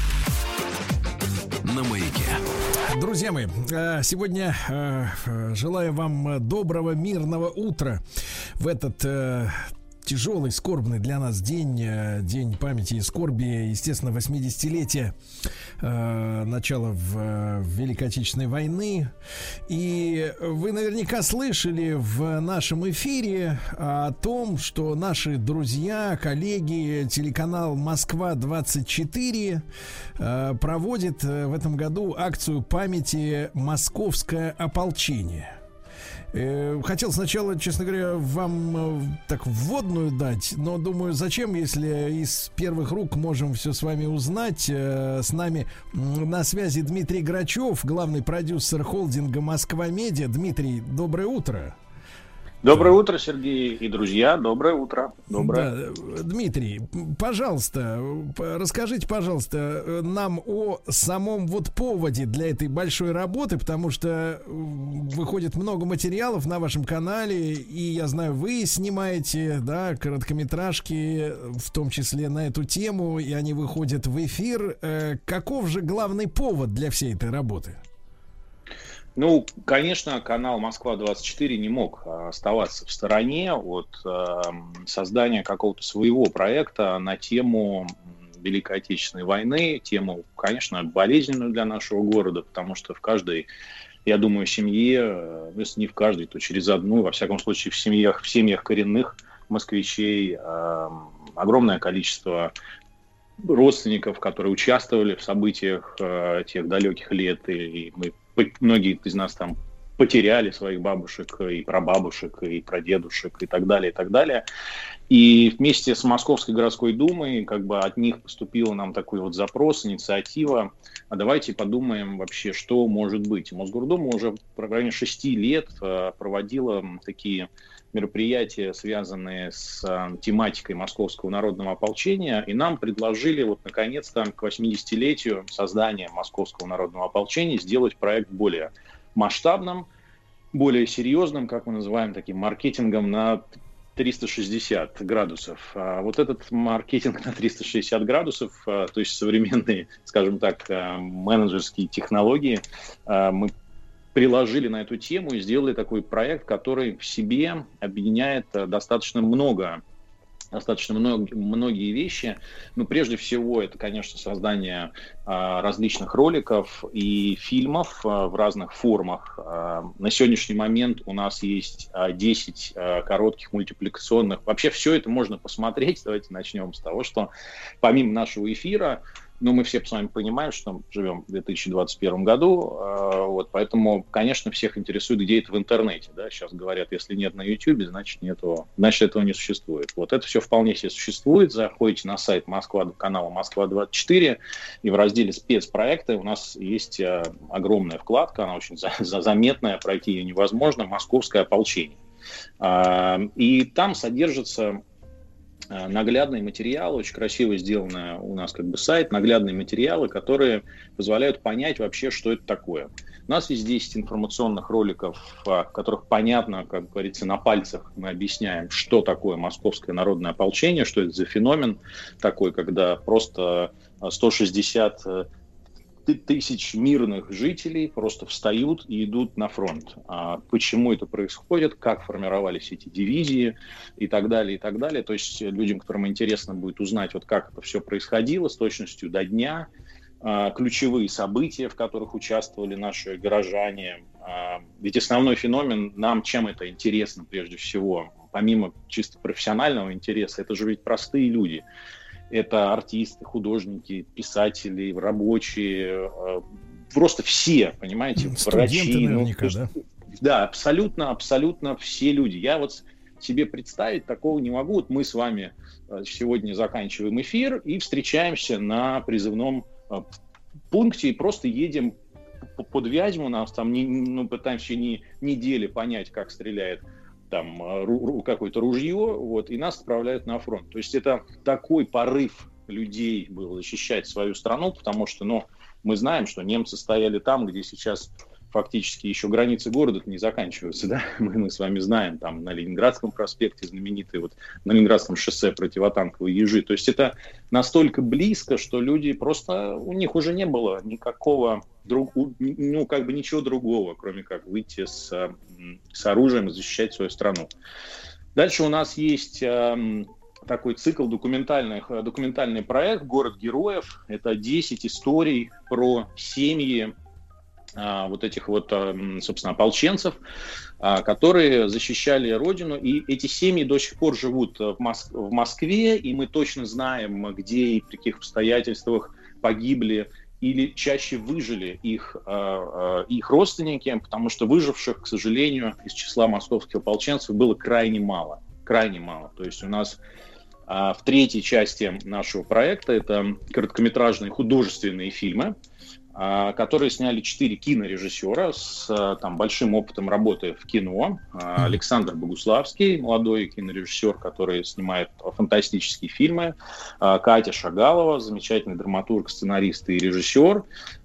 на Маяке. Друзья мои, сегодня желаю вам доброго, мирного утра в этот тяжелый, скорбный для нас день, день памяти и скорби, естественно, восьмидесятилетия э, начала в, в Великой Отечественной войны. И вы наверняка слышали в нашем эфире о том, что наши друзья, коллеги, телеканал Москва двадцать четыре э, проводит в этом году акцию памяти «Московское ополчение». Хотел сначала, честно говоря, вам так вводную дать, но думаю, зачем, если из первых рук можем все с вами узнать. С нами на связи Дмитрий Грачев, главный продюсер холдинга «Москва-Медиа». Дмитрий, доброе утро. Доброе утро, Сергей и друзья. Доброе утро. Доброе. Да, Дмитрий, пожалуйста, расскажите, пожалуйста, нам о самом вот поводе для этой большой работы, потому что выходит много материалов на вашем канале, и я знаю, вы снимаете, да, короткометражки, в том числе на эту тему, и они выходят в эфир. Каков же главный повод для всей этой работы? Ну, конечно, канал Москва двадцать четыре не мог оставаться в стороне от э, создания какого-то своего проекта на тему Великой Отечественной войны, тему, конечно, болезненную для нашего города, потому что в каждой, я думаю, семье, если не в каждой, то через одну, во всяком случае, в семьях, в семьях коренных москвичей э, огромное количество родственников, которые участвовали в событиях э, тех далеких лет, и мы многие из нас там потеряли своих бабушек и прабабушек, и прадедушек, и так далее, и так далее. И вместе с Московской городской думой как бы от них поступил нам такой вот запрос, инициатива. А давайте подумаем вообще, что может быть. Мосгордума уже в районе шести лет проводила такие мероприятия, связанные с тематикой Московского народного ополчения, и нам предложили вот наконец-то к восьмидесятилетию создания Московского народного ополчения сделать проект более масштабным, более серьезным, как мы называем, таким маркетингом на триста шестьдесят градусов. А вот этот маркетинг на триста шестьдесят градусов, то есть современные, скажем так, менеджерские технологии, мы приложили на эту тему и сделали такой проект, который в себе объединяет достаточно много достаточно много, многие вещи. Но прежде всего это, конечно, создание а, различных роликов и фильмов а, в разных формах. А, на сегодняшний момент у нас есть а, десять а, коротких мультипликационных. Вообще все это можно посмотреть. Давайте начнем с того, что помимо нашего эфира, ну, мы все с вами понимаем, что живем в две тысячи двадцать первом году, э, вот, поэтому, конечно, всех интересует, где это в интернете, да, сейчас говорят, если нет на YouTube, значит, нету, значит, этого не существует. Вот это все вполне себе существует, заходите на сайт Москва, канала Москва двадцать четыре, и в разделе спецпроекты у нас есть э, огромная вкладка, она очень за, за, заметная, пройти ее невозможно, «Московское ополчение». Э, и там содержится наглядные материалы, очень красиво сделанный у нас как бы сайт, наглядные материалы, которые позволяют понять вообще, что это такое. У нас есть десять информационных роликов, в которых понятно, как говорится, на пальцах мы объясняем, что такое Московское народное ополчение, что это за феномен такой, когда просто сто шестьдесят тысяч мирных жителей просто встают и идут на фронт. А почему это происходит, как формировались эти дивизии и так далее, и так далее. То есть людям, которым интересно будет узнать, вот как это все происходило с точностью до дня, а, ключевые события, в которых участвовали наши горожане. А, ведь основной феномен, нам чем это интересно прежде всего, помимо чисто профессионального интереса, это же ведь простые люди. Это артисты, художники, писатели, рабочие, просто все, понимаете, студенты врачи. Наверняка, ну, да? Да, абсолютно, абсолютно все люди. Я вот себе представить такого не могу. Вот мы с вами сегодня заканчиваем эфир и встречаемся на призывном пункте и просто едем под Вязьму, нас там не, ну, пытаемся не недели понять, как стреляет там ру, какое-то ружье, вот, и нас отправляют на фронт. То есть это такой порыв людей был защищать свою страну, потому что, ну, мы знаем, что немцы стояли там, где сейчас фактически еще границы города не заканчиваются, да, мы, мы с вами знаем, там на Ленинградском проспекте знаменитый, вот на Ленинградском шоссе противотанковые ежи, то есть это настолько близко, что люди просто, у них уже не было никакого, друг, ну, как бы ничего другого, кроме как выйти с, с оружием и защищать свою страну. Дальше у нас есть э, такой цикл документальных, документальный проект «Город героев», это десять историй про семьи вот этих вот, собственно, ополченцев, которые защищали Родину, и эти семьи до сих пор живут в, Моск- в Москве, и мы точно знаем, где и при каких обстоятельствах погибли или чаще выжили их, их родственники, потому что выживших, к сожалению, из числа московских ополченцев было крайне мало, крайне мало. То есть у нас в третьей части нашего проекта это короткометражные художественные фильмы, которые сняли четыре кинорежиссера с там, большим опытом работы в кино. Александр Богуславский, молодой кинорежиссер, который снимает фантастические фильмы. Катя Шагалова, замечательный драматург, сценарист и режиссер.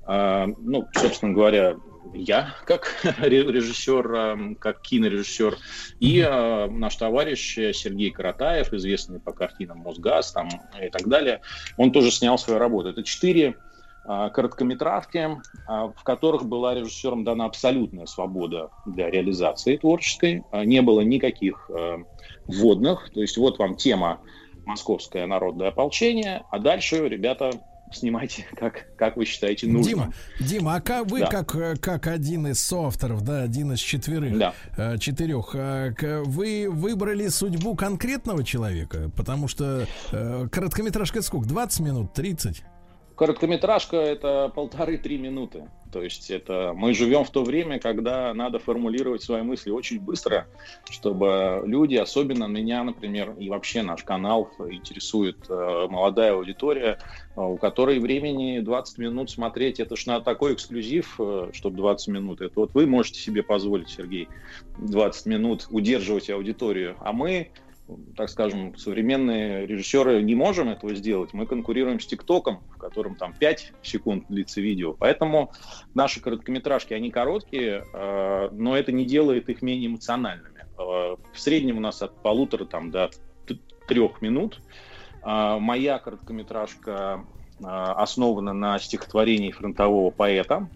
Ну, собственно говоря, я как режиссер, как кинорежиссер, и наш товарищ Сергей Каратаев, известный по картинам «Мосгаз» там, и так далее, он тоже снял свою работу. Это четыре короткометражки, в которых была режиссерам дана абсолютная свобода для реализации творческой. Не было никаких вводных. То есть вот вам тема «Московское народное ополчение», а дальше, ребята, снимайте, как, как вы считаете нужным. Дима, Дима, а как вы, да. как, как один из соавторов, да, один из четверых, да. четырех, вы выбрали судьбу конкретного человека? Потому что короткометражка это сколько? двадцать минут, тридцать? Короткометражка — это полторы-три минуты. То есть это мы живем в то время, когда надо формулировать свои мысли очень быстро, чтобы люди, особенно меня, например, и вообще наш канал интересует э, молодая аудитория, э, у которой времени двадцать минут смотреть, это ж на такой эксклюзив, э, чтобы двадцать минут. Это вот вы можете себе позволить, Сергей, двадцать минут удерживать аудиторию, а мы, так скажем, современные режиссеры не можем этого сделать. Мы конкурируем с ТикТоком, в котором там пять секунд длится видео. Поэтому наши короткометражки, они короткие, э, но это не делает их менее эмоциональными. Э, в среднем у нас от полутора там, до трех минут. Э, моя короткометражка э, основана на стихотворении фронтового поэта.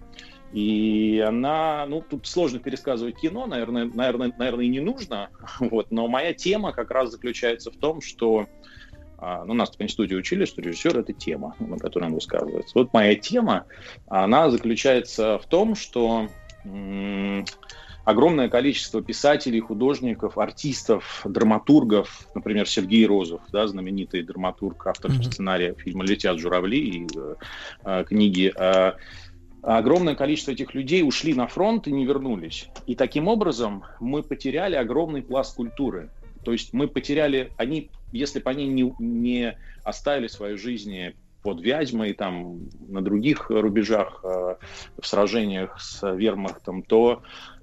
И она, ну, тут сложно пересказывать кино, наверное, наверное, наверное, и не нужно, вот, но моя тема как раз заключается в том, что, ну, нас в институте учили, что режиссер — это тема, на которой он высказывается. Вот моя тема, она заключается в том, что м- огромное количество писателей, художников, артистов, драматургов, например, Сергей Розов, да, знаменитый драматург, автор mm-hmm. сценария фильма «Летят журавли» и э, книги, э, огромное количество этих людей ушли на фронт и не вернулись. И таким образом мы потеряли огромный пласт культуры. То есть мы потеряли, они, если бы они не, не оставили свою жизнь под Вязьмой, там, на других рубежах, э, в сражениях с вермахтом, то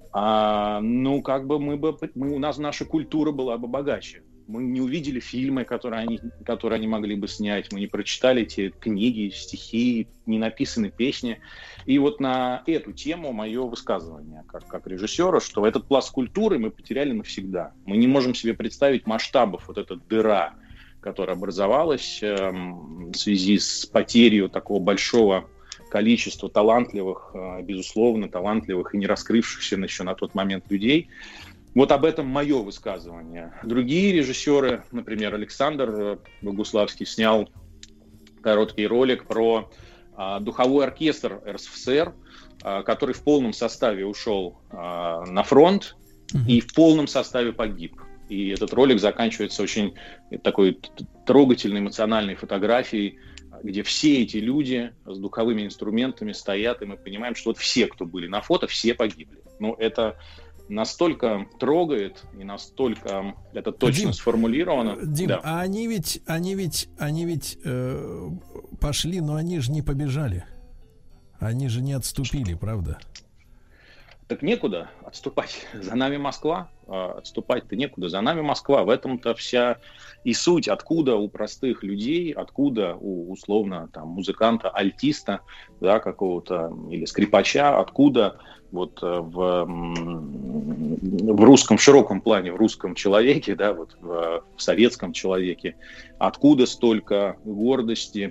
А, ну, как бы мы бы, мы, у нас наша культура была бы богаче. Мы не увидели фильмы, которые они, которые они могли бы снять, мы не прочитали эти книги, стихи, не написаны песни. И вот на эту тему мое высказывание как, как режиссера, что этот пласт культуры мы потеряли навсегда. Мы не можем себе представить масштабов вот эта дыра, которая образовалась э, в связи с потерей такого большого количество талантливых, безусловно, талантливых и не раскрывшихся еще на тот момент людей. Вот об этом мое высказывание. Другие режиссеры, например, Александр Богуславский снял короткий ролик про а, духовой оркестр эр эс эф эс эр, а, который в полном составе ушел а, на фронт mm-hmm. и в полном составе погиб. И этот ролик заканчивается очень такой трогательной, эмоциональной фотографией, где все эти люди с духовыми инструментами стоят, и мы понимаем, что вот все, кто были на фото, все погибли. Ну, это настолько трогает, и настолько это точно Дим, сформулировано. Дим, да. а они ведь, они ведь, они ведь э, пошли, но они же не побежали. Они же не отступили, правда? Так некуда отступать. За нами Москва. Отступать-то некуда. За нами Москва. В этом-то вся и суть. Откуда у простых людей, откуда у, условно, там, музыканта, альтиста, да, какого-то, или скрипача, откуда вот в, в русском, в широком плане, в русском человеке, да, вот в, в советском человеке, откуда столько гордости,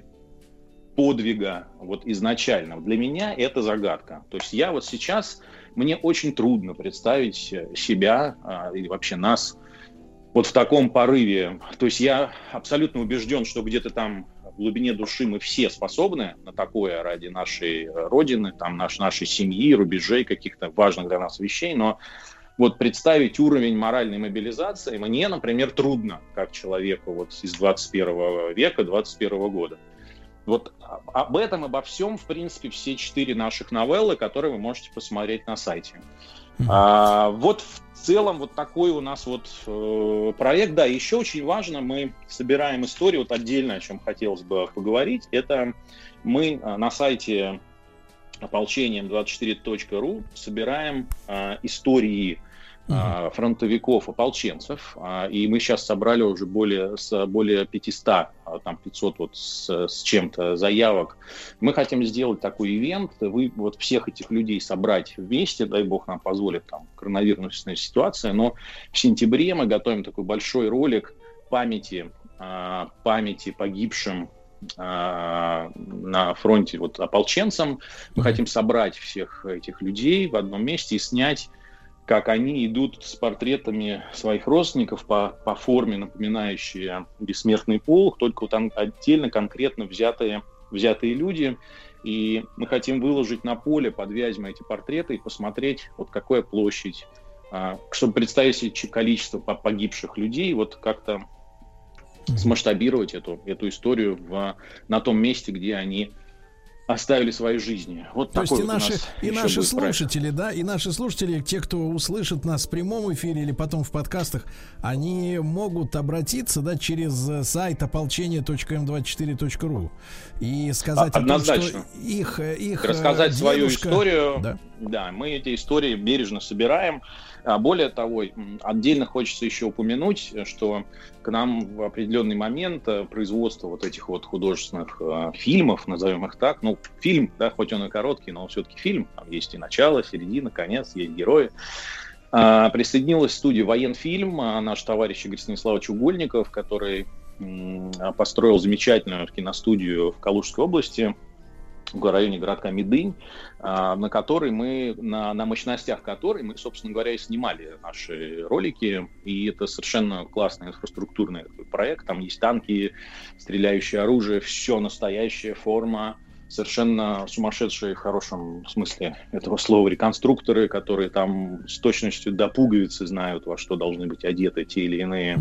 подвига вот изначально. Для меня это загадка. То есть я вот сейчас, мне очень трудно представить себя а, или вообще нас вот в таком порыве. То есть я абсолютно убежден, что где-то там в глубине души мы все способны на такое ради нашей родины, там, наш, нашей семьи, рубежей, каких-то важных для нас вещей, но вот представить уровень моральной мобилизации мне, например, трудно, как человеку вот из двадцать первого века, двадцать первого года. Вот об этом, обо всем, в принципе, все четыре наших новеллы, которые вы можете посмотреть на сайте. Mm-hmm. А, вот в целом вот такой у нас вот э, проект. Да, еще очень важно, мы собираем историю, вот отдельно, о чем хотелось бы поговорить, это мы на сайте ополчением двадцать четыре точка ру собираем э, истории Uh-huh. фронтовиков, ополченцев, и мы сейчас собрали уже более, с более пятьсот, там пятьсот вот с, с чем-то заявок. Мы хотим сделать такой ивент, вы вот всех этих людей собрать вместе, дай бог нам позволит, там коронавирусная ситуация, но в сентябре мы готовим такой большой ролик памяти, памяти погибшим на фронте вот ополченцам. Мы uh-huh. хотим собрать всех этих людей в одном месте и снять, как они идут с портретами своих родственников по, по форме, напоминающие бессмертный полк, только вот там отдельно конкретно взятые, взятые люди. И мы хотим выложить на поле под Вязьмой эти портреты и посмотреть, вот какая площадь, чтобы представить себе количество погибших людей, вот как-то смасштабировать эту, эту историю в, на том месте, где они оставили свои жизни. Вот То есть и вот наши, и наши слушатели, проект. да, и наши слушатели, те, кто услышит нас в прямом эфире или потом в подкастах, они могут обратиться, да, через сайт ополчение точка эм двадцать четыре точка ру и сказать Однозначно. о том, что их, их рассказать дедушка... свою историю. Да. Да, мы эти истории бережно собираем. Более того, отдельно хочется еще упомянуть, что к нам в определенный момент производство вот этих вот художественных э, фильмов, назовем их так, ну, фильм, да, хоть он и короткий, но все-таки фильм, там есть и начало, середина, конец, есть герои. Э, присоединилась к студии «Военфильм», э, наш товарищ Игорь Станиславович Угольников, который э, построил замечательную киностудию в Калужской области. в районе городка Медынь, на которой мы, на, на мощностях которой мы, собственно говоря, и снимали наши ролики. И это совершенно классный инфраструктурный проект. Там есть танки, стреляющее оружие, все настоящая форма. Совершенно сумасшедшие, в хорошем смысле этого слова, реконструкторы, которые там с точностью до пуговицы знают, во что должны быть одеты те или иные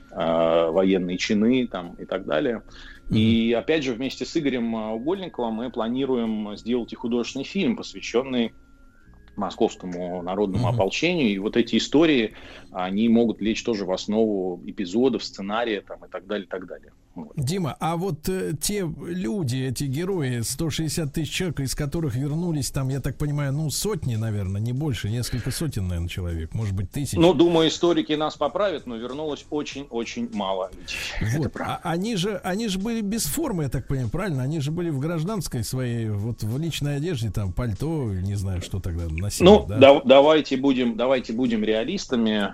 э, военные чины там, и так далее. И опять же, вместе с Игорем Угольниковым мы планируем сделать и художественный фильм, посвященный Московскому народному mm-hmm. ополчению. И вот эти истории, они могут лечь тоже в основу эпизодов, сценария там, и так далее, и так далее. Вот. Дима, а вот э, те люди, эти герои, сто шестьдесят тысяч человек, из которых вернулись там, я так понимаю, ну, сотни, наверное, не больше, несколько сотен, наверное, человек, может быть, тысячи. Ну, думаю, историки нас поправят, но вернулось очень-очень мало людей. Вот. А они же, они же были без формы, я так понимаю, правильно? Они же были в гражданской своей, вот в личной одежде, там, пальто, не знаю, что тогда носили. Ну, да? да, давайте будем, давайте будем реалистами.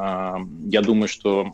Я думаю, что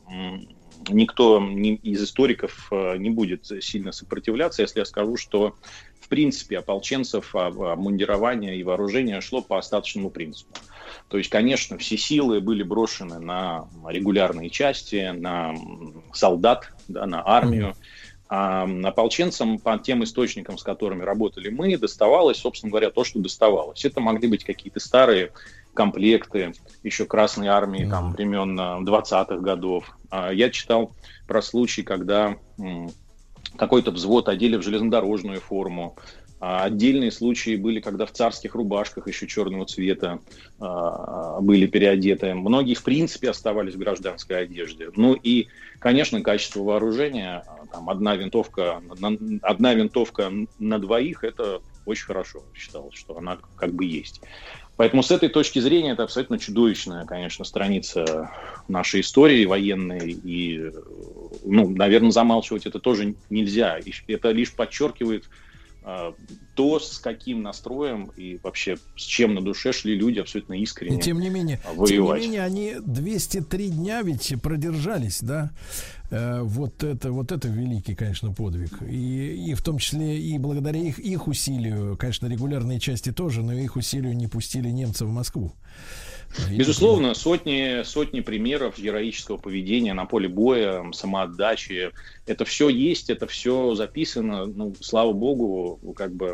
никто из историков не будет сильно сопротивляться, если я скажу, что в принципе ополченцев обмундирование и вооружение шло по остаточному принципу. То есть, конечно, все силы были брошены на регулярные части, на солдат, да, на армию. А ополченцам, по тем источникам, с которыми работали мы, доставалось, собственно говоря, то, что доставалось. Это могли быть какие-то старые комплекты еще Красной Армии там, времен двадцатых годов. Я читал про случай, когда какой-то взвод одели в железнодорожную форму. Отдельные случаи были, когда в царских рубашках еще черного цвета были переодеты. Многие, в принципе, оставались в гражданской одежде. Ну и, конечно, качество вооружения. Там одна винтовка, одна винтовка на двоих, это очень хорошо считалось, что она как бы есть. Поэтому с этой точки зрения это абсолютно чудовищная, конечно, страница нашей истории военной. И, ну, наверное, замалчивать это тоже нельзя. И это лишь подчеркивает то, с каким настроем и вообще с чем на душе шли люди абсолютно искренне. И тем не менее, воевать. Тем не менее, они двести три дня ведь продержались, да? Э, вот это, вот это великий, конечно, подвиг. И, и в том числе и благодаря их, их усилию, конечно, регулярные части тоже, но их усилию не пустили немцев в Москву. Безусловно, сотни, сотни примеров героического поведения на поле боя, самоотдачи. Это все есть, это все записано. Ну, слава богу, как бы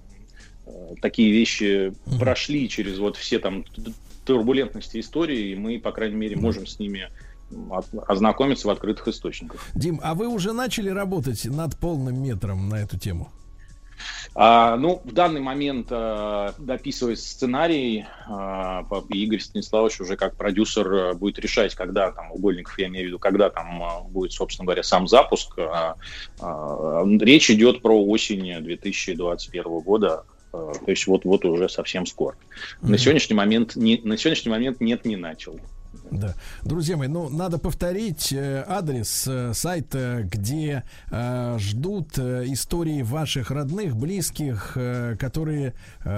такие вещи mm-hmm. прошли через вот все там турбулентности истории, и мы, по крайней мере, можем с ними ознакомиться в открытых источниках. Дим, а вы уже начали работать над полным метром на эту тему? А, ну, в данный момент а, дописывается сценарий, а, Игорь Станиславович уже как продюсер будет решать, когда там, Угольников, я имею в виду, когда там а, будет, собственно говоря, сам запуск. А, а, речь идет про осень две тысячи двадцать первого года, а, то есть вот, вот уже совсем скоро. Mm-hmm. На сегодняшний момент, не, на сегодняшний момент нет, не начал. Да. Друзья мои, ну, надо повторить э, адрес э, сайта, где э, ждут э, истории ваших родных, близких, э, которые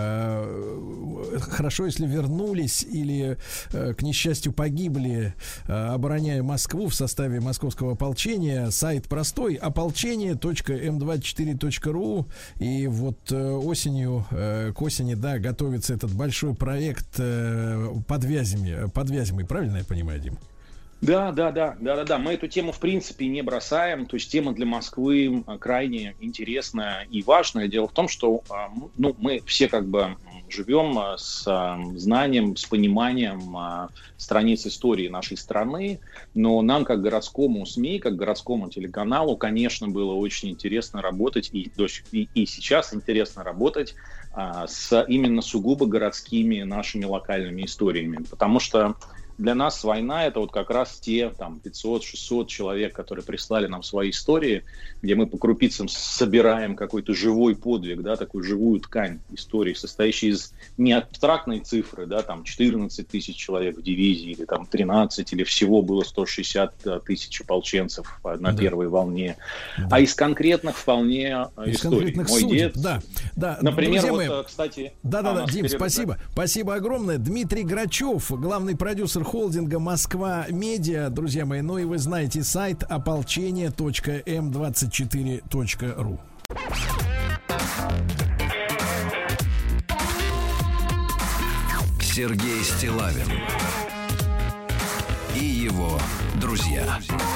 э, хорошо, если вернулись или, э, к несчастью, погибли, э, обороняя Москву в составе московского ополчения. Сайт простой: ополчение точка эм двадцать четыре точка ру. И вот э, осенью, э, к осени, да, готовится этот большой проект э, под Вязьмой, под Вязьмой, правильно я понимаю, Дим? Да, да, да, да, да, да. Мы эту тему в принципе не бросаем. То есть тема для Москвы крайне интересная и важная. Дело в том, что ну, мы все как бы живем с знанием, с пониманием страниц истории нашей страны, но нам, как городскому СМИ, как городскому телеканалу, конечно, было очень интересно работать, и, и, и сейчас интересно работать а, с именно сугубо городскими нашими локальными историями, потому что для нас война — это вот как раз те там пятьсот-шестьсот человек, которые прислали нам свои истории, где мы по крупицам собираем какой-то живой подвиг, да, такую живую ткань истории, состоящей из не абстрактной цифры, да, там четырнадцать тысяч человек в дивизии, или там тринадцать, или всего было сто шестьдесят тысяч ополченцев на да. первой волне, да. а из конкретных вполне из историй. Конкретных Мой судеб, дед, да, да. например, вот, мы... кстати... Да-да-да, Дим, перед... спасибо. Спасибо огромное. Дмитрий Грачев, главный продюсер холдинга «Москва Медиа». Друзья мои, ну и вы знаете сайт ополчение точка эм двадцать четыре точка ру. Сергей Стиллавин и его друзья.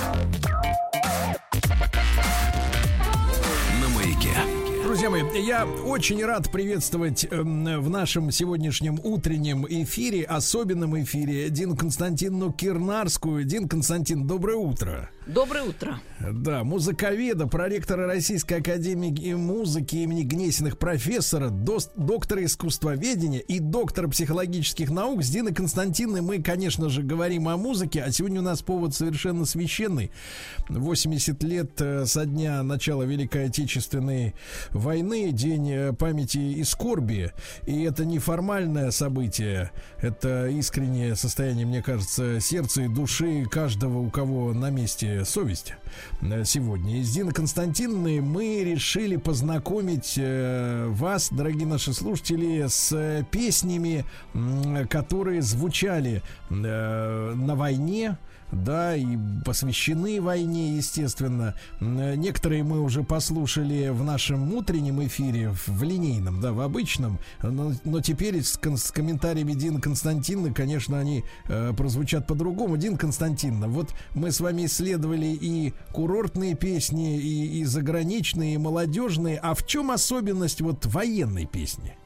На Маяке. Друзья мои, я очень рад приветствовать э, в нашем сегодняшнем утреннем эфире, особенном эфире, Дину Константиновну Кирнарскую. Дин Константин, доброе утро. Доброе утро. Да, музыковеда, проректора Российской академии музыки имени Гнесиных, профессора, дос, доктора искусствоведения и доктора психологических наук. С Диной Константиновной мы, конечно же, говорим о музыке, а сегодня у нас повод совершенно священный. восемьдесят лет со дня начала Великой Отечественной войны, день памяти и скорби. И это не формальное событие, это искреннее состояние, мне кажется, сердца и души каждого, у кого на месте совесть сегодня. И с Диной Константиновной мы решили познакомить э, вас, дорогие наши слушатели, с песнями, э, которые звучали э, на войне, да, и посвящены войне, естественно. Некоторые мы уже послушали в нашем утреннем эфире, в линейном, да, в обычном, но, но теперь с, с комментариями Дины Константиновны, конечно, они э, прозвучат по-другому. Дина Константиновна, вот мы с вами исследовали и курортные песни, и, и заграничные, и молодежные. А в чем особенность вот военной песни?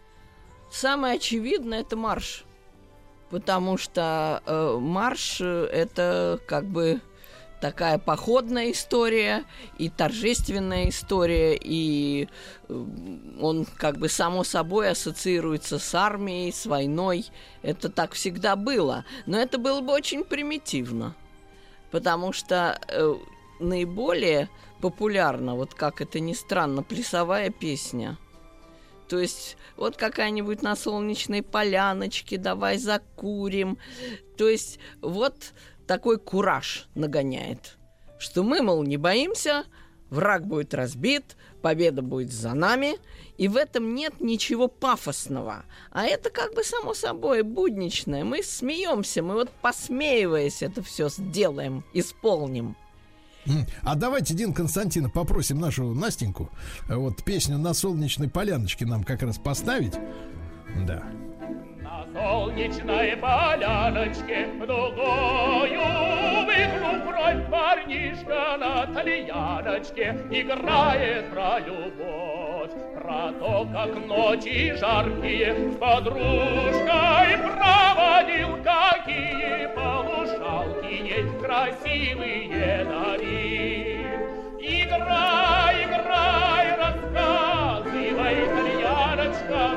Самое очевидное — это марш. Потому что э, марш — это как бы такая походная история и торжественная история, и э, он как бы само собой ассоциируется с армией, с войной. Это так всегда было. Но это было бы очень примитивно, потому что э, наиболее популярна, вот как это ни странно, плясовая песня. То есть вот какая-нибудь на солнечной поляночке, давай закурим. То есть вот такой кураж нагоняет, что мы, мол, не боимся, враг будет разбит, победа будет за нами, и в этом нет ничего пафосного. А это как бы само собой будничное. Мы смеемся, мы вот посмеиваясь это все сделаем, исполним. А давайте, Дина Константиновна, попросим нашу Настеньку вот песню «На солнечной поляночке» нам как раз поставить. Да. На солнечной поляночке дугою выгнув бровь, парнишка на тальяночке играет про любовь, про то, как ночи жаркие с подружкой проводил, какие полушалки есть красивые дали. Играй, играй, рассказывай, тальяночка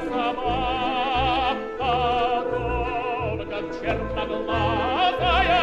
сама, о том, как черноглазая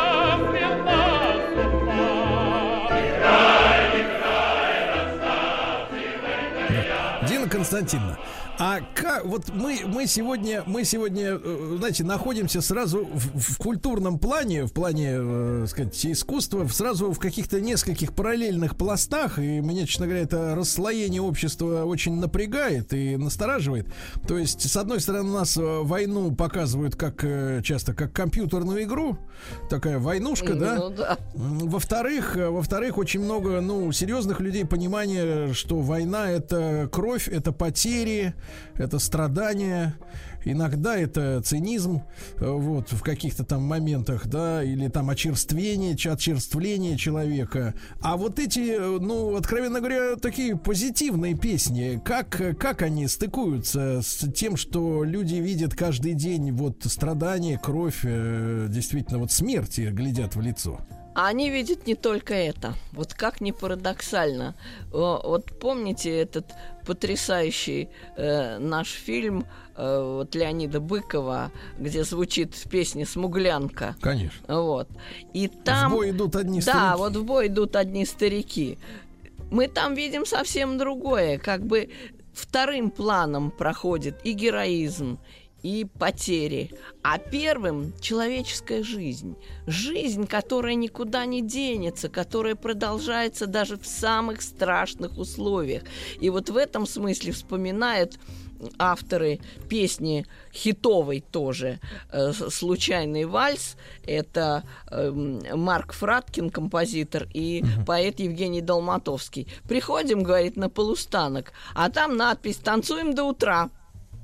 свела с ума. Играй, играй, рассказывай, тальяночка. Дина Константиновна, а как, вот мы, мы сегодня, мы сегодня, знаете, находимся сразу в, в культурном плане, в плане, э, сказать, искусства, сразу в каких-то нескольких параллельных пластах, и меня, честно говоря, это расслоение общества очень напрягает и настораживает. То есть, с одной стороны, у нас войну показывают как часто как компьютерную игру, такая войнушка, да? Ну, да. Во-вторых, во-вторых, очень много, ну, серьезных людей понимания, что война — это кровь, это потери, это страдания, иногда это цинизм, вот, в каких-то там моментах, да, или там очерствление, очерствление человека. А вот эти, ну, откровенно говоря, такие позитивные песни, как, как они стыкуются с тем, что люди видят каждый день вот страдания, кровь, действительно, вот смерти глядят в лицо? А они видят не только это. Вот как ни парадоксально. Вот помните этот потрясающий э, наш фильм э, вот Леонида Быкова, где звучит песня «Смуглянка»? Конечно. Вот. И там... В бой идут одни да, старики. Да, вот в бой идут одни старики. Мы там видим совсем другое. Как бы вторым планом проходит и героизм, и потери, а первым — человеческая жизнь. Жизнь, которая никуда не денется, которая продолжается даже в самых страшных условиях. И вот в этом смысле вспоминают авторы песни хитовой тоже э, «Случайный вальс». Это э, Марк Фраткин, композитор, и uh-huh. поэт Евгений Долматовский. Приходим, говорит, на полустанок, а там надпись «Танцуем до утра».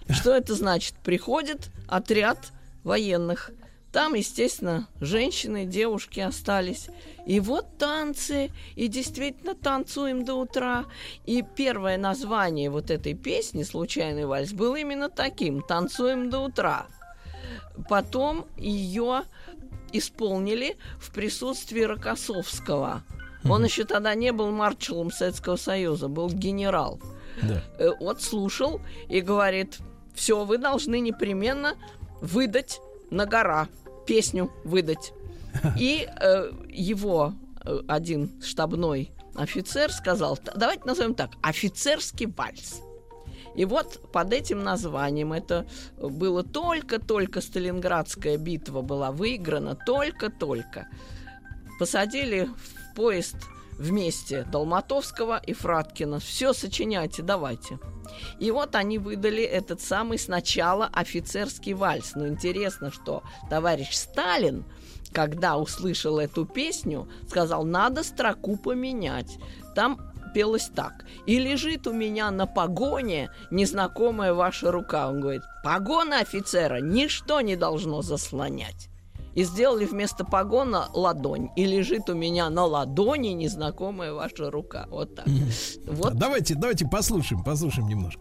Что это значит? Приходит отряд военных. Там, естественно, женщины, девушки остались. И вот танцы, и действительно танцуем до утра. И первое название вот этой песни «Случайный вальс» было именно таким: «Танцуем до утра». Потом ее исполнили в присутствии Рокоссовского. Он еще тогда не был маршалом Советского Союза, был генерал. Да. Вот слушал и говорит: все, вы должны непременно выдать на гора, песню выдать. И э, его э, один штабной офицер сказал: давайте назовем так, офицерский вальс. И вот под этим названием, это было только-только Сталинградская битва была выиграна, только-только. Посадили в поезд вместе Долматовского и Фраткина. Все сочиняйте, давайте. И вот они выдали этот самый сначала офицерский вальс. Но интересно, что товарищ Сталин, когда услышал эту песню, сказал: надо строку поменять. Там пелось так: и лежит у меня на погоне незнакомая ваша рука. Он говорит: погоны офицера ничто не должно заслонять. И сделали вместо погона ладонь. И лежит у меня на ладони незнакомая ваша рука. Вот так. Mm-hmm. Вот. Давайте, давайте послушаем, послушаем немножко.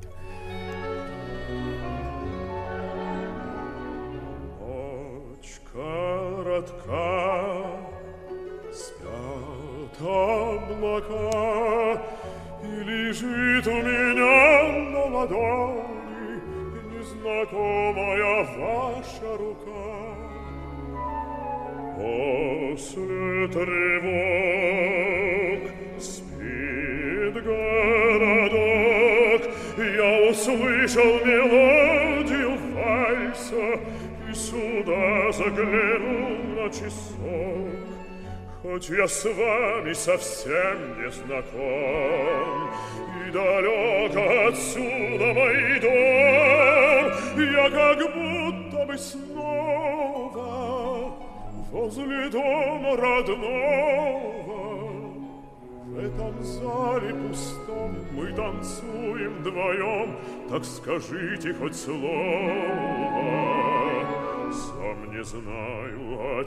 Ночь коротка, спят облака, и лежит у меня на ладони незнакомая ваша рука. После тревог спит городок, я услышал мелодию вальса и сюда заглянул на часок. Хоть я с вами совсем не знаком, и далеко отсюда мой дом, я как будто бы снова возле дома родного. В этом зале пустом мы танцуем вдвоем. Так скажите хоть слово, сам не знаю о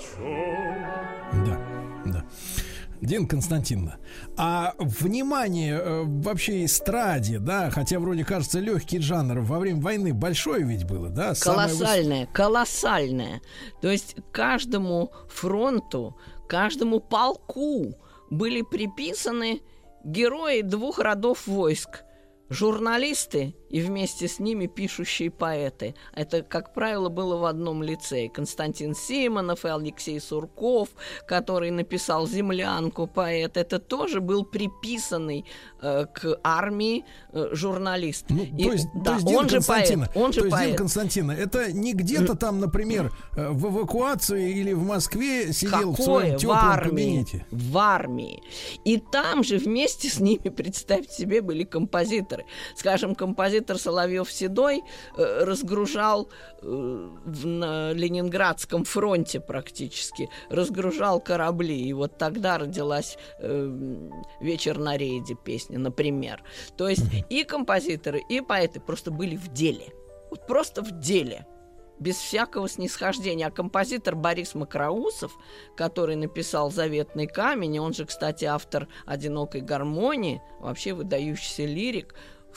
чем. Да, да. Дина Константиновна, а внимание э, вообще эстраде, да, хотя вроде кажется легкий жанр, во время войны большое ведь было, да? Колоссальное, выс... колоссальное. То есть каждому фронту, каждому полку были приписаны герои двух родов войск. Журналисты и вместе с ними пишущие поэты. Это, как правило, было в одном лице. Константин Симонов и Алексей Сурков, который написал «Землянку», поэт. Это тоже был приписанный э, к армии э, журналист. Ну, и, то есть, да, то есть, он же поэт. Он же то есть, поэт. Дина Константиновна, это не где-то там, например, в эвакуации или в Москве сидел Какое? в своем теплом в армии, кабинете. В армии. И там же вместе с ними, представьте себе, были композиторы. Скажем, композитор Соловьев-Седой э, разгружал э, в, на Ленинградском фронте практически, разгружал корабли. И вот тогда родилась э, «Вечер на рейде» песня, например. То есть и композиторы, и поэты просто были в деле. Вот просто в деле. Без всякого снисхождения. А композитор Борис Макроусов, который написал «Заветный камень», он же, кстати, автор «Одинокой гармонии», вообще выдающийся лирик,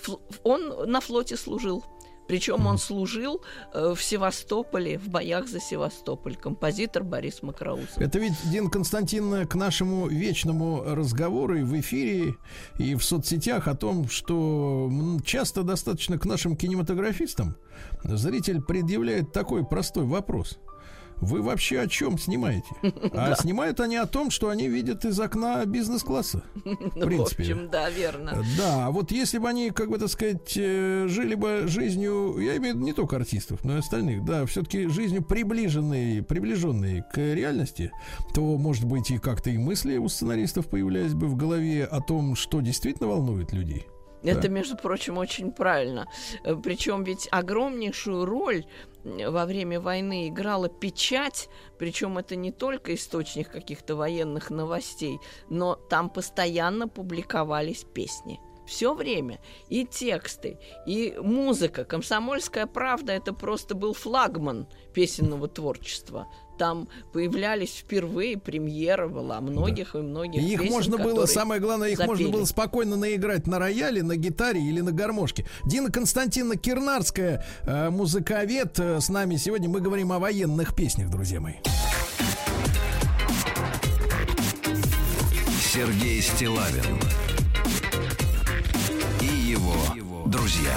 он на флоте служил. Причем он служил э, в Севастополе, в боях за Севастополь. Композитор Борис Макроусов. Это ведь, Дина Константиновна, к нашему вечному разговору и в эфире, и в соцсетях о том, что часто достаточно к нашим кинематографистам зритель предъявляет такой простой вопрос: вы вообще о чем снимаете? А да. Снимают они о том, что они видят из окна бизнес-класса. В принципе. В общем, да, верно. Да, вот если бы они, как бы, так сказать, жили бы жизнью, я имею в виду не только артистов, но и остальных, да, все-таки жизнью приближенной, приближенной к реальности, то, может быть, и как-то и мысли у сценаристов появлялись бы в голове о том, что действительно волнует людей. Это, да. между прочим, очень правильно. Причем ведь огромнейшую роль во время войны играла печать, причем это не только источник каких-то военных новостей, но там постоянно публиковались песни. все время. И тексты, и музыка. «Комсомольская правда» — это просто был флагман песенного творчества. Там появлялись впервые, премьера была многих да. и многих и их песен, можно было, самое главное, их запели. можно было спокойно наиграть на рояле, на гитаре или на гармошке. Дина Константиновна Кирнарская, э, музыковед, э, с нами сегодня. Мы говорим о военных песнях, друзья мои. Сергей Стиллавин и его друзья.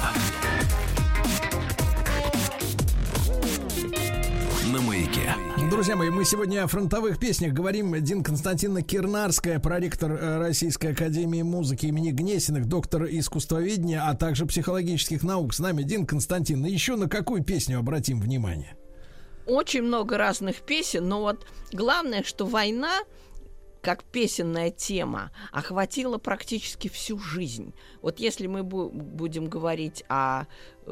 На маяке. Друзья мои, мы сегодня о фронтовых песнях говорим. Дина Константиновна Кирнарская, проректор Российской академии музыки имени Гнесиных, доктор искусствоведения, а также психологических наук. С нами. Дина Константиновна, еще на какую песню обратим внимание? Очень много разных песен, но вот главное, что война, как песенная тема, охватила практически всю жизнь. Вот если мы бу- будем говорить о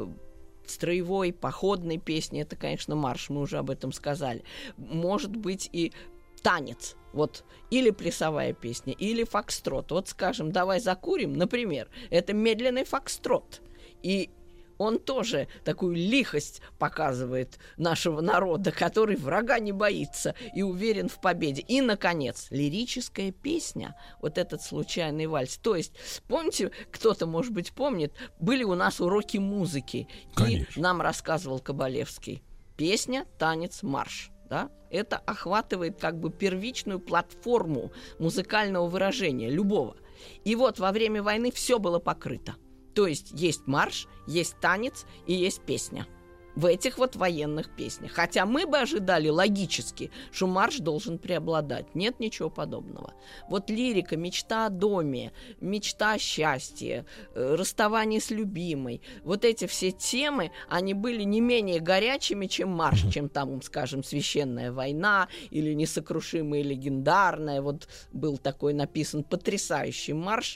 строевой, походной песни, это, конечно, марш, мы уже об этом сказали. Может быть и танец, вот, или плясовая песня, или фокстрот. Вот, скажем, «Давай закурим», например, это медленный фокстрот. И он тоже такую лихость показывает нашего народа, который врага не боится и уверен в победе. И, наконец, лирическая песня, вот этот «Случайный вальс». То есть, помните, кто-то, может быть, помнит, были у нас уроки музыки, Конечно. И нам рассказывал Кабалевский: песня, танец, марш. Да? Это охватывает как бы первичную платформу музыкального выражения любого. И вот во время войны все было покрыто. То есть есть марш, есть танец и есть песня. В этих вот военных песнях. Хотя мы бы ожидали логически, что марш должен преобладать. Нет ничего подобного. Вот лирика, мечта о доме, мечта о счастье, расставание с любимой. Вот эти все темы, они были не менее горячими, чем марш, чем там, скажем, «Священная война» или «Несокрушимая и легендарная». Вот был такой написан потрясающий марш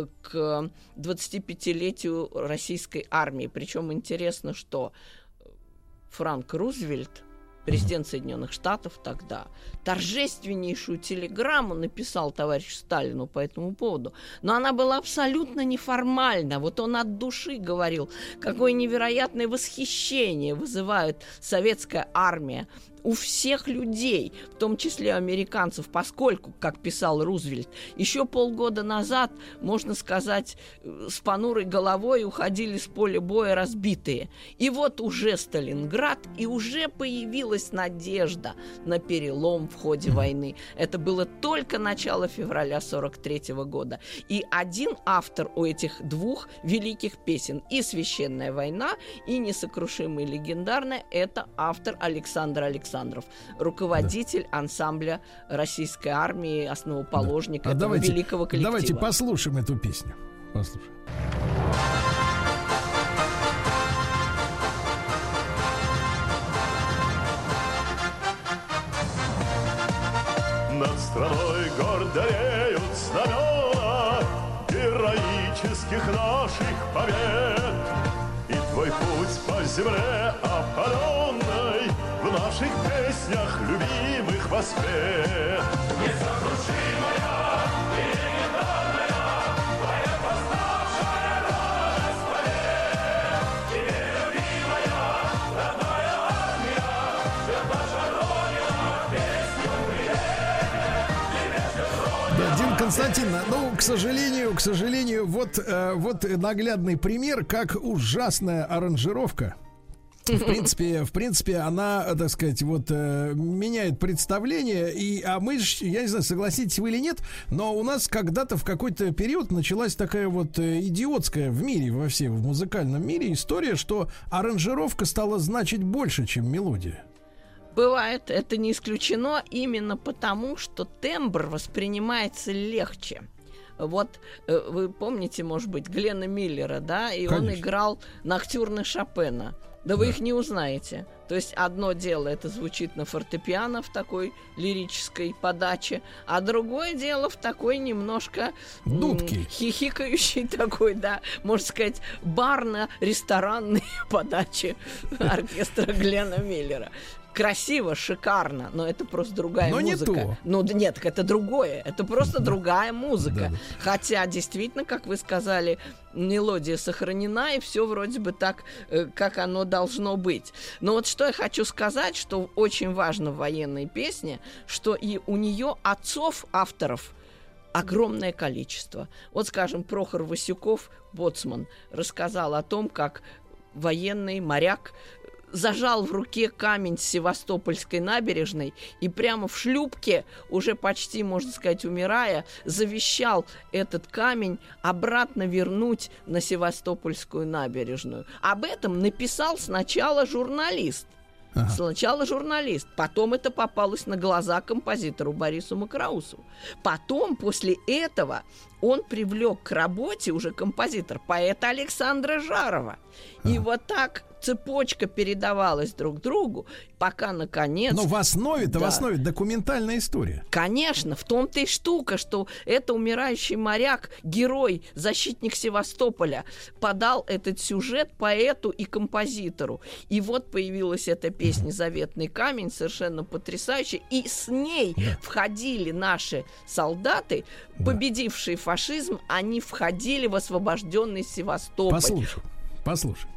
к двадцатипятилетию российской армии. Причем интересно, что Франк Рузвельт, президент Соединенных Штатов тогда, торжественнейшую телеграмму написал товарищу Сталину по этому поводу. Но она была абсолютно неформальна. Вот он от души говорил, какое невероятное восхищение вызывает советская армия у всех людей, в том числе американцев, поскольку, как писал Рузвельт, еще полгода назад, можно сказать, с понурой головой уходили с поля боя разбитые. И вот уже Сталинград, и уже появилась надежда на перелом в ходе войны. Это было только начало февраля сорок третьего года. И один автор у этих двух великих песен, и «Священная война», и «Несокрушимая и легендарная», это автор Александр Александров. Александров, руководитель да. ансамбля российской армии, основоположник да. а этого давайте, великого коллектива. Давайте послушаем эту песню. Послушаем. Над страной гордо реют знамена героических наших побед. И твой путь по земле опаленной в наших песнях любимых воспет. Несокрушимая и легендарная, твоя восставшая радость побед. Тебе, любимая, родная армия, ждет наша Родина песню привет. Тебе ждет Родина. Да, Дина Константиновна, ну, к сожалению, к сожалению, вот, э, вот наглядный пример, как ужасная аранжировка. В принципе, в принципе, она, так сказать, вот э, меняет представление. И, а мы, я не знаю, согласитесь вы или нет, но у нас когда-то в какой-то период началась такая вот э, идиотская в мире, во всем в музыкальном мире история, что аранжировка стала значить больше, чем мелодия. Бывает, это не исключено именно потому, что тембр воспринимается легче. Вот вы помните, может быть, Гленна Миллера, да, и Конечно. Он играл ноктюрны Шопена. Да вы да. их не узнаете. То есть одно дело, это звучит на фортепиано в такой лирической подаче, а другое дело в такой немножко дудки, хихикающей такой, да, можно сказать, барно-ресторанной подаче оркестра Гленна Миллера. красиво, шикарно, но это просто другая но музыка. Не то. Ну, нет, так это другое. Это просто да. другая музыка. Да, да. Хотя, действительно, как вы сказали, мелодия сохранена, и все вроде бы так, как оно должно быть. Но вот что я хочу сказать, что очень важно в военной песне, что и у нее отцов, авторов, огромное количество. Вот, скажем, Прохор Васюков, боцман, рассказал о том, как военный моряк зажал в руке камень с Севастопольской набережной и прямо в шлюпке, уже почти, можно сказать, умирая, завещал этот камень обратно вернуть на Севастопольскую набережную. Об этом написал сначала журналист. Ага. Сначала журналист, потом это попалось на глаза композитору Борису Макроусову. Потом, после этого, он привлек к работе уже композитор, поэта Александра Жарова. Ага. И вот так цепочка передавалась друг другу, пока, наконец... Но в основе-то, да. в основе документальная история. Конечно, в том-то и штука, что это умирающий моряк, герой, защитник Севастополя, подал этот сюжет поэту и композитору. И вот появилась эта песня «Заветный камень», совершенно потрясающая, и с ней да. входили наши солдаты, да. победившие фашизм, они входили в освобожденный Севастополь. Послушай, послушай.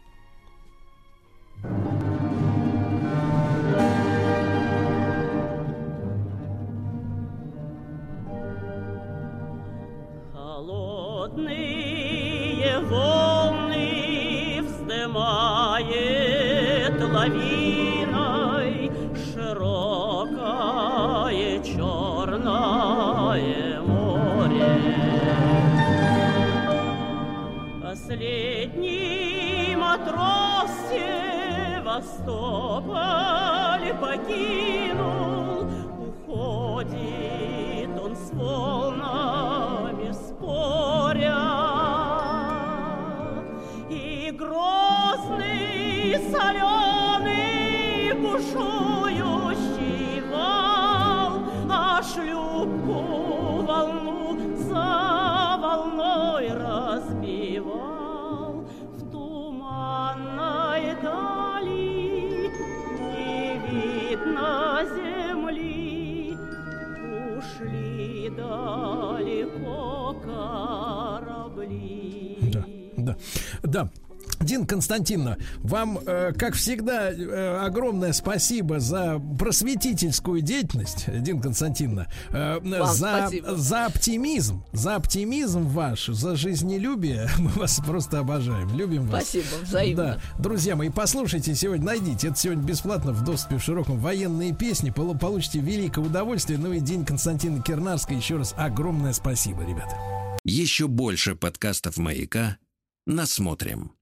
Холодные волны вздымает лавиной широкое черное море. Последний матрос Севастополь покинул, уходит он с волнами споря, и грозный соленый бушующий вал, а шлюпку волну за волной разбивал в туманной дали. Не видно земли, ушли далеко корабли. Да, да, да. Дина Константиновна, вам, э, как всегда, э, огромное спасибо за просветительскую деятельность, Дина Константиновна, э, за, за оптимизм, за оптимизм ваш, за жизнелюбие. Мы вас просто обожаем, любим вас. Спасибо, взаимно. Да. Друзья мои, послушайте сегодня, найдите, это сегодня бесплатно в доступе в широком, военные песни, получите великое удовольствие. Ну и Дина Константиновна Кирнарская, еще раз огромное спасибо, ребята. Еще больше подкастов «Маяка» насмотрим.